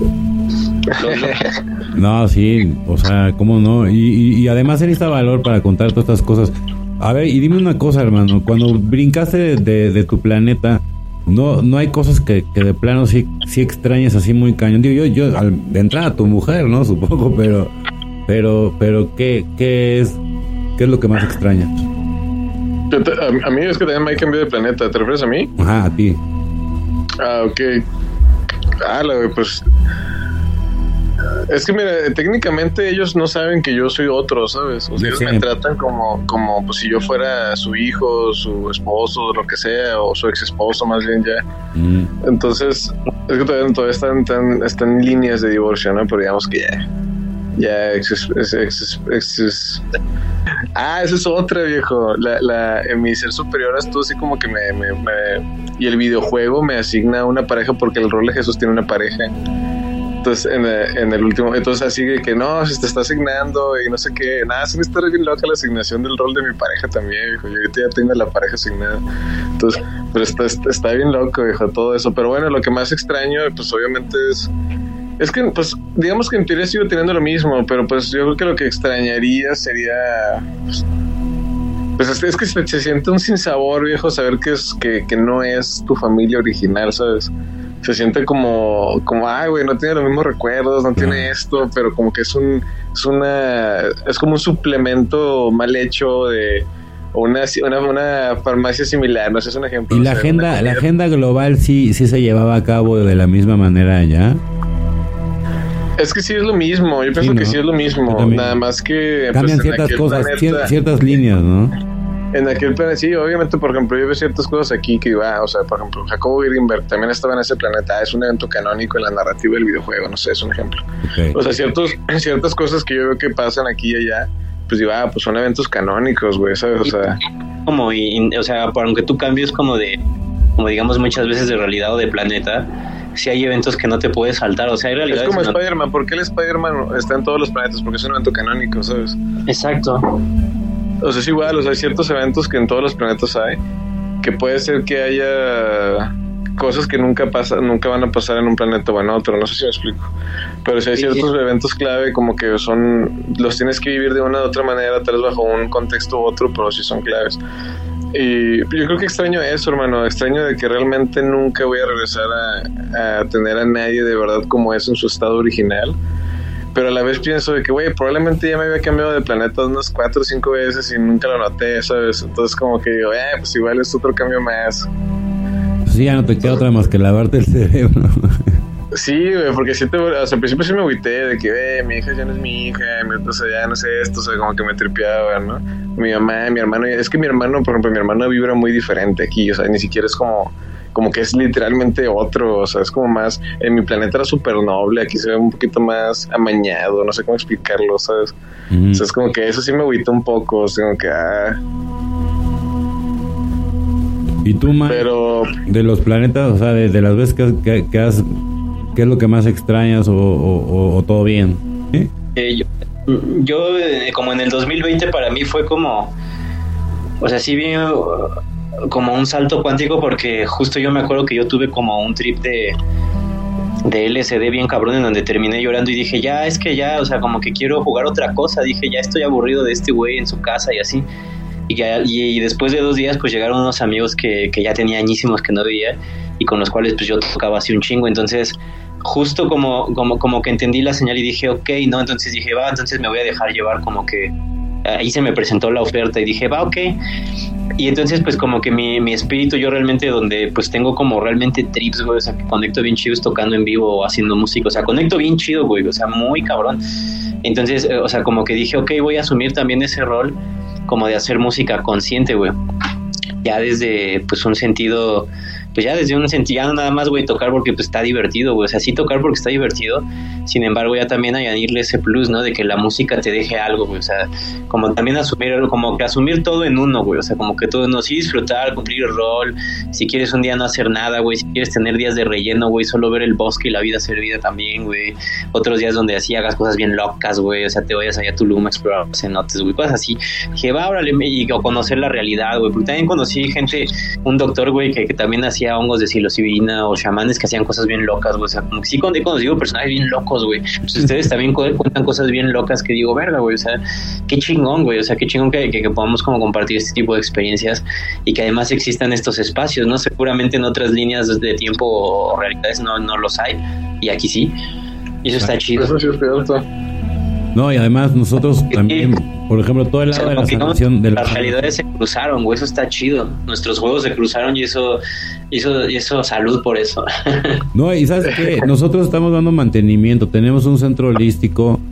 No, sí, o sea, cómo no. Y además se necesita valor para contar todas estas cosas. A ver, y dime una cosa, hermano, cuando brincaste de tu planeta, no hay cosas que de plano sí extrañas así muy cañón. Digo, yo de entrada a tu mujer, ¿no? Supongo, pero ¿qué es lo que más extrañas? A mí es que también me cambiado de planeta. ¿Te refieres a mí? Ajá, a ti. Ah, ok. Pues es que mira, técnicamente ellos no saben que yo soy otro, ¿sabes? O sea, ellos me tratan como pues si yo fuera su hijo, su esposo, lo que sea, o su ex esposo más bien ya. Entonces, es que todavía están en líneas de divorcio, ¿no? Pero digamos que ya esa es otra, viejo. En mi ser superior esto así como que y el videojuego me asigna una pareja, porque el rol de Jesús tiene una pareja. Entonces en el último, entonces así que no, se te está asignando y no sé qué, nada, se me está bien loca la asignación del rol de mi pareja también, viejo. Yo ahorita ya tengo la pareja asignada. Entonces, pero está bien loco, viejo, todo eso. Pero bueno, lo que más extraño, pues obviamente es que, pues, digamos que en teoría sigo teniendo lo mismo, pero pues yo creo que lo que extrañaría sería, pues es que se siente un sinsabor, viejo, saber que no es tu familia original, ¿sabes? Se siente como güey, no tiene los mismos recuerdos, no tiene esto, pero como que es como un suplemento mal hecho de una farmacia similar, no sé, es un ejemplo. ¿Y la agenda global sí se llevaba a cabo de la misma manera allá? Es que sí es lo mismo, yo pienso que sí es lo mismo, nada más que cambian pues, ciertas cosas, ciertas líneas, ¿no? En aquel planeta, sí, obviamente, por ejemplo, yo veo ciertas cosas aquí que o sea, por ejemplo, Jacobo Greenberg también estaba en ese planeta, es un evento canónico en la narrativa del videojuego, no sé, es un ejemplo. Okay. O sea, ciertas cosas que yo veo que pasan aquí y allá, pues pues son eventos canónicos, güey, ¿sabes? O sea, o sea, aunque tú cambies como digamos muchas veces de realidad o de planeta, sí hay eventos que no te puedes saltar, o sea, hay realidades. Es como Spider-Man, ¿por qué el Spider-Man está en todos los planetas? Porque es un evento canónico, ¿sabes? Exacto. O sea, es igual, o sea, hay ciertos eventos que en todos los planetas hay, que puede ser que haya cosas que nunca van a pasar en un planeta o en otro, no sé si me explico, pero si hay ciertos eventos clave como que los tienes que vivir de una u otra manera, tal vez bajo un contexto u otro, pero sí son claves. Y yo creo que extraño eso, hermano, extraño de que realmente nunca voy a regresar a tener a nadie de verdad como es en su estado original, pero a la vez pienso de que, güey, probablemente ya me había cambiado de planeta unas 4 o 5 veces y nunca lo noté, ¿sabes? Entonces como que digo, pues igual es otro cambio más. Sí, ya no te queda otra más que lavarte el cerebro. Sí, güey, porque al principio sí me agüité de que, mi hija ya no es mi hija, o sea, ya no sé esto, o sea, como que me tripeaba, ¿no? Mi mamá, mi hermano, es que mi hermano, por ejemplo, mi hermano vibra muy diferente aquí, o sea, ni siquiera es como que es literalmente otro, o sea, es como más, en mi planeta era súper noble, aquí se ve un poquito más amañado, no sé cómo explicarlo, ¿sabes? O sea, es como que eso sí me agüita un poco, o sea, como que, ¿Y tú, Mike, pero de los planetas, o sea, de las veces que has, qué es lo que más extrañas o todo bien? Yo como en el 2020 para mí fue como, o sea, sí vi como un salto cuántico, porque justo yo me acuerdo que yo tuve como un trip de LSD bien cabrón en donde terminé llorando y dije, ya, es que ya, o sea, como que quiero jugar otra cosa, dije, ya estoy aburrido de este güey en su casa y así. Y después de 2 días pues llegaron unos amigos que ya tenía añísimos que no veía y con los cuales pues yo tocaba así un chingo, entonces justo como que entendí la señal y dije, ok, no, entonces dije, va, entonces me voy a dejar llevar, como que ahí se me presentó la oferta y dije, va, ok. Y entonces pues como que mi espíritu, yo realmente donde pues tengo como realmente trips, güey, o sea, que conecto bien chido tocando en vivo o haciendo música, o sea, conecto bien chido, güey, o sea, muy cabrón. Entonces, o sea, como que dije, ok, voy a asumir también ese rol como de hacer música consciente, güey. Ya desde, pues, un sentido, pues ya desde un sentido, ya no nada más, güey, tocar porque pues está divertido, güey, o sea, sí tocar porque está divertido, sin embargo ya también añadirle ese plus, ¿no? De que la música te deje algo, güey, o sea, como también asumir todo en uno, güey, o sea, como que todo en uno, sí disfrutar, cumplir el rol, si quieres un día no hacer nada, güey, si quieres tener días de relleno, güey, solo ver el bosque y la vida servida también, güey, otros días donde así hagas cosas bien locas, güey, o sea, te vayas allá a Tulum a explorar cenotes, güey, cosas así, dije, va, órale, y conocer la realidad, güey, porque también conocí gente, un doctor, güey, que también hacía hongos de psilocibina o chamanes que hacían cosas bien locas, güey, o sea, como que sí he conocido personajes bien locos, güey, pues ustedes también cuentan cosas bien locas que digo, verga, güey, o sea, qué chingón, güey, o sea, qué chingón que podamos como compartir este tipo de experiencias y que además existan estos espacios, ¿no? Seguramente en otras líneas de tiempo o realidades no los hay, y aquí sí, y eso está chido. Eso sí es cierto. No, y además nosotros también, por ejemplo, todo el lado de la sanación de las realidades se cruzaron, güey, eso está chido. Nuestros juegos se cruzaron y eso salud por eso. No, y sabes que nosotros estamos dando mantenimiento, tenemos un centro holístico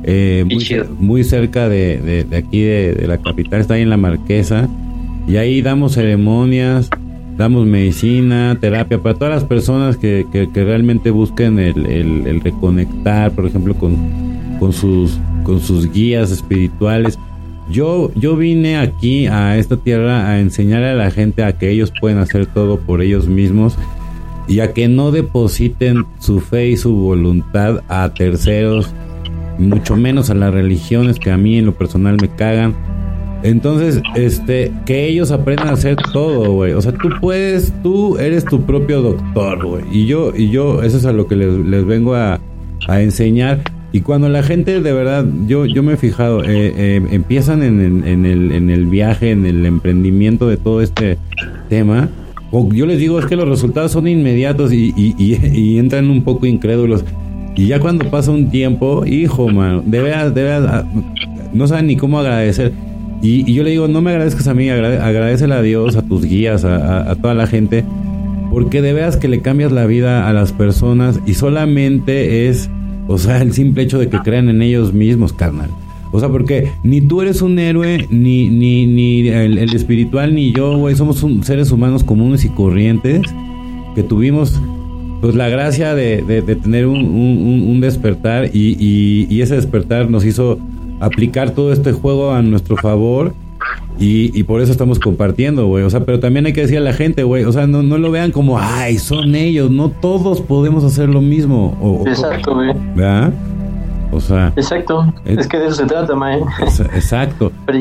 muy cerca de aquí de la capital, está ahí en La Marquesa, y ahí damos ceremonias, damos medicina, terapia para todas las personas que realmente busquen el reconectar, por ejemplo, con sus guías espirituales. Yo vine aquí a esta tierra a enseñarle a la gente a que ellos pueden hacer todo por ellos mismos y a que no depositen su fe y su voluntad a terceros, mucho menos a las religiones que a mí en lo personal me cagan. Entonces, que ellos aprendan a hacer todo, güey. O sea, tú eres tu propio doctor, güey. Y yo, eso es a lo que les vengo a enseñar. Y cuando la gente, de verdad, yo me he fijado, empiezan en el viaje, en el emprendimiento de todo este tema, yo les digo, es que los resultados son inmediatos y entran un poco incrédulos. Y ya cuando pasa un tiempo, hijo, mano, de veras, no saben ni cómo agradecer. Y yo le digo, no me agradezcas a mí, agradécele a Dios, a tus guías, a toda la gente, porque de veras que le cambias la vida a las personas y solamente es... O sea, el simple hecho de que crean en ellos mismos, carnal. O sea, porque ni tú eres un héroe, ni el espiritual, ni yo, güey. Somos seres humanos comunes y corrientes que tuvimos, pues, la gracia de tener un despertar y ese despertar nos hizo aplicar todo este juego a nuestro favor. Y por eso estamos compartiendo, güey. O sea, pero también hay que decirle a la gente, güey, o sea, no lo vean como, ay, son ellos. No todos podemos hacer lo mismo. Exacto, güey. ¿Verdad? O sea... Exacto. Es que de eso se trata, mae. Exacto.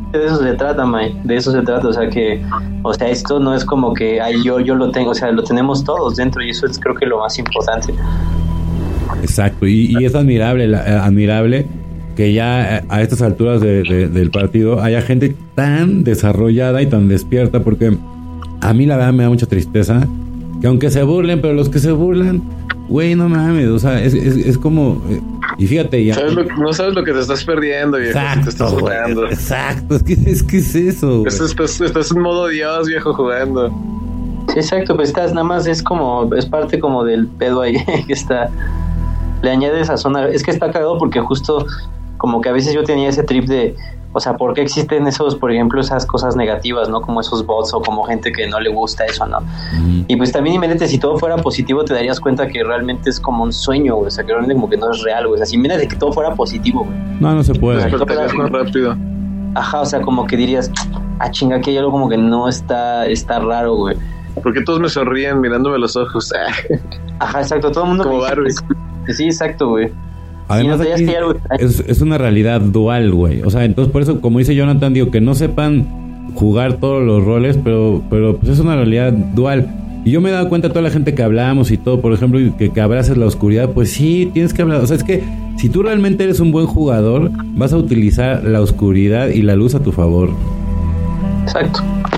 de eso se trata, May, de eso se trata, o sea que, o sea, esto no es como que ay, yo lo tengo, o sea, lo tenemos todos dentro y eso es creo que lo más importante. Exacto, y es admirable que ya a estas alturas del partido haya gente tan desarrollada y tan despierta, porque a mí la verdad me da mucha tristeza que aunque se burlen, pero los que se burlan, güey, no mames, o sea, es como... Y fíjate, ya... No sabes lo que te estás perdiendo, viejo. Exacto, te estás jugando. Exacto, es que es eso. Estás en modo Dios, viejo, jugando. Sí, exacto, pues estás nada más, es parte como del pedo ahí, que está... Le añade esa zona, es que está cagado porque justo como que a veces yo tenía ese trip de... O sea, ¿por qué existen esos, por ejemplo, esas cosas negativas, ¿no? Como esos bots o como gente que no le gusta eso, ¿no? Y pues también, imagínate, si todo fuera positivo, te darías cuenta que realmente es como un sueño, güey. O sea, que realmente como que no es real, güey. O sea, si imagínate que todo fuera positivo, güey. No se puede. O sea, más rápido. Ajá, o sea, como que dirías, chinga, aquí hay algo como que no está raro, güey. Porque todos me sonríen mirándome los ojos. Ajá, exacto, todo el mundo... Como Barbie. Sí, exacto, güey. Además, aquí es una realidad dual, güey. O sea, entonces por eso, como dice Jonathan, digo, que no sepan jugar todos los roles, pero pues es una realidad dual. Y yo me he dado cuenta de toda la gente que hablamos y todo, por ejemplo, que abraces la oscuridad, pues sí, tienes que hablar. O sea, es que si tú realmente eres un buen jugador, vas a utilizar la oscuridad y la luz a tu favor. Exacto.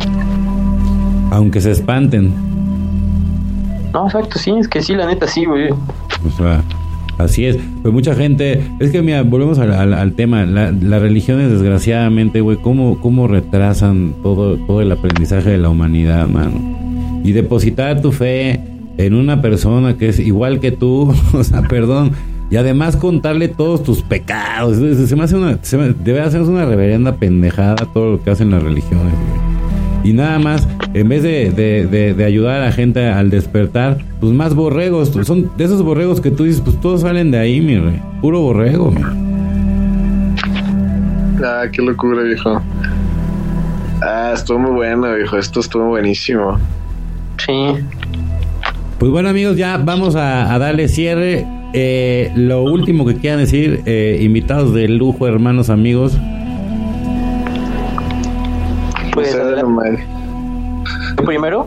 Aunque se espanten. No, exacto, sí, es que sí, la neta sí, güey. O sea... Así es, pues mucha gente, es que mira, volvemos al tema, las religiones desgraciadamente, güey, cómo retrasan todo el aprendizaje de la humanidad, mano. Y depositar tu fe en una persona que es igual que tú, o sea, perdón, y además contarle todos tus pecados, debe hacerse una reverenda pendejada todo lo que hacen las religiones, güey. Y nada más, en vez de ayudar a la gente al despertar, pues más borregos. Son de esos borregos que tú dices, pues todos salen de ahí, mi rey. Puro borrego, mi. Qué locura, viejo. Estuvo muy bueno, viejo. Esto estuvo buenísimo. Sí. Pues bueno, amigos, ya vamos a darle cierre. Lo último que quieran decir, invitados de lujo, hermanos, amigos. Pues ¿tú primero?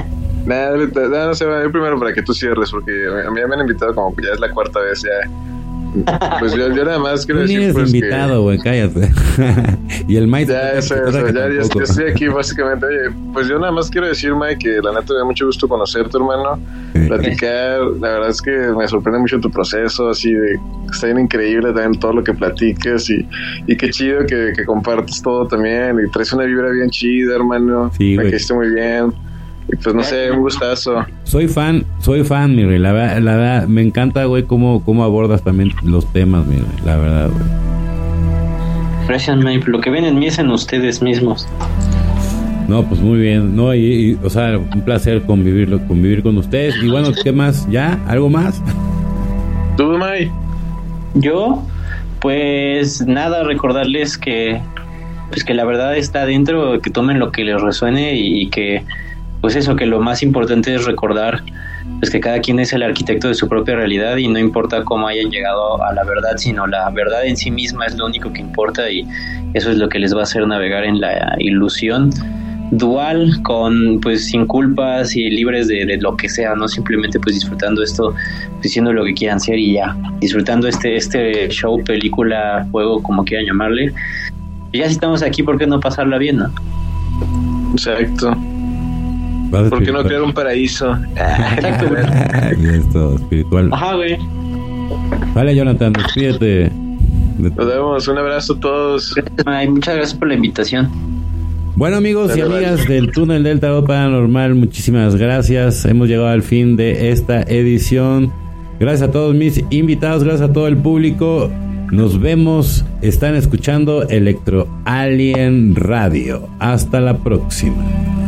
No sé, yo primero para que tú cierres, porque a mí me han invitado como ya es la cuarta vez ya. Pues yo nada más quiero decir, eres pues, invitado, güey, cállate. Y el Mike ya estoy aquí básicamente. Oye, pues yo nada más quiero decir, Mike, que la neta me da mucho gusto conocerte, hermano. Platicar, la verdad es que me sorprende mucho tu proceso, así de está bien increíble también todo lo que platicas y qué chido que compartes todo también y traes una vibra bien chida, hermano. Sí, me caíste muy bien. Y pues no sé, un gustazo. Soy fan, mi rey. La verdad, me encanta, güey, cómo abordas también los temas, mi rey. La verdad, güey. Gracias, May. Lo que ven en mí es en ustedes mismos. No, pues muy bien. No, y o sea, un placer convivir con ustedes. Y bueno, ¿qué más? ¿Ya? ¿Algo más? ¿Tú, May? Yo, pues nada, recordarles que pues que la verdad está adentro, que tomen lo que les resuene y que pues eso, que lo más importante es recordar pues que cada quien es el arquitecto de su propia realidad y no importa cómo hayan llegado a la verdad, sino la verdad en sí misma es lo único que importa y eso es lo que les va a hacer navegar en la ilusión dual, con pues sin culpas y libres de lo que sea, no simplemente pues disfrutando esto, diciendo lo que quieran ser y ya, disfrutando este show, película, juego, como quieran llamarle. Y ya si estamos aquí, ¿por qué no pasarla bien, no? Exacto. ¿Por qué no crear un paraíso? Exacto, güey. Y esto, espiritual. Ajá, güey. Vale, Jonathan, despídete. Nos vemos, un abrazo a todos. Ay, muchas gracias por la invitación. Bueno, amigos y amigas del Túnel del Tarot Paranormal, muchísimas gracias. Hemos llegado al fin de esta edición. Gracias a todos mis invitados, gracias a todo el público. Nos vemos. Están escuchando Electro Alien Radio. Hasta la próxima.